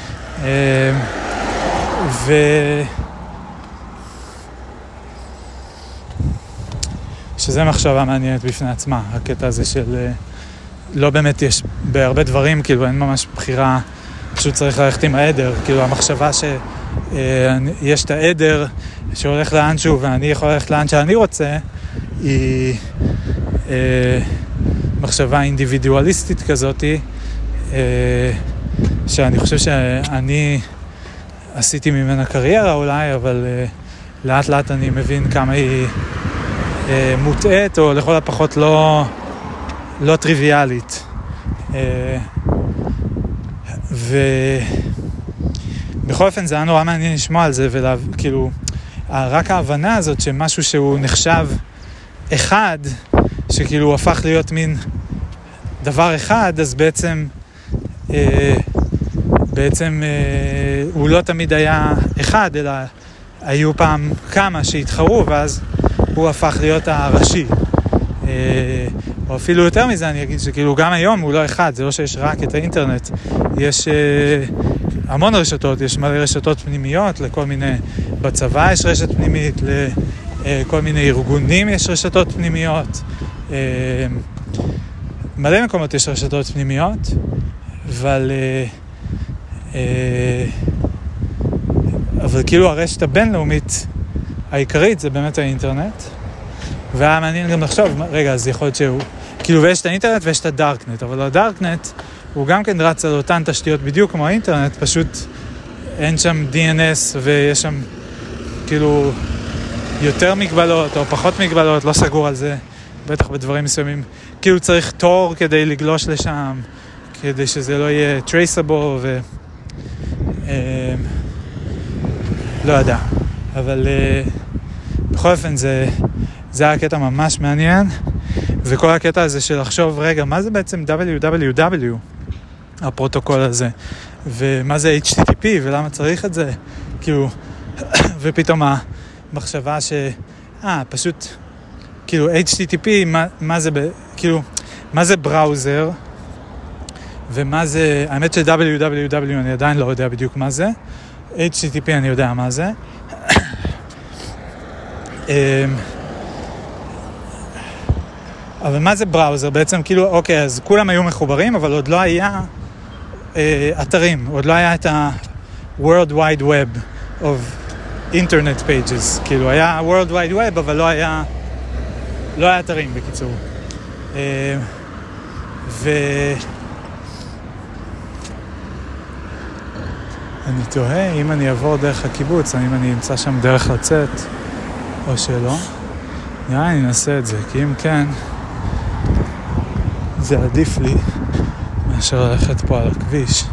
שזה מחשבה מעניינת בפני עצמה, הקטע הזה של לא באמת יש בהרבה דברים, כאילו אין ממש בחירה, פשוט צריך ללכת עם העדר, כאילו המחשבה שיש את העדר שהולך לאנשהו ואני יכול ללכת לאן שאני רוצה, היא מחשבה אינדיבידואליסטית כזאת, שאני חושב שאני עשיתי ממנה קריירה אולי, אבל לאט לאט אני מבין כמה היא מוטעת, או לכל הפחות לא טריוויאלית. ובכל אופן זה היה נורא מעניין לשמוע על זה, וכאילו רק ההבנה הזאת שמשהו שהוא נחשב אחד, שכאילו הוא הפך להיות מין דבר אחד, אז בעצם הוא לא תמיד היה אחד, אלא היו פעם כמה שהתחרו, ואז הוא הפך להיות הראשי. או אפילו יותר מזה, אני אגיד שכאילו גם היום הוא לא אחד, זה לא שיש רק את האינטרנט, יש המון רשתות, יש מלא רשתות פנימיות, לכל מיני, בצבא יש רשת פנימית, לכל מיני ארגונים יש רשתות פנימיות, מלא מקומות יש רשתות פנימיות, אבל כאילו הרשת הבינלאומית העיקרית זה באמת האינטרנט, והיה מעניין גם לחשוב, רגע, אז יכול להיות שהוא, כאילו ויש את האינטרנט ויש את הדארקנט, אבל הדארקנט הוא גם כן רץ על אותן תשתיות בדיוק כמו האינטרנט, פשוט אין שם DNS ויש שם כאילו יותר מגבלות או פחות מגבלות, לא סגור על זה, בטח בדברים מסוימים, כאילו צריך תור כדי לגלוש לשם, כדי שזה לא יהיה traceable לא יודע, אבל בכל אופן זה היה קטע ממש מעניין, וכל הקטע הזה של לחשוב, רגע, מה זה בעצם www, הפרוטוקול הזה, ומה זה HTTP, ולמה צריך את זה, כאילו, ופתאום המחשבה פשוט, כאילו, HTTP, מה זה, כאילו, מה זה בראוזר, ומה זה, האמת ש-www אני עדיין לא יודע בדיוק מה זה, HTTP אני יודע מה זה, אבל מה זה בראוזר? בעצם כאילו, אוקיי, אז כולם היו מחוברים, אבל עוד לא היה אתרים, עוד לא היה את ה-World Wide Web of Internet Pages, כאילו היה World Wide Web, אבל לא היה אתרים בקיצור. אני תוהה אם אני אעבור דרך הקיבוץ, אם אני אמצא שם דרך לצאת, או שלא. אני אנסה את זה, כי אם כן, זה עדיף לי מאשר ללכת פה על הכביש.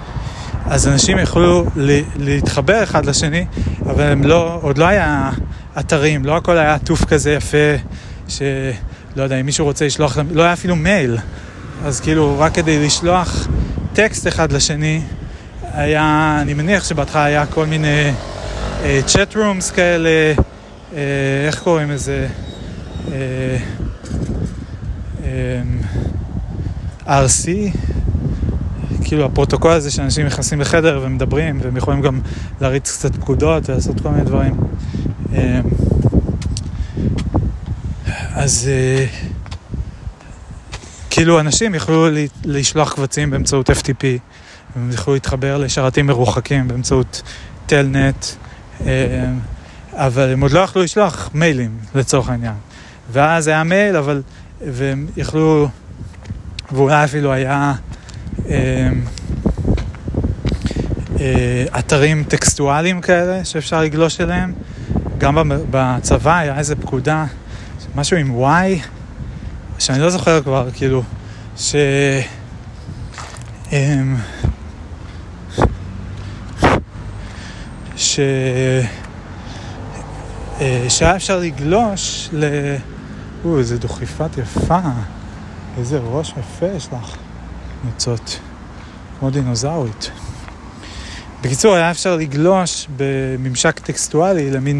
אז אנשים יכולו להתחבר אחד לשני, אבל עוד לא היה אתרים, לא הכל היה עטוף כזה יפה, שלא יודע, אם מישהו רוצה לשלוח, לא היה אפילו מייל, אז כאילו רק כדי לשלוח טקסט אחד לשני, היה, אני מניח שבהתחלה היה כל מיני chat rooms כאלה, איך קוראים איזה, RC, כאילו הפרוטוקול הזה שאנשים נכנסים לחדר ומדברים, והם יכולים גם להריץ קצת פקודות ולעשות כל מיני דברים. אז כאילו אנשים יכלו לשלוח קבצים באמצעות FTP, הם יכלו להתחבר לשרתים מרוחקים באמצעות טלנט, אבל הם עוד לא יכלו לשלוח מיילים לצורך העניין. ואז היה מייל, אבל והם יכלו, ואולי אפילו היה אתרים טקסטואליים כאלה שאפשר לגלוש אליהם. גם בצבא היה איזה פקודה, משהו עם Y, שאני לא זוכר כבר, כאילו, שהיה אפשר לגלוש איזה דוכיפת יפה, איזה ראש יפה יש לך, נוצות, כמו דינוזאורית. בקיצור, היה אפשר לגלוש בממשק טקסטואלי למין,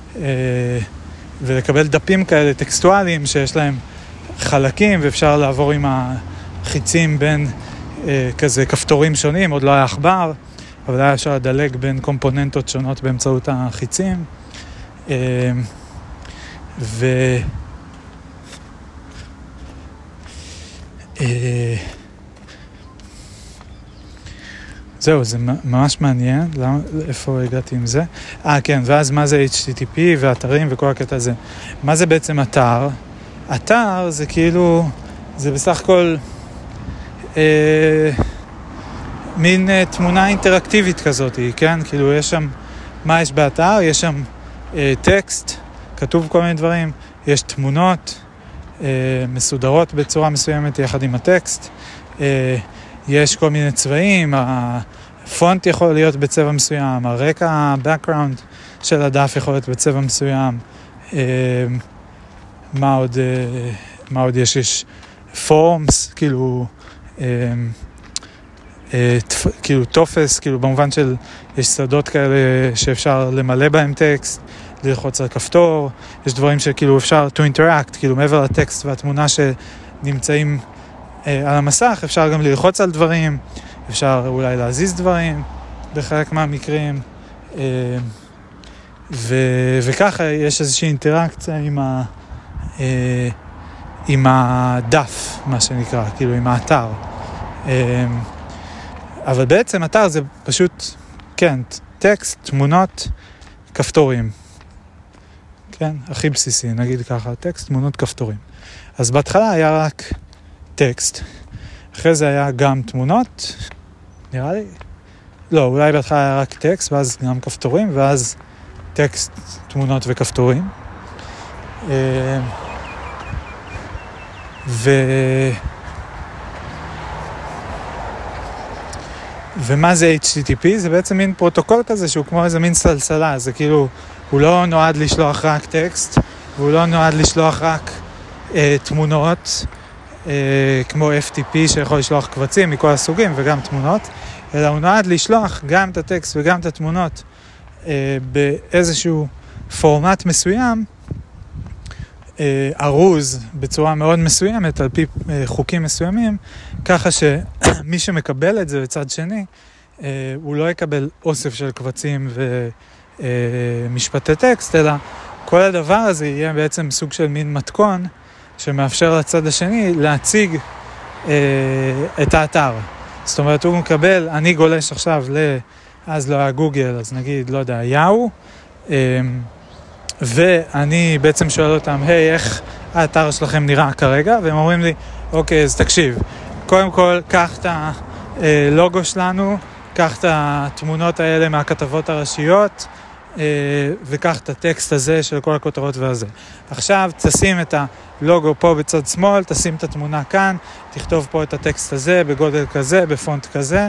ולקבל דפים כאלה טקסטואליים שיש להם חלקים, ואפשר לעבור עם החיצים בין כזה כפתורים שונים, עוד לא היה עכבר, אבל היה אפשר לדלג בין קומפוננטות שונות באמצעות החיצים. זהו, זה ממש מעניין. איפה הגעתי עם זה? כן, ואז מה זה HTTP ואתרים וכל הקטע הזה. מה זה בעצם אתר? אתר זה כאילו, זה בסך הכל מין תמונה אינטראקטיבית כזאת, כן? כאילו יש שם, מה יש באתר? יש שם טקסט, כתוב כל מיני דברים, יש תמונות מסודרות בצורה מסוימת יחד עם הטקסט, יש כל מיני צבעים, הפונט יכול להיות בצבע מסוים, הרקע, background של הדף יכול להיות בצבע מסוים, מה עוד יש? יש forms, כאילו טופס, כאילו במובן של יש שדות כאלה שאפשר למלא בהם טקסט, ללחוץ על כפתור, יש דברים שכאילו אפשר to interact, כאילו מעבר לטקסט והתמונה שנמצאים על המסך, אפשר גם ללחוץ על דברים, אפשר אולי להזיז דברים בחלק מהמקרים, וככה יש איזושהי אינטראקציה עם הדף, מה שנקרא, כאילו עם האתר. אבל בעצם אתר זה פשוט, כן, טקסט, תמונות, כפתורים. כן, הכי בסיסי, נגיד ככה, טקסט, תמונות, כפתורים. אז בהתחלה היה רק טקסט, אחרי זה היה גם תמונות, נראה לי, לא, אולי בהתחלה היה רק טקסט, ואז גם כפתורים, ואז טקסט, תמונות וכפתורים. ומה זה HTTP? זה בעצם מין פרוטוקול כזה שהוא כמו איזה מין סלסלה, זה כאילו, הוא לא נועד לשלוח רק טקסט, והוא לא נועד לשלוח רק תמונות, כמו FTP שיכול לשלוח קבצים מכל הסוגים וגם תמונות, אלא הוא נועד לשלוח גם את הטקסט וגם את התמונות באיזשהו פורמט מסוים, ארוז בצורה מאוד מסוימת על פי חוקים מסוימים, ככה שמי שמקבל את זה בצד שני, הוא לא יקבל אוסף של קבצים ומשפטי טקסט, אלא כל הדבר הזה יהיה בעצם סוג של מין מתכון שמאפשר לצד השני להציג את האתר. זאת אומרת, הוא מקבל, אני גולש עכשיו אז לא היה גוגל, אז נגיד, לא יודע, יאו, ואני בעצם שואל אותם, היי, איך האתר שלכם נראה כרגע? והם אומרים לי, אוקיי, אז תקשיב, קודם כל, קח את הלוגו שלנו, קח את התמונות האלה מהכתבות הראשיות, וקח את הטקסט הזה של כל הכותרות והזה. עכשיו תשים את הלוגו פה בצד שמאל, תשים את התמונה כאן, תכתוב פה את הטקסט הזה בגודל כזה, בפונט כזה,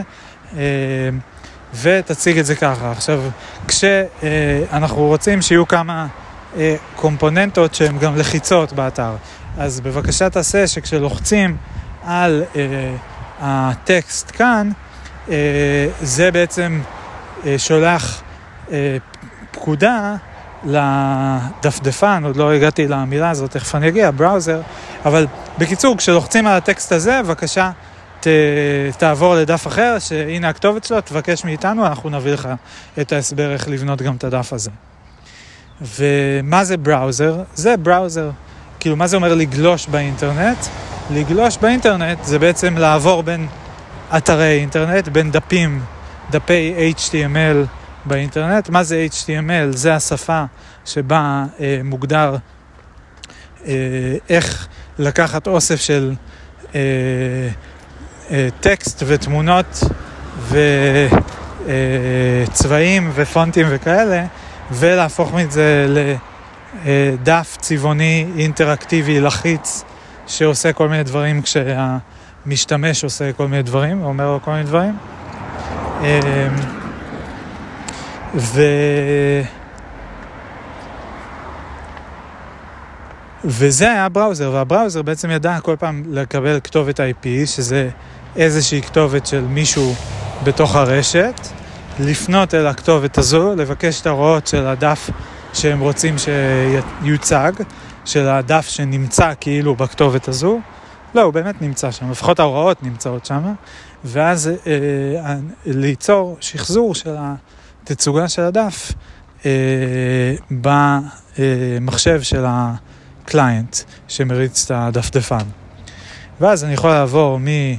ותציג את זה ככה. עכשיו, כשאנחנו רוצים שיהיו כמה קומפוננטות שהן גם לחיצות באתר. אז בבקשה תעשה שכשלוחצים על הטקסט כאן, זה בעצם שולח פקודה לדפדפן, עוד לא הגעתי למילה הזאת, תכף אני אגיע, בראוזר, אבל בקיצור, כשלוחצים על הטקסט הזה, בבקשה תעבור לדף אחר, שהנה הכתובת שלו, תבקש מאיתנו, אנחנו נביא לך את ההסבר איך לבנות גם את הדף הזה. ומה זה בראוזר? זה בראוזר. כאילו, מה זה אומר לגלוש באינטרנט? לגלוש באינטרנט זה בעצם לעבור בין אתרי אינטרנט, בין דפי HTML באינטרנט. מה זה HTML? זה השפה שבה מוגדר איך לקחת אוסף של טקסט ותמונות וצבעים ופונטים וכאלה, ולהפוך מזה לדף צבעוני אינטראקטיבי לחיץ שעושה כל מיני דברים כשהמשתמש עושה כל מיני דברים, אומר לו כל מיני דברים. וזה היה בראוזר, והבראוזר בעצם ידע כל פעם לקבל כתובת IP, שזה איזושהי כתובת של מישהו בתוך הרשת, לפנות אל הכתובת הזו, לבקש את ההוראות של הדף שהם רוצים שיוצג, של הדף שנמצא כאילו בכתובת הזו. לא, הוא באמת נמצא שם, לפחות ההוראות נמצאות שם, ואז ליצור שחזור של התצוגה של הדף במחשב של הקליינט שמריץ את הדפדפן. ואז אני יכול לעבור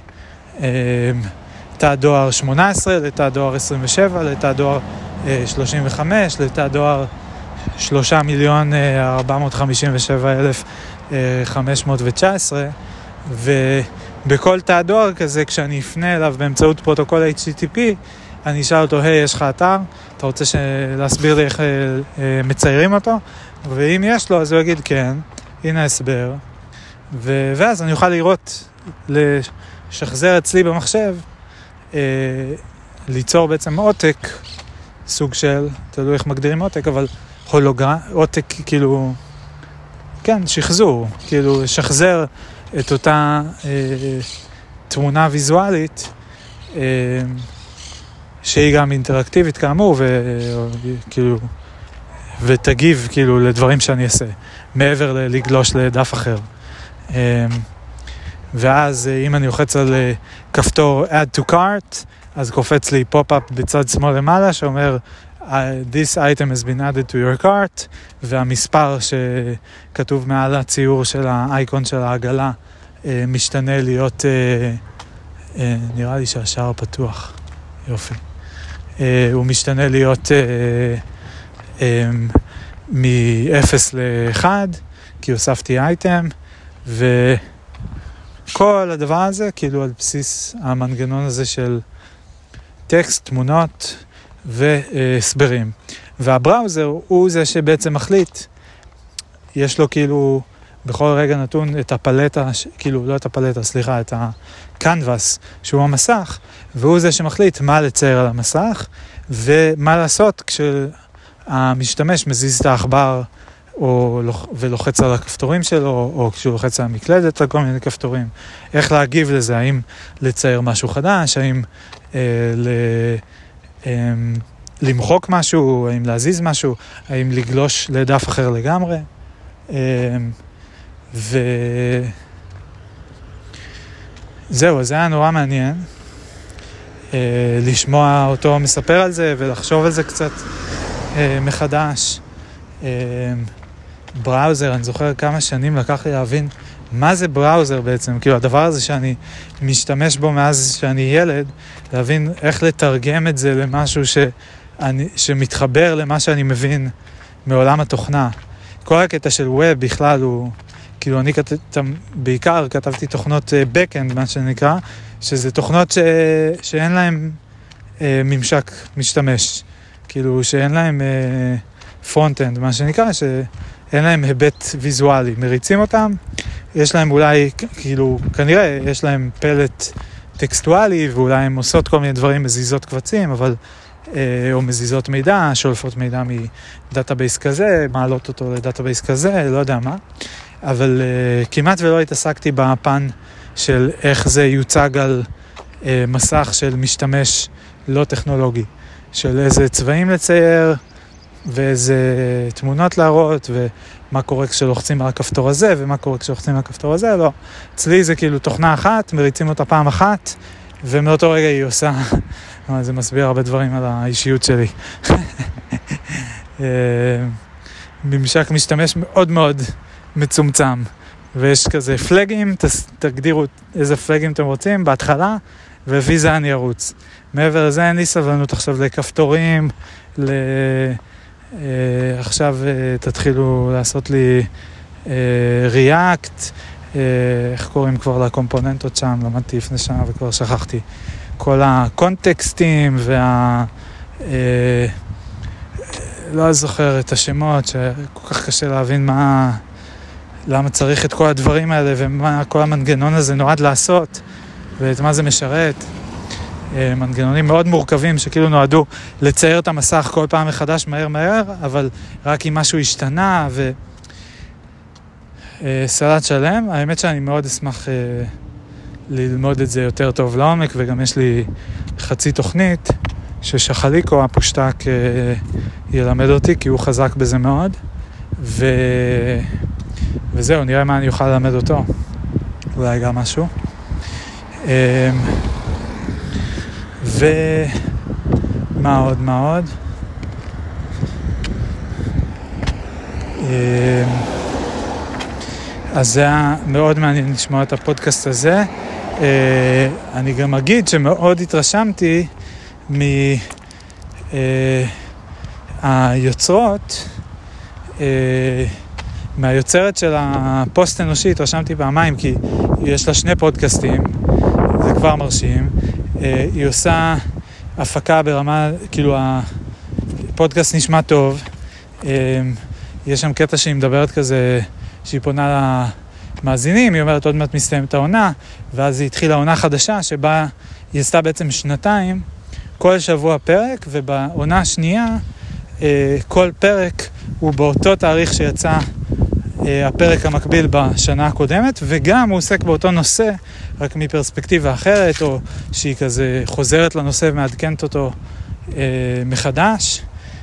לתא דואר 18, לתא דואר 27, לתא דואר 35, לתא דואר 3,457,519, ובכל תא דואר כזה, כשאני אפנה אליו באמצעות פרוטוקול HTTP, אני אשאל אותו, היי, יש לך אתר? אתה רוצה להסביר לי איך מציירים אותו? ואם יש לו, אז הוא יגיד כן, הנה הסבר. ואז אני אוכל לראות, לשחזר אצלי במחשב, ליצור בעצם עותק, סוג של, תלוי איך מגדירים עותק, אבל עותק כאילו, כן, שחזור, כאילו שחזר את אותה תמונה ויזואלית, שהיא גם אינטראקטיבית כאמור, וכאילו, ותגיב כאילו לדברים שאני אעשה, מעבר לגלוש לדף אחר. ואז אם אני לוחץ על כפתור add to cart, אז קופץ לי פופ-אפ בצד שמאל למעלה, שאומר this item has been added to your cart, והמספר שכתוב מעל הציור של האייקון של העגלה משתנה להיות, נראה לי שהשער פתוח, יופי. הוא משתנה להיות מ-0 ל-1, כי הוספתי אייטם, וכל הדבר הזה, כאילו על בסיס המנגנון הזה של טקסט, תמונות והסברים. והבראוזר הוא זה שבעצם מחליט, יש לו כאילו בכל רגע נתון את הפלטה, כאילו לא את הפלטה, סליחה, את הקנבס שהוא המסך, והוא זה שמחליט מה לצייר על המסך, ומה לעשות כשהמשתמש מזיז את העכבר ולוחץ על הכפתורים שלו, או כשהוא לוחץ על המקלדת על כל מיני כפתורים. איך להגיב לזה, האם לצייר משהו חדש, האם למחוק משהו, האם להזיז משהו, האם לגלוש לדף אחר לגמרי. וזהו, זה היה נורא מעניין לשמוע אותו מספר על זה ולחשוב על זה קצת מחדש. בראוזר, אני זוכר כמה שנים לקח לי להבין מה זה בראוזר בעצם, כאילו הדבר הזה שאני משתמש בו מאז שאני ילד, להבין איך לתרגם את זה למשהו שמתחבר למה שאני מבין מעולם התוכנה. כל הקטע של ווב בכלל הוא, כאילו אני בעיקר כתבתי תוכנות backend, מה שנקרא, שזה תוכנות שאין להם ממשק משתמש, כאילו שאין להם front-end, מה שנקרא, שאין להם היבט ויזואלי. מריצים אותם, יש להם אולי, כאילו, כנראה יש להם פלט טקסטואלי, ואולי הם עושות כל מיני דברים, מזיזות קבצים, אבל או מזיזות מידע, שולפות מידע מדאטאבייס כזה, מעלות אותו לדאטאבייס כזה, לא יודע מה. אבל כמעט ולא התעסקתי בפן של איך זה יוצג על מסך של משתמש לא טכנולוגי, של איזה צבעים לצייר, ואיזה תמונות להראות, ומה קורה כשלוחצים על הכפתור הזה, ומה קורה כשלוחצים על הכפתור הזה, לא. אצלי זה כאילו תוכנה אחת, מריצים אותה פעם אחת, ומאותו רגע היא עושה, זה מסביר הרבה דברים על האישיות שלי. ממשק משתמש מאוד מאוד מצומצם, ויש כזה פלגים, תגדירו איזה פלגים אתם רוצים בהתחלה, ולפי זה אני ארוץ. מעבר לזה אין לי סבלנות עכשיו לכפתורים, עכשיו תתחילו לעשות לי ריאקט, איך קוראים כבר לקומפוננטות שם, למדתי לפני שנה וכבר שכחתי. כל הקונטקסטים לא זוכר את השמות, שכל כך קשה להבין למה צריך את כל הדברים האלה ומה כל המנגנון הזה נועד לעשות ואת מה זה משרת. מנגנונים מאוד מורכבים שכאילו נועדו לצייר את המסך כל פעם מחדש מהר, אבל רק אם משהו השתנה סלט שלם. האמת שאני מאוד אשמח ללמוד את זה יותר טוב לעומק, וגם יש לי חצי תוכנית ששחליקו הפושטק ילמד אותי, כי הוא חזק בזה מאוד, וזהו, נראה מה אני אוכל ללמד אותו, אולי גם משהו. ומה עוד? אז זה היה מאוד מעניין לשמוע את הפודקאסט הזה. אני גם אגיד שמאוד התרשמתי מהיוצרות, מהיוצרת של הפוסט אנושי. התרשמתי פעמיים, כי יש לה 2 פודקאסטים, זה כבר מרשים. היא עושה הפקה ברמה, כאילו הפודקאסט נשמע טוב. יש שם קטע שהיא מדברת כזה, שהיא פונה למאזינים, היא אומרת עוד מעט מסתיימת העונה, ואז היא התחילה עונה חדשה שבה היא עשתה בעצם 2, כל שבוע פרק, ובעונה השנייה כל פרק הוא באותו תאריך שיצא הפרק המקביל בשנה הקודמת, וגם הוא עוסק באותו נושא, רק מפרספקטיבה אחרת, או שהיא כזה חוזרת לנושא ומעדכנת אותו מחדש,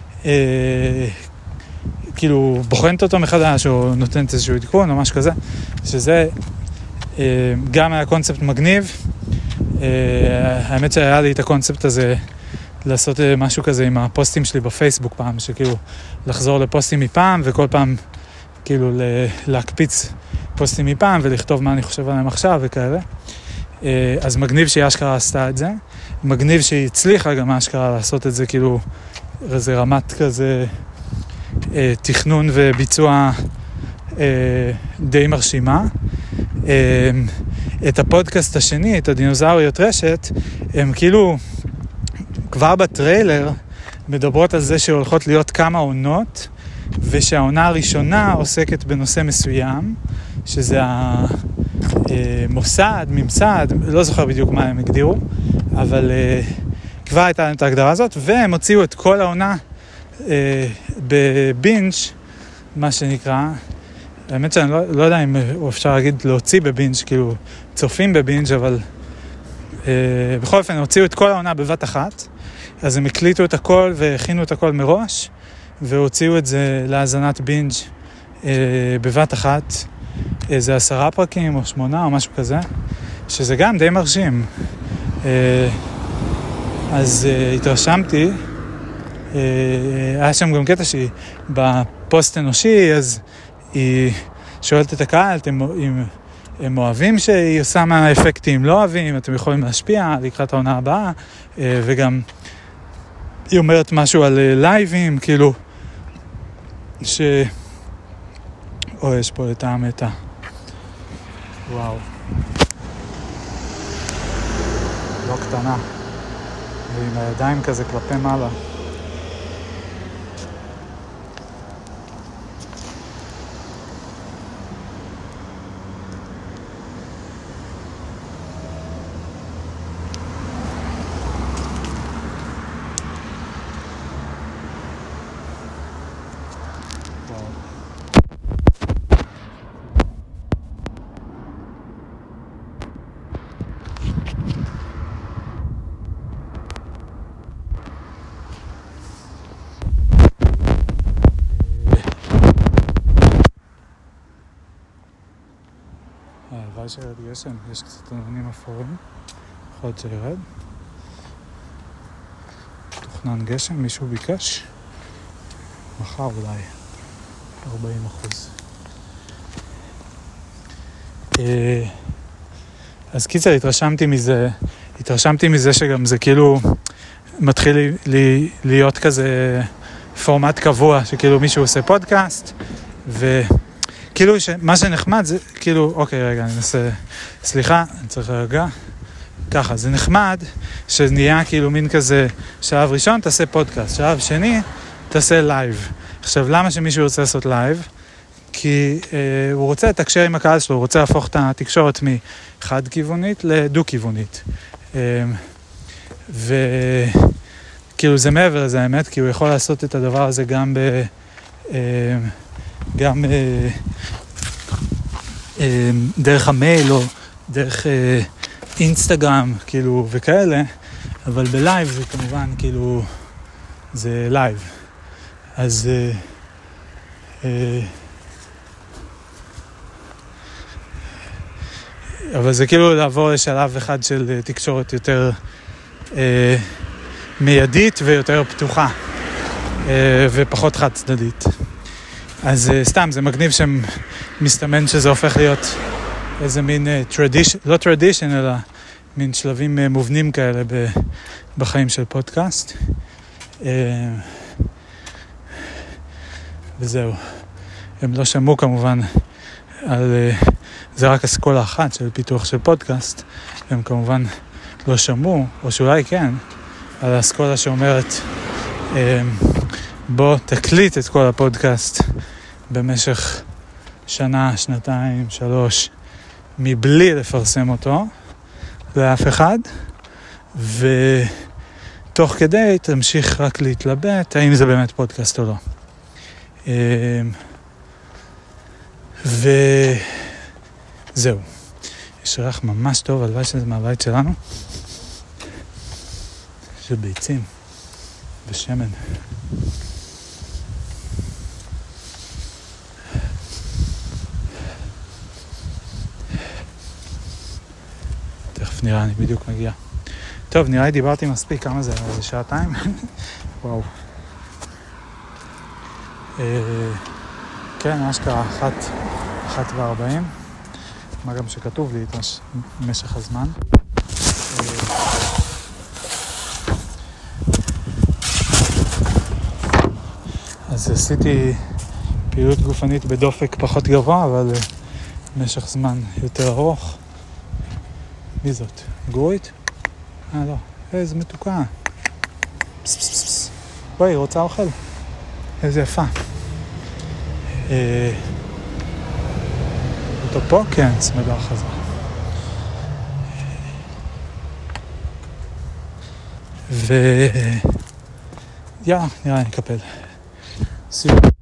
כאילו בוחנת אותו מחדש, או נותנת איזשהו עדכון, או משהו כזה, שזה גם היה קונספט מגניב. האמת שהיה לי את הקונספט הזה, לעשות משהו כזה עם הפוסטים שלי בפייסבוק פעם, שכאילו לחזור לפוסטים מפעם, וכל פעם כאילו להקפיץ פוסטים מפעם, ולכתוב מה אני חושב עליהם עכשיו וכאלה. אז מגניב שהיא אשכרה עשתה את זה. מגניב שהיא הצליחה גם אשכרה לעשות את זה, כאילו איזה רמת כזה תכנון וביצוע די מרשימה. את הפודקאסט השני, את הדינוזאוריות רשת, הם כאילו כבר בטריילר מדברות על זה שהולכות להיות כמה עונות, ושהעונה הראשונה עוסקת בנושא מסוים, שזה המוסד, ממסד, לא זוכר בדיוק מה הם הגדירו, אבל כבר הייתה להם את ההגדרה הזאת, והם הוציאו את כל העונה בבינג', מה שנקרא. האמת שאני לא יודע אם אפשר להגיד להוציא בבינג', כאילו צופים בבינג', אבל בכל אופן הוציאו את כל העונה בבת אחת, אז הם הקליטו את הכל והכינו את הכל מראש, והוציאו את זה להאזנת בינג' בבת אחת, איזה 10 פרקים או 8 או משהו כזה, שזה גם די מרשים. אז התרשמתי, היה שם גם קטע שהיא בפוסט אנושי, אז היא שואלת את הקהל, אם הם אוהבים שהיא עושה מהאפקטים, לא אוהבים, אתם יכולים להשפיע לקראת העונה הבאה, וגם היא אומרת משהו על לייבים, כאילו, יש פה את המתה. וואו. לא קטנה. ועם הידיים כזה כלפי מעלה. שירד גשם, יש קצת עננים אפורים, יכול להיות שירד. תוכנן גשם, מישהו ביקש? מחר אולי 40%. אז קיצר, התרשמתי מזה שגם זה כאילו מתחיל להיות כזה פורמט קבוע, שכאילו מישהו עושה פודקאסט, וכאילו מה שנחמד זה כאילו, אוקיי רגע, אני אנסה, סליחה, אני צריך להרגע, ככה, זה נחמד שנהיה כאילו מין כזה, שלב ראשון תעשה פודקאסט, שלב שני תעשה לייב. עכשיו, למה שמישהו רוצה לעשות לייב? כי הוא רוצה לתקשר עם הקהל שלו, הוא רוצה להפוך את התקשורת מחד-כיוונית לדו-כיוונית. וכאילו זה מעבר לזה האמת, כי הוא יכול לעשות את הדבר הזה גם דרך המייל או דרך אינסטגרם, כאילו, וכאלה, אבל בלייב זה כמובן כאילו, זה לייב. אז אבל זה כאילו לעבור לשלב אחד של תקשורת יותר מיידית ויותר פתוחה ופחות חד צדדית. אז סתם, זה מגניב שמסתמן שזה הופך להיות איזה מין לא tradition, אלא מין שלבים מובנים כאלה בחיים של פודקאסט. וזהו. הם לא שמעו כמובן על... זה רק אסכולה אחת של פיתוח של פודקאסט. הם כמובן לא שמעו, או שאולי כן, על האסכולה שאומרת בוא תקליט את כל הפודקאסט במשך שנה, שנתיים, 3, מבלי לפרסם אותו לאף אחד, ותוך כדי תמשיך רק להתלבט האם זה באמת פודקאסט או לא. וזהו. יש ריח ממש טוב, הלוואי שזה מהבית שלנו, של ביצים ושמן. תכף נראה, אני בדיוק מגיע. טוב, נראה לי דיברתי מספיק, כמה זה? זה שעתיים? וואו. כן, מה שקרה, 1:40, מה גם שכתוב לי את משך הזמן. אז עשיתי פעילות גופנית בדופק פחות גבוה, אבל משך זמן יותר ארוך. מי זאת? גורית? לא. איזה מתוקה. פס פס פס פס. בואי, רוצה אוכל? איזה יפה. אותו פה? כן, צמדה חזרה. נראה, אני אקפל. See you.